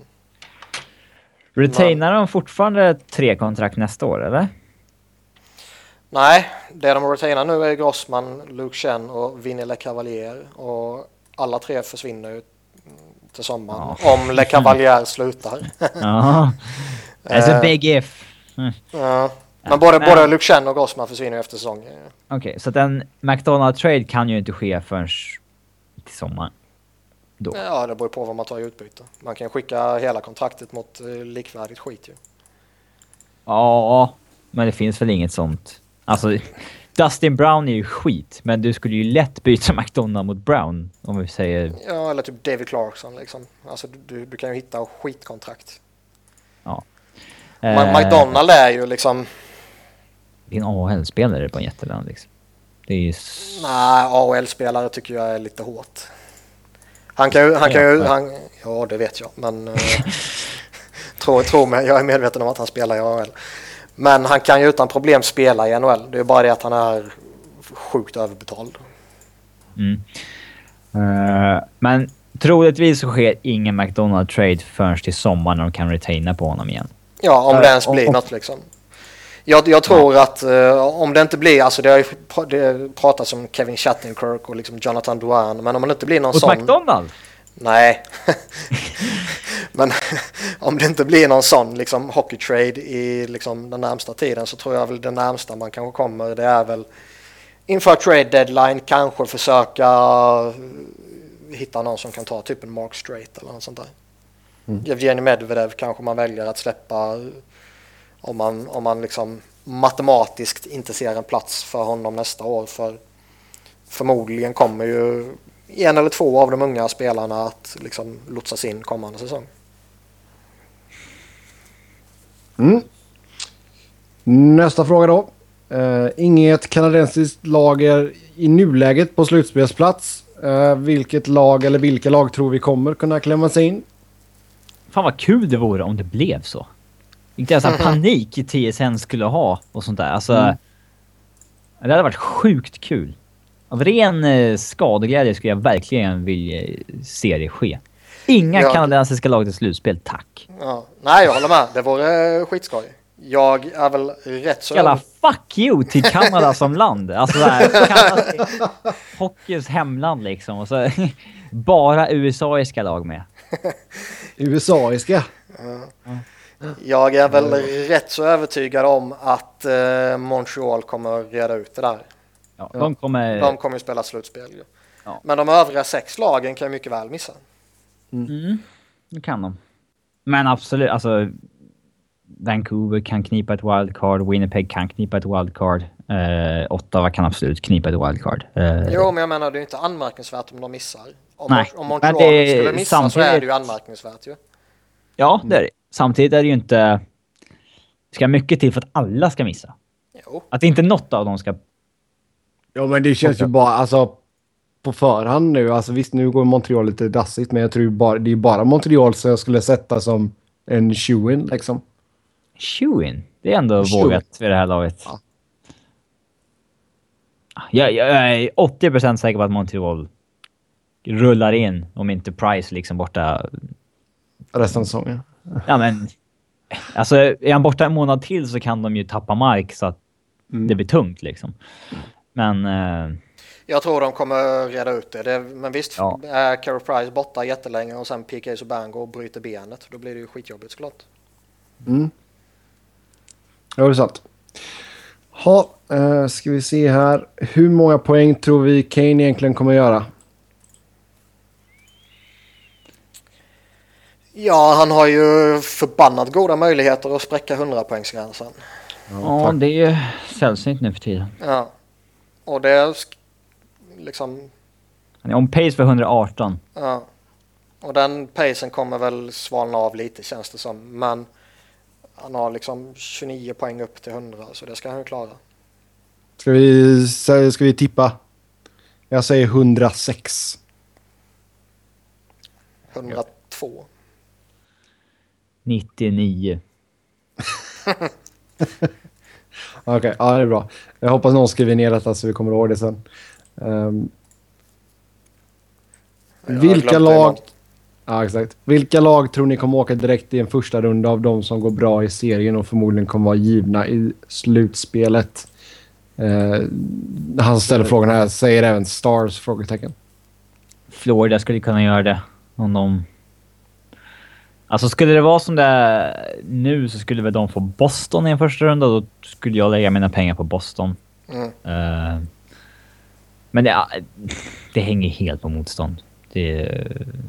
Retainar de fortfarande tre kontrakt nästa år, eller? Nej, det de retainar nu är Grossman, Luke Chen och Vinny LeCavalier. Och alla tre försvinner ju till sommaren. Ja. Om LeCavalier slutar. Ja, that's a big if. Mm. Ja. Men både, både Luke Chen och Grossman försvinner efter säsongen. Okej, okay, så att en McDonald-trade kan ju inte ske förrän till sommaren. Då. Ja, det beror på vad man tar i utbyte. Man kan skicka hela kontraktet mot eh, likvärdigt skit ju. Ja, men det finns väl inget sånt. Alltså, Dustin Brown är ju skit, men du skulle ju lätt byta McDonald mot Brown, om vi säger... Ja, eller typ David Clarkson liksom. Alltså, du, du kan ju hitta skitkontrakt. Ja. Ma- McDonald är ju liksom... Det är en A H L-spelare på en jätteland liksom. Det är ju... Nej, A H L-spelare tycker jag är lite hårt. Han kan ju... Han kan ju han, ja, det vet jag, men... uh, tro, tro mig, jag är medveten om att han spelar i A H L. Men han kan ju utan problem spela i N H L. Det är bara det att han är sjukt överbetald. Mm. Uh, men troligtvis så sker ingen McDonald-trade förrän till sommaren när de kan retaina på honom igen. Ja, om det ens blir uh, något liksom. Jag, jag tror ja. att uh, om det inte blir, alltså det har ju pr- det pratats om Kevin Shattenkirk och liksom Jonathan Drouin, men om det inte blir någon Hos sån... McDonald? Nej. Men om det inte blir någon sån liksom hockey-trade i liksom den närmsta tiden, så tror jag väl det närmsta man kanske kommer, det är väl inför trade deadline kanske försöka hitta någon som kan ta typ en Mark Straight eller något sånt där. Mm. Evgenij Medvedev kanske man väljer att släppa om man, om man liksom matematiskt inte ser en plats för honom nästa år, för förmodligen kommer ju en eller två av de unga spelarna att liksom lotsas in kommande säsong. Mm. Nästa fråga då. Uh, inget kanadensiskt lager i nuläget på slutspelsplats. Uh, vilket lag eller vilka lag tror vi kommer kunna klämma sig in? Fan vad kul det vore om det blev så. Inte ens mm-hmm. panik i T S N skulle ha och sånt där. Alltså, mm. det hade varit sjukt kul. Av ren eh, skadeglädje skulle jag verkligen vilja se det ske. Inga ja. kanadensiska lag till slutspel, tack. Ja. Nej, jag håller med. Det vore skitskoj. Jag är väl rätt så... Jävla fuck you till Kanada som land. Alltså där, Kanada, hockeys hemland liksom. Och så bara U S A-iska lag med. U S A-iska? Ja. Jag är väl rätt så övertygad om att eh, Montreal kommer reda ut det där. Ja, de kommer... De kommer ju spela slutspel. Ju. Ja. Men de övriga sex lagen kan ju mycket väl missa. Mm. Mm, det kan de. Men absolut, alltså... Vancouver kan knipa ett wildcard. Winnipeg kan knipa ett wildcard. Eh, Ottawa kan absolut knipa ett wildcard. Eh, jo, men jag menar, det är inte anmärkningsvärt om de missar. Om, nej, om Montreal det, skulle missa så är det ju anmärkningsvärt ju. Ja, det är det. Samtidigt är det ju inte... Det ska mycket till för att alla ska missa. Jo. Att inte något av dem ska... Ja, men det känns ju bara... Alltså, på förhand nu. Alltså visst, nu går Montreal lite dassigt. Men jag tror bara, det är bara Montreal som jag skulle sätta som en shoe-in, liksom. Shoe-in? Det är ändå vågat vid det här laget. Ja. Jag, jag är åttio procent säker på att Montreal rullar in om inte Price liksom borta... Resten av säsongen. Ja, men... Alltså, är han borta en månad till så kan de ju tappa mark så att mm. det blir tungt liksom. Men... Eh... Jag tror de kommer reda ut det. det men visst, ja. Är Carey Price borta jättelänge och sen P K Subban går och bryter benet. Då blir det ju skitjobbigt såklart. Mm. Ja, det är sant. Ha, uh, ska vi se här. Hur många poäng tror vi Kane egentligen kommer göra? Ja, han har ju förbannat goda möjligheter att spräcka hundra-poängsgränsen. Ja, ja, det är ju sällsynt nu för tiden. Ja, och det är liksom... Han är on pace för hundraarton. Ja, och den pacen kommer väl svalna av lite, känns det som. Men han har liksom tjugonio poäng upp till hundra, så det ska han ju klara. Ska vi, ska vi tippa? Jag säger hundrasex. hundratvå. nittionio. Okej, okay, ja, det är bra. Jag hoppas någon skriver ner detta så vi kommer ihåg det sen. Um, vilka lag... Ja, exakt. Vilka lag tror ni kommer åka direkt i en första runda av de som går bra i serien och förmodligen kommer vara givna i slutspelet? Uh, han ställer frågan här, säger även Stars, frågetecken. Florida skulle kunna göra det om de... Alltså skulle det vara som det är nu så skulle väl de få Boston i en första runda. Då skulle jag lägga mina pengar på Boston. Mm. Uh, men det, det hänger helt på motstånd. Det,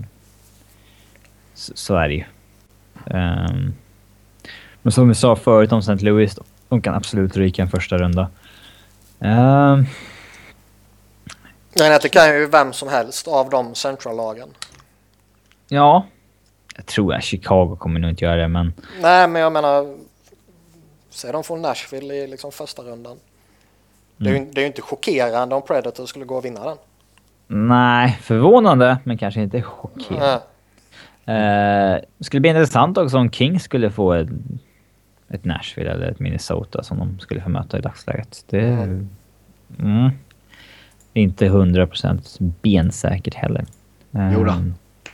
så, så är det ju. Um, men som vi sa förut om Saint Louis, då, de kan absolut ryka en första runda. Um, Nej, det kan ju vem som helst av de centrallagen. Ja. Jag tror att Chicago kommer nog inte göra det, men... Nej, men jag menar... Säg de får Nashville i liksom första rundan. Mm. Det, är ju, det är ju inte chockerande om Predator skulle gå och vinna den. Nej, förvånande, men kanske inte chockerande. Mm. Uh, skulle bli intressant också om Kings skulle få ett, ett Nashville eller ett Minnesota som de skulle få möta i dagsläget. Det är mm. Mm, inte hundra procent bensäkert heller. Um, jo då.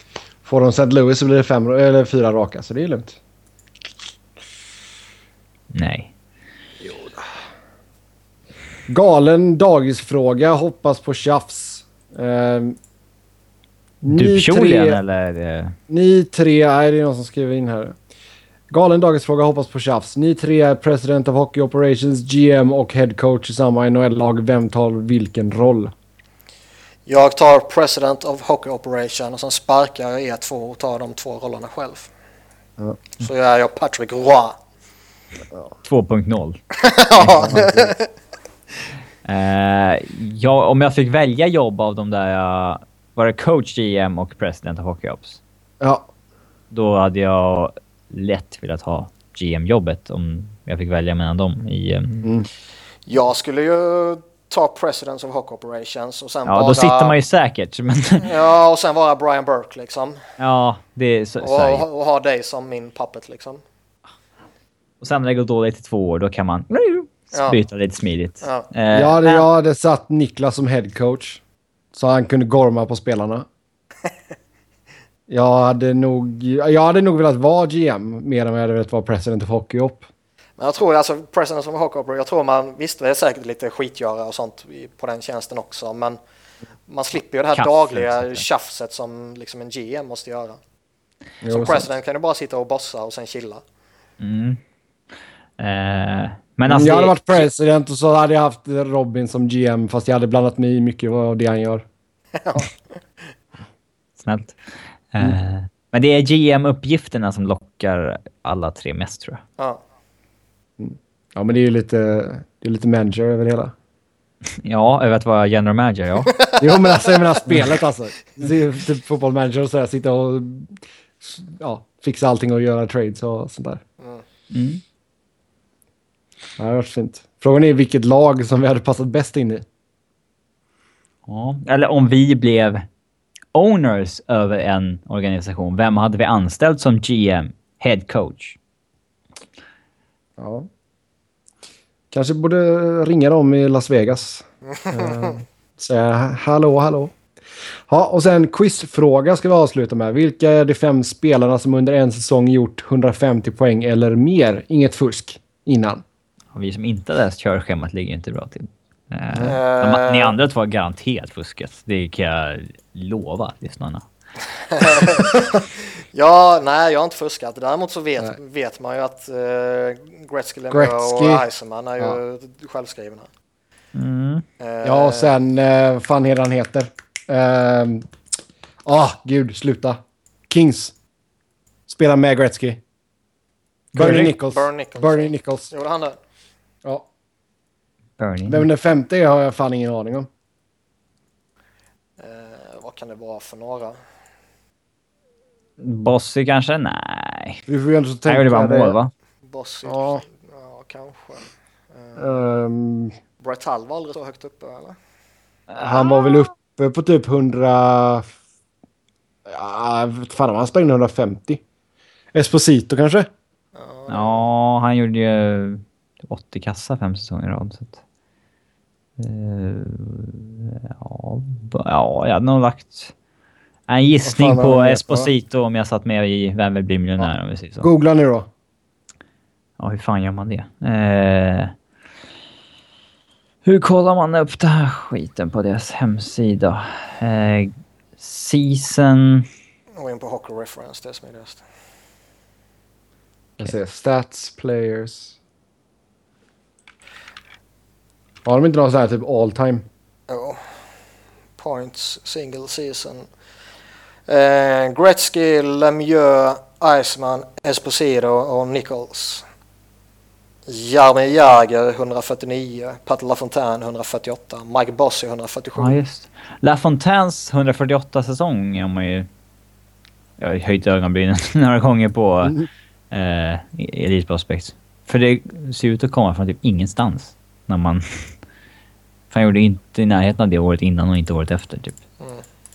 Får de Saint Louis så blir det fem eller fyra raka, så det är lugnt. Nej. Galen dagisfråga, hoppas på tjafs. Eh, Dupkjolen eller? Eh... Ni tre, nej det är någon som skriver in här. Galen dagisfråga, hoppas på tjafs. Ni tre är President of Hockey Operations, G M och Head Coach i samma N H L-lag. Vem tar vilken roll? Jag tar President of Hockey Operation och sen sparkar jag er två och tar de två rollerna själv. Ja. Så är jag Patrick Roy. två punkt noll. Ja. uh, ja, om jag fick välja jobb av de där, uh, var det coach, G M och President of Hockey Ops? Ja. Då hade jag lätt velat ha G M-jobbet om jag fick välja mellan dem i... Um... Mm. Jag skulle ju ta President of Hockey Operations och sen ja, bara... då sitter man ju säkert. Men... ja, och sen vara Brian Burke liksom. Ja, det är så... Och, så och, och ha dig som min puppet liksom. Och sen när det går dåligt i två år, då kan man byta ja. lite smidigt. Ja. Eh, jag, hade, jag hade satt Niklas som head coach. Så han kunde gorma på spelarna. jag, hade nog, jag hade nog velat vara G M mer än vad jag hade velat vara President of Hockey Op. Men jag tror alltså President of Hockey Op, jag tror man, visst det är säkert lite skitgöra och sånt på den tjänsten också. Men man slipper ju det här Kaffe, dagliga tjafset som liksom en G M måste göra. Jo, så President sant. Kan du bara sitta och bossa och sen chilla. Mm. Uh, men alltså jag hade varit president och så hade jag haft Robin som G M fast jag hade blandat mig i mycket av det han gör. Snällt. Uh, mm. Men det är G M-uppgifterna som lockar alla tre mest, tror jag. Ja, mm. ja men det är ju lite, det är lite manager över det hela. Ja, jag vet vad general manager, ja. Jo, men alltså jag menar spelet alltså. Typ fotbollmanager och sådär, sitta och ja, fixa allting och göra trades och sånt där. mm. Mm. Ja, det har varit fint. Frågan är vilket lag som vi hade passat bäst in i. Ja, eller om vi blev owners över en organisation. Vem hade vi anställt som G M, head coach? Ja. Kanske borde ringa dem i Las Vegas. uh, säga hallå, hallå. Ja, och sen quizfråga ska vi avsluta med. Vilka är de fem spelarna som under en säsong gjort hundrafemtio poäng eller mer? Inget fusk innan. Och vi som inte läst körschemat ligger inte bra till. Uh, de, ni andra två har garanterat fuskat. Det kan jag lova lyssnarna. Ja, nej, jag har inte fuskat. Däremot så vet, vet man ju att uh, Gretzky, Lemieux och Eisenman är ju ja. självskrivna. Mm. Uh, ja, och sen uh, fan heter han heter. Ja, uh, oh, gud, sluta. Kings. Spelar med Gretzky. Bernie Nichols. Bernie Nichols. Bernie Nichols. Gjorde han det? Ja. Bernie. Vem den femte har jag fan ingen aning om. Uh, vad kan det vara för några? Bossy kanske? Nej. Vi får ju ändå så tänka. Nej, det var mål, va? Bossy? Ja. Ja, kanske. Uh, um, Brett Hull var aldrig så högt uppe, eller? Han var väl uppe på typ hundra... Ja, fan han sprängde hundrafemtio. Esposito kanske? Ja, ja, han gjorde ju åttio kassa fem säsonger i rad. Så att, uh, ja, ja, jag hade nog lagt en gissning på Esposito om jag satt med i Vem vill bli miljonär, ja. Om vi säger så. Googla nu då. Ja, hur fan gör man det? Uh, hur kollar man upp det här skiten på deras hemsida? Uh, season... Och in på Hockey Reference, det är smidigast. Jag ser stats, players. Har de inte någon sån här typ all time? Jo. Points, single season. Eh, Gretzky, Lemieux, Eisenman, Esposito och Nichols. Jaromir Jagr hundrafyrtionio, Pat LaFontaine hundrafyrtioåtta, Mike Bossy hundrafyrtiosju. Ja, just. LaFontaines hundrafyrtioåtta säsong har man ju... Jag har höjt ögonbrynen några gånger på mm. eh, Elite Prospects. För det ser ut att komma från typ ingenstans. När man... För han gjorde inte i närheten av det året innan och inte året efter, typ. Mm.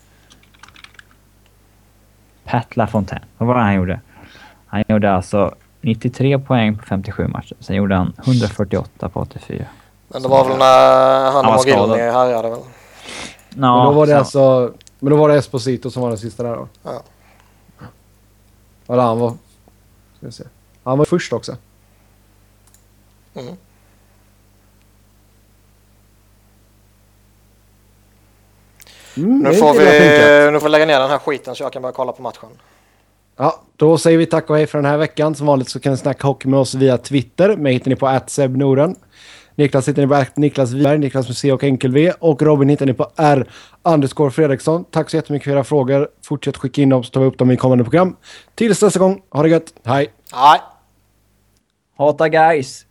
Pat LaFontaine. Vad var det han gjorde? Han gjorde alltså nittiotre poäng på femtiosju matcher. Sen gjorde han hundrafyrtioåtta på åttiofyra. Men det var väl när han och Mogilny härjade väl? No, men, då var det så. alltså, men då var det Esposito som var den sista där då? Ja. Eller han var... Ska vi se. Han var först också. Mm. Mm, Nu, det är får inte illa pinkat. vi, nu får vi lägga ner den här skiten så jag kan börja kolla på matchen. Ja, då säger vi tack och hej för den här veckan. Som vanligt så kan ni snacka hockey med oss via Twitter. Mig hittar ni på at sebnoren. Niklas hittar ni på at Niklas Wiberg, Niklas med C och enkel V. Och Robin hittar ni på R underscore Fredriksson. Tack så jättemycket för era frågor. Fortsätt skicka in dem så tar vi upp dem i kommande program. Tills nästa gång, ha det gött. Hej! Nej. Hata guys!